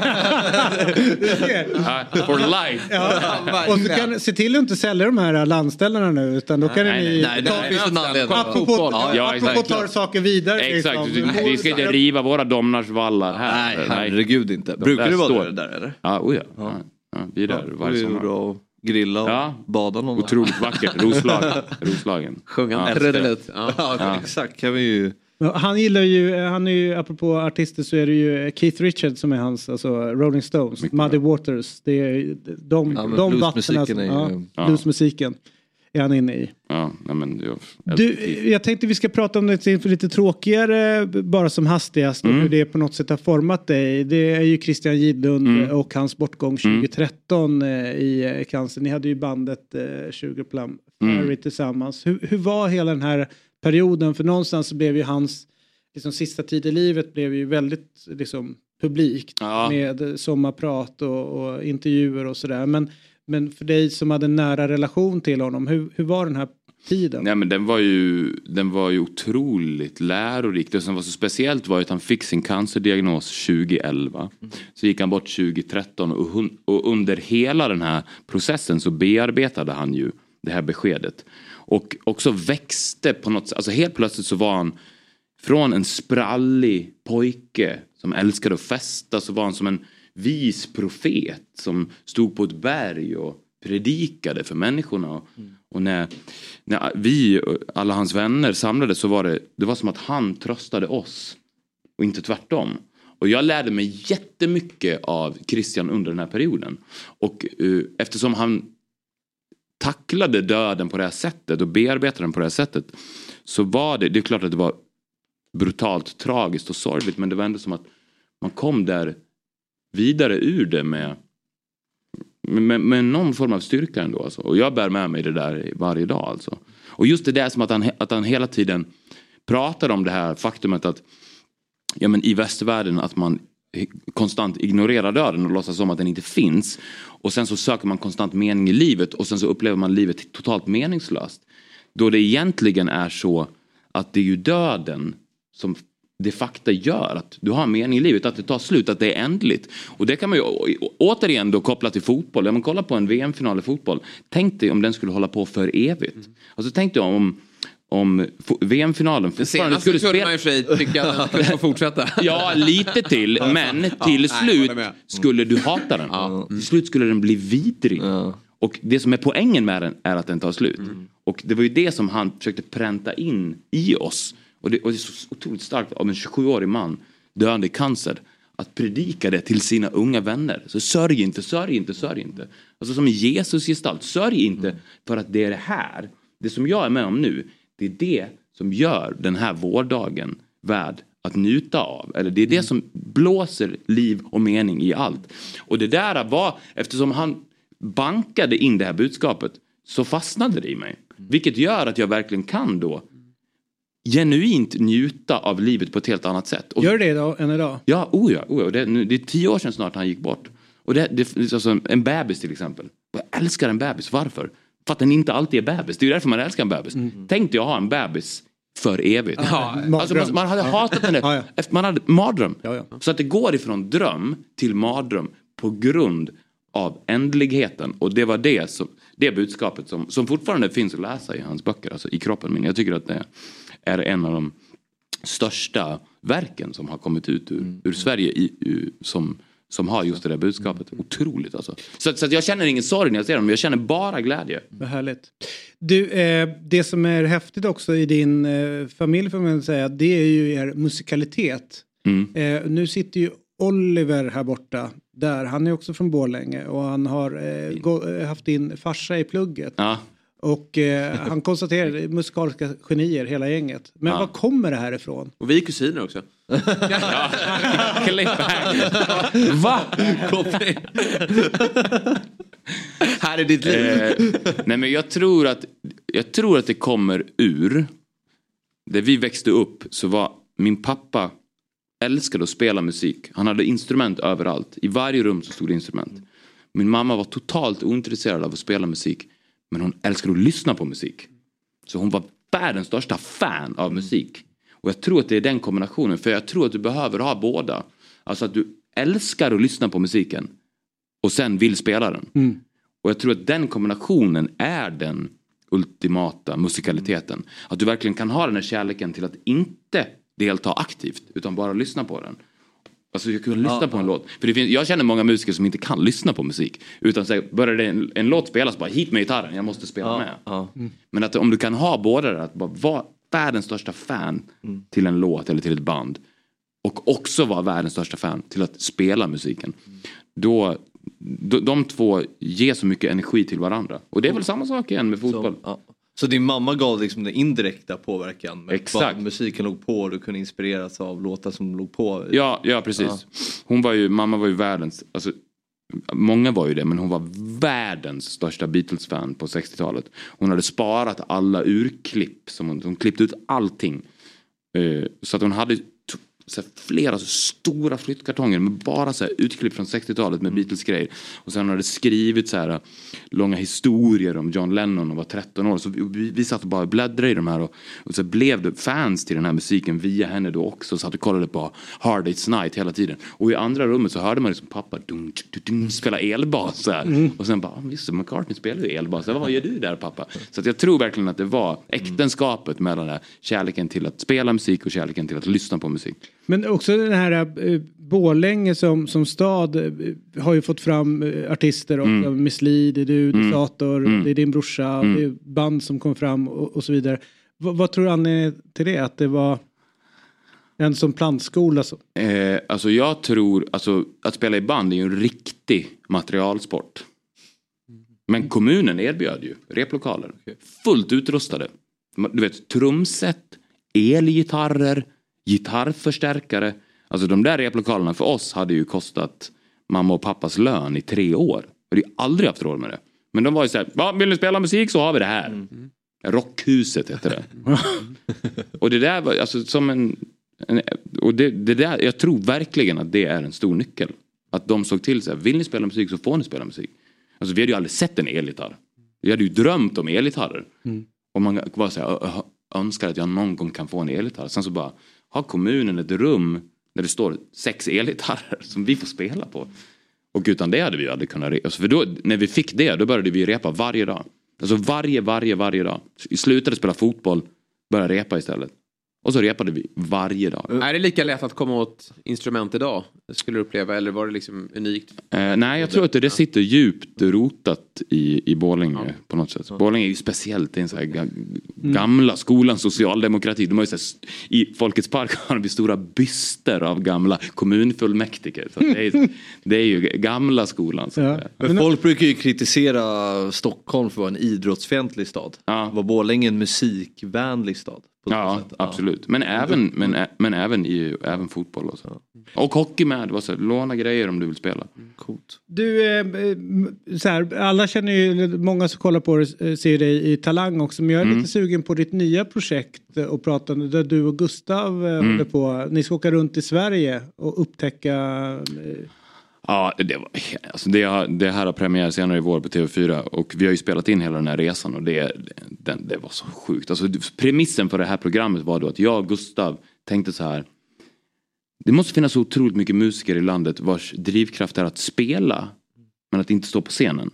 for life. Ja. Och så kan se till att inte sälja de här landställena nu utan då kan nej, ni nej, det finns en anledning. Apropå, ja, ja, apropå tar saker vidare. Exakt, liksom. vi ska inte riva våra Domnarsvallar här. Nej, herregud inte. Brukar du vara där, där eller? Ja, oh ja. ja. ja vi är där ja, varje sommar. Och grilla och ja. bada någon. Otroligt vackert. Roslag. Roslagen. Sjunga ja. trudelutt. Ja. Ja, ja, exakt. Kan vi ju... Han gillar ju, han är ju, apropå artister så är det ju Keith Richards som är hans, alltså Rolling Stones, mycket Muddy bra. Waters, det är de, ja, de vattnen, alltså, ja, ja. bluesmusiken är han inne i. Ja, nej, men jag, du, jag tänkte vi ska prata om det lite tråkigare, bara som hastigast, och mm. hur det på något sätt har format dig. Det är ju Christian Gidlund mm. och hans bortgång tjugohundratretton mm. i cancer. Ni hade ju bandet eh, tjugo Plum Fairy mm. tillsammans. Hur, hur var hela den här perioden? För någonstans så blev ju hans liksom, sista tid i livet blev ju väldigt liksom, publikt ja. med sommarprat och, och intervjuer och sådär. Men, men för dig som hade en nära relation till honom, hur, hur var den här tiden? Nej, men den var ju, den var ju otroligt lärorik. Det som var så speciellt var att han fick sin cancerdiagnos tjugoelva. Mm. Så gick han bort tjugotretton och, hun, och under hela den här processen så bearbetade han ju det här beskedet. Och också växte på något sätt. Alltså helt plötsligt så var han från en sprallig pojke som älskade att festa, så var han som en vis profet som stod på ett berg och predikade för människorna. Mm. Och när, när vi, alla hans vänner samlades, så var det, det var som att han tröstade oss och inte tvärtom. Och jag lärde mig jättemycket av Christian under den här perioden. Och uh, eftersom han tacklade döden på det här sättet och bearbetade den på det här sättet, så var det, det är klart att det var brutalt tragiskt och sorgligt, men det var ändå som att man kom där vidare ur det med med, med någon form av styrka ändå alltså. Och jag bär med mig det där varje dag alltså. Och just det där som att han, att han hela tiden pratar om det här faktumet att ja, men i västvärlden att man konstant ignorerar döden och låtsas som att den inte finns. Och sen så söker man konstant mening i livet och sen så upplever man livet totalt meningslöst. Då det egentligen är så att det är ju döden som det fakta gör att du har en mening i livet, att det tar slut, att det är ändligt. Och det kan man ju återigen då koppla till fotboll. Om man kollar på en V M-final i fotboll, tänk dig om den skulle hålla på för evigt. Mm. Alltså tänk dig om om V M-finalen fortfarande skulle spela... man i sig tycka att den skulle få fortsätta. Ja, lite till. Men till ja, slut nej, skulle du hata den. Ja. Till slut skulle den bli vidrig. Ja. Och det som är poängen med den är att den tar slut. Mm. Och det var ju det som han försökte pränta in i oss. Och det, och det är så otroligt starkt av en tjugosjuårig man döende i cancer att predika det till sina unga vänner. Så sörj inte, sörj inte, sörj inte. Alltså som Jesus gestalt, sörj inte för att det är det här. Det som jag är med om nu, det är det som gör den här vårdagen värd att njuta av. Eller det är det som blåser liv och mening i allt. Och det där var, eftersom han bankade in det här budskapet, så fastnade det i mig. Vilket gör att jag verkligen kan då genuint njuta av livet på ett helt annat sätt. Och, gör det då än idag? Ja, oh ja, oh ja. Det, det är tio år sedan snart han gick bort. Och det, det, det alltså en bebis till exempel. Jag älskar en bebis, varför? För att den inte alltid är bebis. Det är ju därför man älskar en bebis. Mm. Tänkte jag ha en bebis för evigt. Ja, alltså man, man hade hatat den där. ja, ja. Man hade mardröm. Ja, ja. Så att det går ifrån dröm till mardröm på grund av ändligheten. Och det var det, som, det budskapet som, som fortfarande finns att läsa i hans böcker. Alltså i kroppen min. Jag tycker att det är en av de största verken som har kommit ut ur, ur Sverige i, ur, som, som har just det där budskapet. Otroligt alltså. Så, så att jag känner ingen sorg när jag ser dem, men jag känner bara glädje. Vad härligt. Du, eh, det som är häftigt också i din eh, familj får man säga, det är ju er musikalitet. Mm. Eh, nu sitter ju Oliver här borta. Där, han är också från Borlänge och han har eh, gå, haft din farsa i plugget. Ja. Och eh, han konstaterade musikaliska genier hela gänget. Men ja. Var kommer det här ifrån? Och vi är kusiner också. Ja. Va? Här är ditt liv. Eh, nej men jag tror att jag tror att det kommer ur där vi växte upp, så var min pappa älskade att spela musik. Han hade instrument överallt. I varje rum så stod det instrument. Min mamma var totalt ointresserad av att spela musik. Men hon älskade att lyssna på musik. Så hon var världens största fan av musik. Och jag tror att det är den kombinationen. För jag tror att du behöver ha båda. Alltså att du älskar att lyssna på musiken. Och sen vill spela den. Mm. Och jag tror att den kombinationen är den ultimata musikaliteten. Att du verkligen kan ha den här kärleken till att inte delta aktivt. Utan bara lyssna på den. Alltså jag kan lyssna ja, på en ja. låt. För det finns, jag känner många musiker som inte kan lyssna på musik. Utan så börjar det en, en låt spelas, bara hit med gitarren, jag måste spela ja, med. Ja. Mm. Men att om du kan ha båda det, att bara vara världens största fan mm. till en låt eller till ett band. Och också vara världens största fan till att spela musiken. Mm. Då, då, de två ger så mycket energi till varandra. Och det är väl samma sak igen med fotboll. Så, ja. Så din mamma gav liksom den indirekta påverkan med Exakt. Vad musiken låg på och du kunde inspireras av låtar som låg på. Ja, ja precis. Ja. Hon var ju, mamma var ju världens, alltså, många var ju det, men hon var världens största Beatles-fan på sextiotalet. Hon hade sparat alla urklipp, som hon, hon klippte ut allting. Uh, så att hon hade t- så här, flera så stora flyttkartonger med bara så här, utklipp från sextiotalet med Beatles-grejer. Och sen hade det skrivit så här långa historier om John Lennon och var tretton år. Så vi, vi satt och bara bläddrade i de här och, och så blev det fans till den här musiken via henne då också. Så att vi kollade på Hard Day's Night hela tiden. Och i andra rummet så hörde man liksom pappa dun, dun, dun, spela elbas så här. Mm. Och sen bara, visst, McCartney spelar ju elbas. Så, vad gör du där pappa? Så att jag tror verkligen att det var äktenskapet mellan det här, kärleken till att spela musik och kärleken till att lyssna på musik. Men också den här äh, Borlänge som, som stad äh, har ju fått fram äh, artister också. Mm. Miss Li, det är du, det är Sator, mm. det är din brorsa, mm. det är band som kom fram och, och så vidare. V- vad tror du anledningen till det? Att det var en som plantskola? Så? Eh, alltså jag tror, alltså att spela i band är ju en riktig materialsport. Men kommunen erbjöd ju replokaler. Fullt utrustade. Du vet, trumset, elgitarrer, gitarrförstärkare. Alltså de där replokalerna för oss hade ju kostat mamma och pappas lön i tre år. Och det har aldrig haft råd med det. Men de var ju så här, ja, vill ni spela musik så har vi det här. Mm. Rockhuset heter det. Och det där var alltså som en... en och det, det där, jag tror verkligen att det är en stor nyckel. Att de såg till så här, vill ni spela musik så får ni spela musik. Alltså vi hade ju aldrig sett en elgitarr. Vi hade ju drömt om elgitarrer. Mm. Och man var så här, önskar att jag någon gång kan få en elgitarr. Sen så bara, har kommunen ett rum där det står sex elgitarrer som vi får spela på. Och utan det hade vi aldrig kunnat repa. För då, när vi fick det, då började vi repa varje dag. Alltså varje, varje, varje dag. Vi slutade spela fotboll, började repa istället. Och så repade vi varje dag. Är det lika lätt att komma åt instrument idag? Skulle du uppleva, eller var det liksom unikt? Eh, nej, jag tror att det, det sitter djupt rotat i, i Borlänge ja. på något sätt. Ja. Borlänge är ju speciellt, det är en sån här ga, gamla skolan socialdemokrati. De har ju så här, i Folkets park har vi stora byster av gamla kommunfullmäktige. Så det, är, det är ju gamla skolan. Så ja. Men folk brukar ju kritisera Stockholm för att vara en idrottsfientlig stad. Ja. Var Borlänge en musikvänlig stad? Ja, absolut. Ja. Men även, men, men även, i, även fotboll och så. Och hockey med, vad så, låna grejer om du vill spela. Coolt. Du, eh, så här, alla känner ju, många som kollar på det ser dig i Talang också. Men jag är mm. lite sugen på ditt nya projekt och prata där du och Gustav mm. håller på. Ni ska åka runt i Sverige och upptäcka... Eh, Ja, det, var, alltså det, det här har premiär senare i vår på T V fyra och vi har ju spelat in hela den här resan och det, det, det var så sjukt. Alltså, premissen för det här programmet var då att jag och Gustav tänkte så här: det måste finnas så otroligt mycket musiker i landet vars drivkraft är att spela men att inte stå på scenen.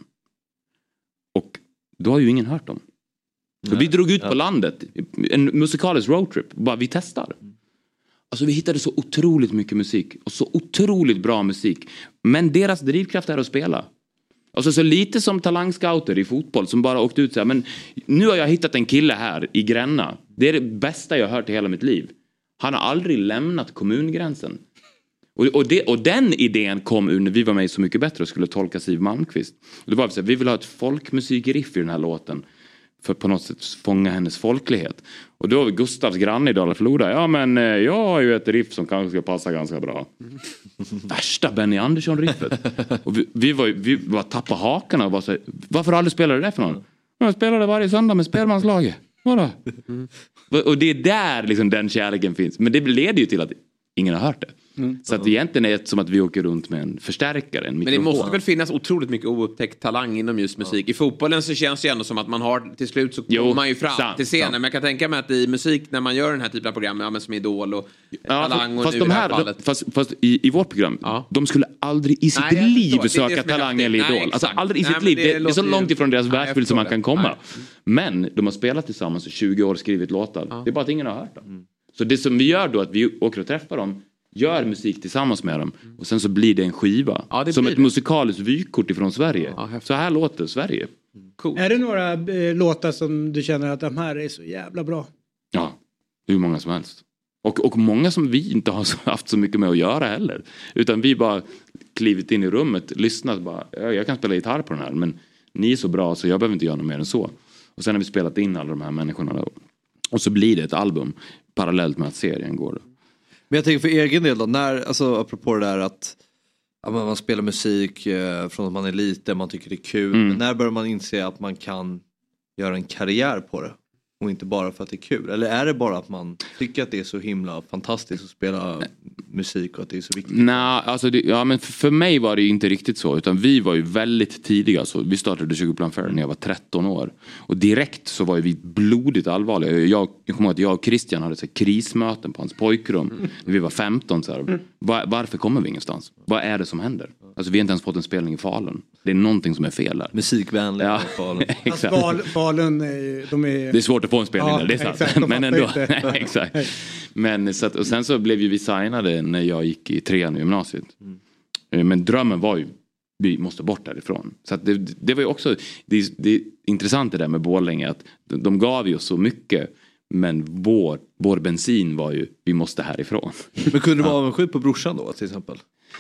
Och då har ju ingen hört dem. Så vi drog ut på landet, en musikalisk roadtrip, bara vi testar. Alltså vi hittade så otroligt mycket musik. Och så otroligt bra musik. Men deras drivkraft är att spela. Alltså så lite som talangscouter i fotboll. Som bara åkte ut så här. Men nu har jag hittat en kille här i Gränna. Det är det bästa jag har hört i hela mitt liv. Han har aldrig lämnat kommungränsen. Och, och, det, och den idén kom ur när vi var med i Så mycket bättre och skulle tolka Siw Malmkvist. Och det var så här, vi vill ha ett folkmusikriff i den här låten. För på något sätt fånga hennes folklighet. Och då var Gustavs granne i Dala-Floda. Ja men jag har ju ett riff som kanske ska passa ganska bra. Mm. Värsta Benny Andersson-riffet. Och vi, vi var vi var tappa hakarna och var så här, varför aldrig spelar du det för någon? Jag spelade varje söndag med spelmanslaget. Vadå? Mm. Och det är där liksom den kärleken finns. Men det leder ju till att ingen har hört det. Mm. Så att egentligen är det som att vi åker runt med en förstärkare, en mikrofon. Men det måste väl finnas otroligt mycket oupptäckt talang inom just musik. Ja. I fotbollen så känns det ändå som att man har, till slut så kommer jo, man ju fram sant, till scenen. Sant. Men jag kan tänka mig att i musik, när man gör den här typen av program, ja, men som Idol och ja, Talang och fast nu de här, i det här fallet. Fast, fast i, i vårt program, ja. de skulle aldrig i sitt nej, liv söka Talang eller Idol. Nej, alltså aldrig i sitt nej, liv. Det, det, det är så långt ifrån deras världsbild som man kan komma. Nej. Men de har spelat tillsammans i tjugo år, skrivit låtar. Ja. Det är bara att ingen har hört dem. Mm. Så det som vi gör då, att vi åker och träffar dem, gör musik tillsammans med dem. Och sen så blir det en skiva. Ja, det som ett det. musikaliskt vykort ifrån Sverige. Ja, så här låter Sverige. Cool. Är det några eh, låtar som du känner att de här är så jävla bra? Ja, hur många som helst. Och, och många som vi inte har haft så mycket med att göra heller. Utan vi bara klivit in i rummet, lyssnat bara. Jag kan spela gitarr på den här, men ni är så bra så jag behöver inte göra något mer än så. Och sen har vi spelat in alla de här människorna. Då. Och så blir det ett album parallellt med att serien går. Men jag tänker för egen del då, när, alltså apropå det där att ja, man spelar musik eh, från att man är liten, man tycker det är kul. Mm. Men när börjar man inse att man kan göra en karriär på det? Och inte bara för att det är kul. Eller är det bara att man tycker att det är så himla fantastiskt att spela musik och att det är så viktigt? Nej, alltså det, ja, men för mig var det inte riktigt så. Utan vi var ju väldigt tidiga. Så vi startade tjugo Fair när jag var tretton år. Och direkt så var vi blodigt allvarliga. Jag, jag kommer ihåg att jag och Christian hade så här, krismöten på hans pojkrum. Mm. När vi var femton. Så här, var, varför kommer vi ingenstans? Vad är det som händer? Alltså vi har inte ens fått en spelning i Falun. Det är någonting som är fel där. Musikvänlig ja, i Falun. Exakt. Alltså, Falun är, de är... Det är svårt att få en spelning ja, där, det är sant. Exakt, men ändå. Nej, exakt. Men så att, och sen så blev ju vi signade när jag gick i trean i gymnasiet. Mm. Men drömmen var ju, vi måste bort därifrån. Så att det, det var ju också, det, det är intressant det där med Borlänge, att de gav ju oss så mycket. Men vår, vår bensin var ju, vi måste härifrån. Men kunde du vara avundsjuk på brorsan då till exempel?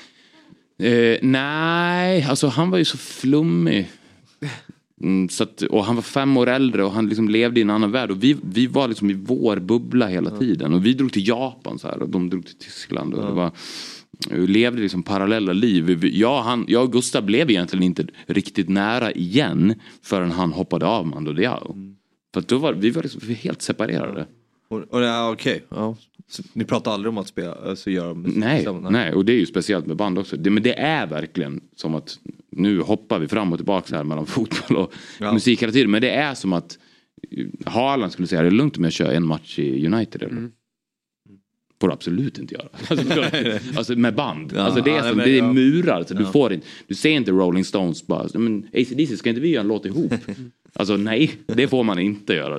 Eh, nej, alltså han var ju så flummig. Mm, så att, och han var fem år äldre och han liksom levde i en annan värld. Och vi, vi var liksom i vår bubbla hela ja. tiden. Och vi drog till Japan så här, och de drog till Tyskland. Och ja. det var, vi levde liksom parallella liv. Jag, han, jag och Gustav blev egentligen inte riktigt nära igen förrän han hoppade av Mando Diao. Mm. För att då var vi var liksom helt separerade. Och, och ja, okej. Okay. Ja. Så ni pratar aldrig om att spela, alltså göra musik? Nej, nej, och det är ju speciellt med band också. Det, men det är verkligen som att nu hoppar vi fram och tillbaka här mellan fotboll och ja. musik hela tiden. Men det är som att Haaland skulle säga, det är lugnt om jag kör en match i United. Eller? Mm. får du absolut inte göra. Alltså, alltså med band. Ja, alltså det är, ja, som, men, det är ja. murar. Så Ja. du, får inte, du ser inte Rolling Stones bara, men A C D C, ska inte vi göra en låt ihop? Alltså nej, det får man inte göra.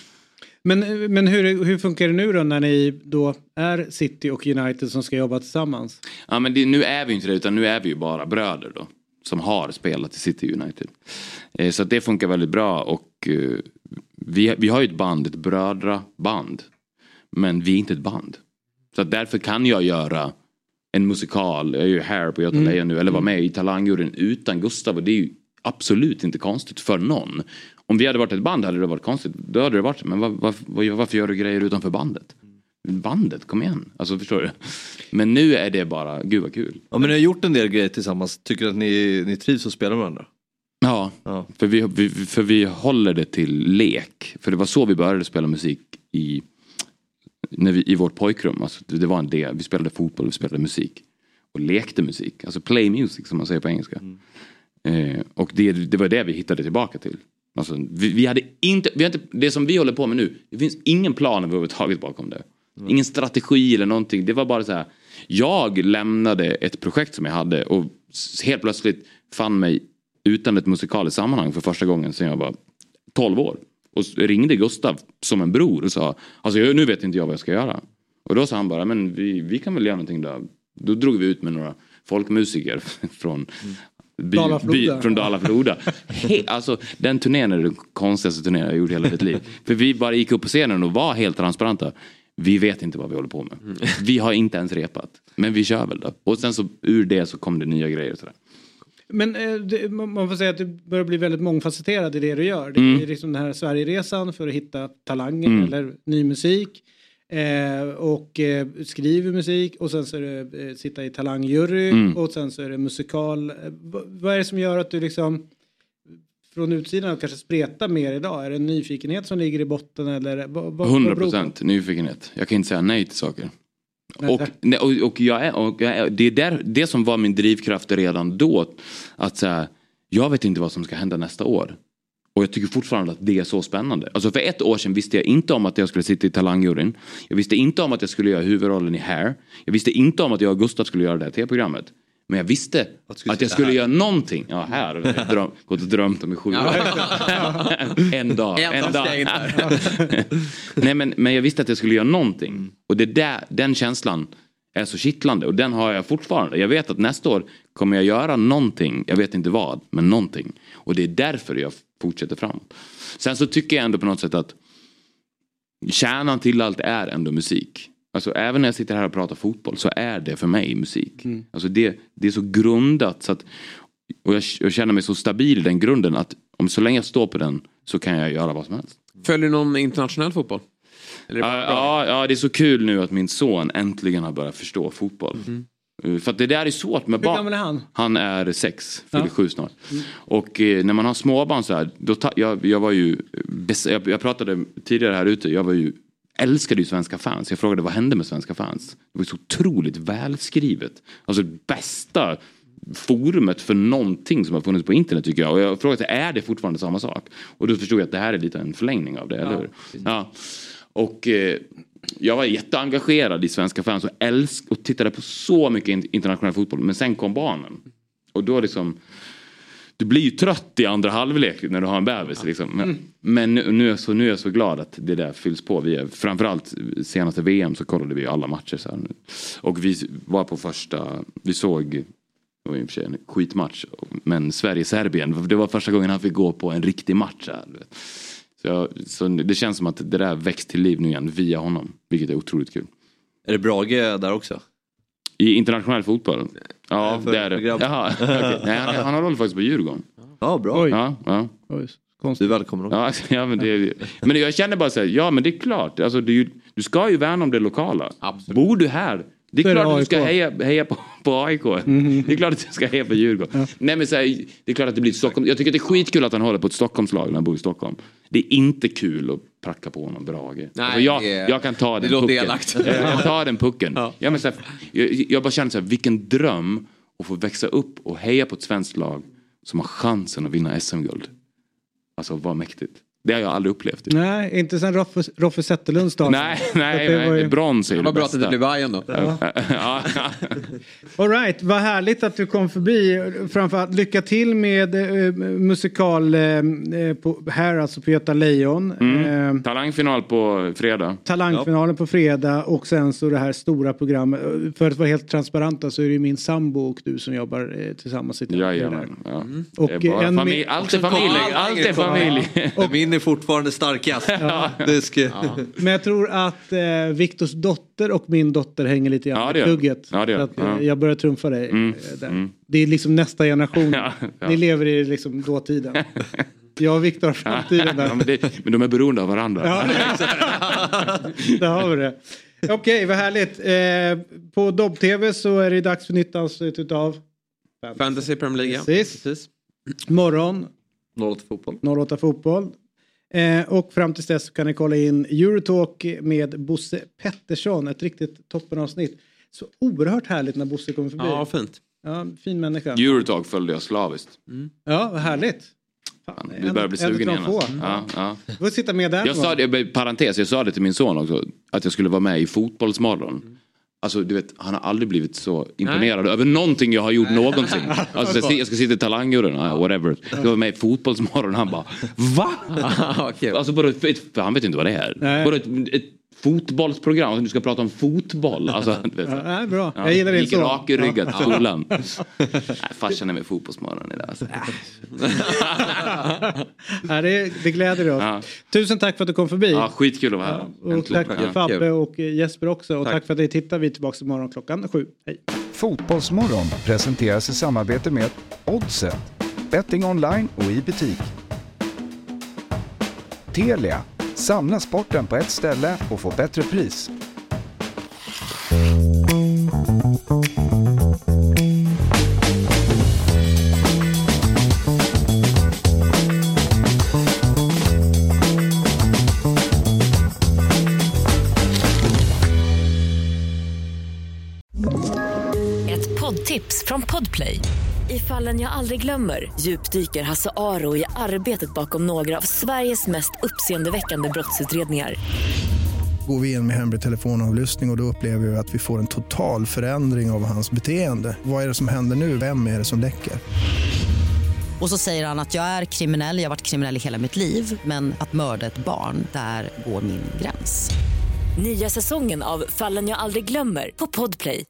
Men, men hur, hur funkar det nu då när ni då är City och United som ska jobba tillsammans? Ja, men det, nu är vi inte det, utan nu är vi ju bara bröder då. Som har spelat i City United. Eh, så att det funkar väldigt bra. Och eh, vi, vi har ju ett band, ett brödraband. Men vi är inte ett band. Så att därför kan jag göra en musikal. Jag är ju här på Göta Lejon nu. Eller vara med i Talangjuryn utan Gustav. Och det är ju absolut inte konstigt för någon. Om vi hade varit ett band hade det varit konstigt. Då hade det varit, men var, var, varför gör du grejer utanför bandet? Bandet, kom igen. Alltså förstår du? Men nu är det bara, gud vad kul. Ja, men ni har gjort en del grejer tillsammans. Tycker att ni, ni trivs att spela med varandra? Ja, ja. För, vi, vi, för vi håller det till lek. För det var så vi började spela musik i, när vi, i vårt pojkrum. Alltså, det, det var en del. Vi spelade fotboll, vi spelade musik. Och lekte musik. Alltså play music som man säger på engelska. Mm. Eh, och det, det var det vi hittade tillbaka till. Alltså, vi, vi hade inte, vi hade inte, det som vi håller på med nu, det finns ingen plan överhuvudtaget bakom det. Mm. Ingen strategi eller någonting. Det var bara så här, jag lämnade ett projekt som jag hade och helt plötsligt fann mig utan ett musikaliskt sammanhang för första gången sedan jag var tolv år. Och ringde Gustav som en bror och sa, alltså nu vet inte jag vad jag ska göra. Och då sa han bara, men vi, vi kan väl göra någonting då. Då drog vi ut med några folkmusiker från by, by, från Dala-Floda. He, alltså den turnén är den konstigaste turnén jag gjort hela mitt liv. För vi bara gick upp på scenen och var helt transparenta. Vi vet inte vad vi håller på med. Vi har inte ens repat. Men vi kör väl då. Och sen så ur det så kom det nya grejer och sådär. Men eh, det, man får säga att det börjar bli väldigt mångfacetterad i det du gör. Det Mm. är liksom den här Sverigeresan för att hitta talangen Mm. eller ny musik. Eh, och eh, skriver musik och sen så är det eh, sitta i talangjury Mm. och sen så är det musikal. Eh, v- vad är det som gör att du liksom från utsidan kanske spretar mer idag? Är det en nyfikenhet som ligger i botten eller? Vad, vad, hundra procent nyfikenhet. Jag kan inte säga nej till saker. Och, nej, och, och, jag är, och jag är, det är där, det som var min drivkraft redan då. Att så här, jag vet inte vad som ska hända nästa år. Och jag tycker fortfarande att det är så spännande. Alltså för ett år sedan visste jag inte om att jag skulle sitta i talangjuryn. Jag visste inte om att jag skulle göra huvudrollen i Hair. Jag visste inte om att jag och Gustav skulle göra det här tv-programmet. Men jag visste att, att jag skulle göra någonting. Ja, här. Jag har dröm, gått och drömt om i sju år. en dag. En, en dag. Nej, men, men jag visste att jag skulle göra någonting. Och det där, den känslan är så kittlande. Och den har jag fortfarande. Jag vet att nästa år kommer jag göra någonting. Jag vet inte vad, men någonting. Och det är därför jag fortsätter framåt. Sen så tycker jag ändå på något sätt att kärnan till allt är ändå musik. Alltså även när jag sitter här och pratar fotboll så är det för mig musik. Mm. Alltså det, det är så grundat så att, och jag, jag känner mig så stabil i den grunden att om så länge jag står på den så kan jag göra vad som helst. Följer du någon internationell fotboll? Eller ja, ja, ja, det är så kul nu att min son äntligen har börjat förstå fotboll. Mm. För att det där är svårt med barn. Hur gammal är han? Han är sex, fyller ja. sju snart. Mm. Och eh, när man har småbarn så här, då ta, jag, jag var ju, jag, jag pratade tidigare här ute, jag var ju älskade ju svenska fans. Jag frågade vad hände med svenska fans. Det var så otroligt välskrivet. Alltså bästa forumet för någonting som har funnits på internet tycker jag. Och jag frågade, är det fortfarande samma sak? Och då förstod jag att det här är lite en förlängning av det, ja, eller hur? Ja. Och eh, jag var jätteengagerad i svenska fans och älsk och tittade på så mycket internationell fotboll. Men sen kom barnen. Och då liksom, du blir ju trött i andra halvlek när du har en bebis liksom. Mm. Men nu, nu, är så, nu är jag så glad att det där fylls på. Vi är, framförallt senaste V M så kollade vi alla matcher så här. Och vi var på första, vi såg, det var i och för sig en skitmatch, men Sverige-Serbien, det var första gången han fick gå på en riktig match här. Så, jag, så det känns som att det där växt till liv nu igen via honom, vilket är otroligt kul. Är det Brage där också? I internationell fotboll? Ja, för, det är det. Jaha, okay. Nej, han, han har roll faktiskt på Djurgården. Ja, bra. Oj. Ja, ja. Oj, du är välkommen också. Ja, ja, men, det, men jag känner bara så här, ja men det är klart. Alltså, du, du ska ju värna om det lokala. Absolut. Bor du här? Det är klart att du ska heja, heja på, på A I K. Mm. Det är klart att du ska heja på Djurgården. Ja. Nej, men så här, det är klart att det blir Stockholm. Jag tycker att det är skitkul att han håller på ett Stockholmslag när han bor i Stockholm. Det är inte kul att pracka på honom Brage. Nej, alltså jag, jag kan ta den pucken. Jag kan ta den pucken. Ja. Ja, men så här, jag, jag bara känner så här, vilken dröm att få växa upp och heja på ett svenskt lag som har chansen att vinna S M-guld. Alltså vad mäktigt. Det har jag aldrig upplevt. Nej, inte sen Roffe, Roffe Zetterlunds dag. Nej, nej, nej var ju... brons är det det var bra att bästa. det blev Bayern då. Ja. Ja. All right, vad härligt att du kom förbi. Framförallt lycka till med eh, musikal eh, på, här alltså på Göta Lejon. Mm. Eh, Talangfinal på fredag. Talangfinalen på fredag och sen så det här stora programmet. För att vara helt transparenta så är det ju min sambo och du som jobbar eh, tillsammans. I ja, ja, ja. Mm. Och det är bara en familj, allt är familj. Allt är familj. Och min är fortfarande starkast. Ja. Det ska... Ja. Men jag tror att eh, Viktors dotter och min dotter hänger lite grann ja, i plugget. Ja, det gör. Så att, eh, Ja. jag börjar trumfa dig. Mm. Eh, där. Mm. Det är liksom nästa generation. Ja, ja. Ni lever i liksom dåtiden. Jag och Viktor har framtiden där. Ja, men, det, men de är beroende av varandra. Ja, där har vi det. Okej, okay, vad härligt. Eh, på Dobb-T V så är det dags för nytt avsnitt utav Fantasy Premier League. Precis. Precis. Morgon. noll åtta fotboll. noll åtta fotboll. Eh, och fram tills dess kan ni kolla in Eurotalk med Bosse Pettersson. Ett riktigt toppenavsnitt. Så oerhört härligt när Bosse kommer förbi. Ja, fint. Ja, fin människa. Eurotalk följde jag slaviskt. Mm. Ja, vad härligt. Fan, vi börjar bli sugen igen. Alltså. Ja, ja. Du får sitta med där. Jag sa det, parentes, jag sa det till min son också. Att jag skulle vara med i Fotbollsmorgon. Mm. Alltså du vet, han har aldrig blivit så imponerad Nej. över någonting jag har gjort Nej. någonsin. Alltså jag, jag ska sitta i Talangjuryn, whatever. Jag var med i Fotbollsmorgon, han bara, va? Okay. Alltså bara, för han vet inte vad det är. Nej. Bara ett, ett fotbollsprogram, du ska prata om fotboll. Alltså, vet, ja, nej, bra. Ja, jag gillar det gick så. rak i ryggen till skolan. Nej, farsan är med i Fotbollsmorgon idag. Alltså. Nej, det, det gläder oss. Ja. Tusen tack för att du kom förbi. Ja, skitkul att vara här. Ja, och tack ja. Fabbe och Jesper också. Och tack, tack för att ni tittar. Vi är tillbaka imorgon klockan sju. Hej. Fotbollsmorgon presenteras i samarbete med Oddset. Betting online och i butik. Telia. Samla sporten på ett ställe och få bättre pris. Ett poddtips från Podplay. I Fallen jag aldrig glömmer djupdyker Hasse Aro i arbetet bakom några av Sveriges mest uppseendeväckande brottsutredningar. Går vi in med hemlig telefonavlyssning och, och då upplever vi att vi får en total förändring av hans beteende. Vad är det som händer nu? Vem är det som läcker? Och så säger han att jag är kriminell, jag har varit kriminell i hela mitt liv. Men att mörda ett barn, där går min gräns. Nya säsongen av Fallen jag aldrig glömmer på Podplay.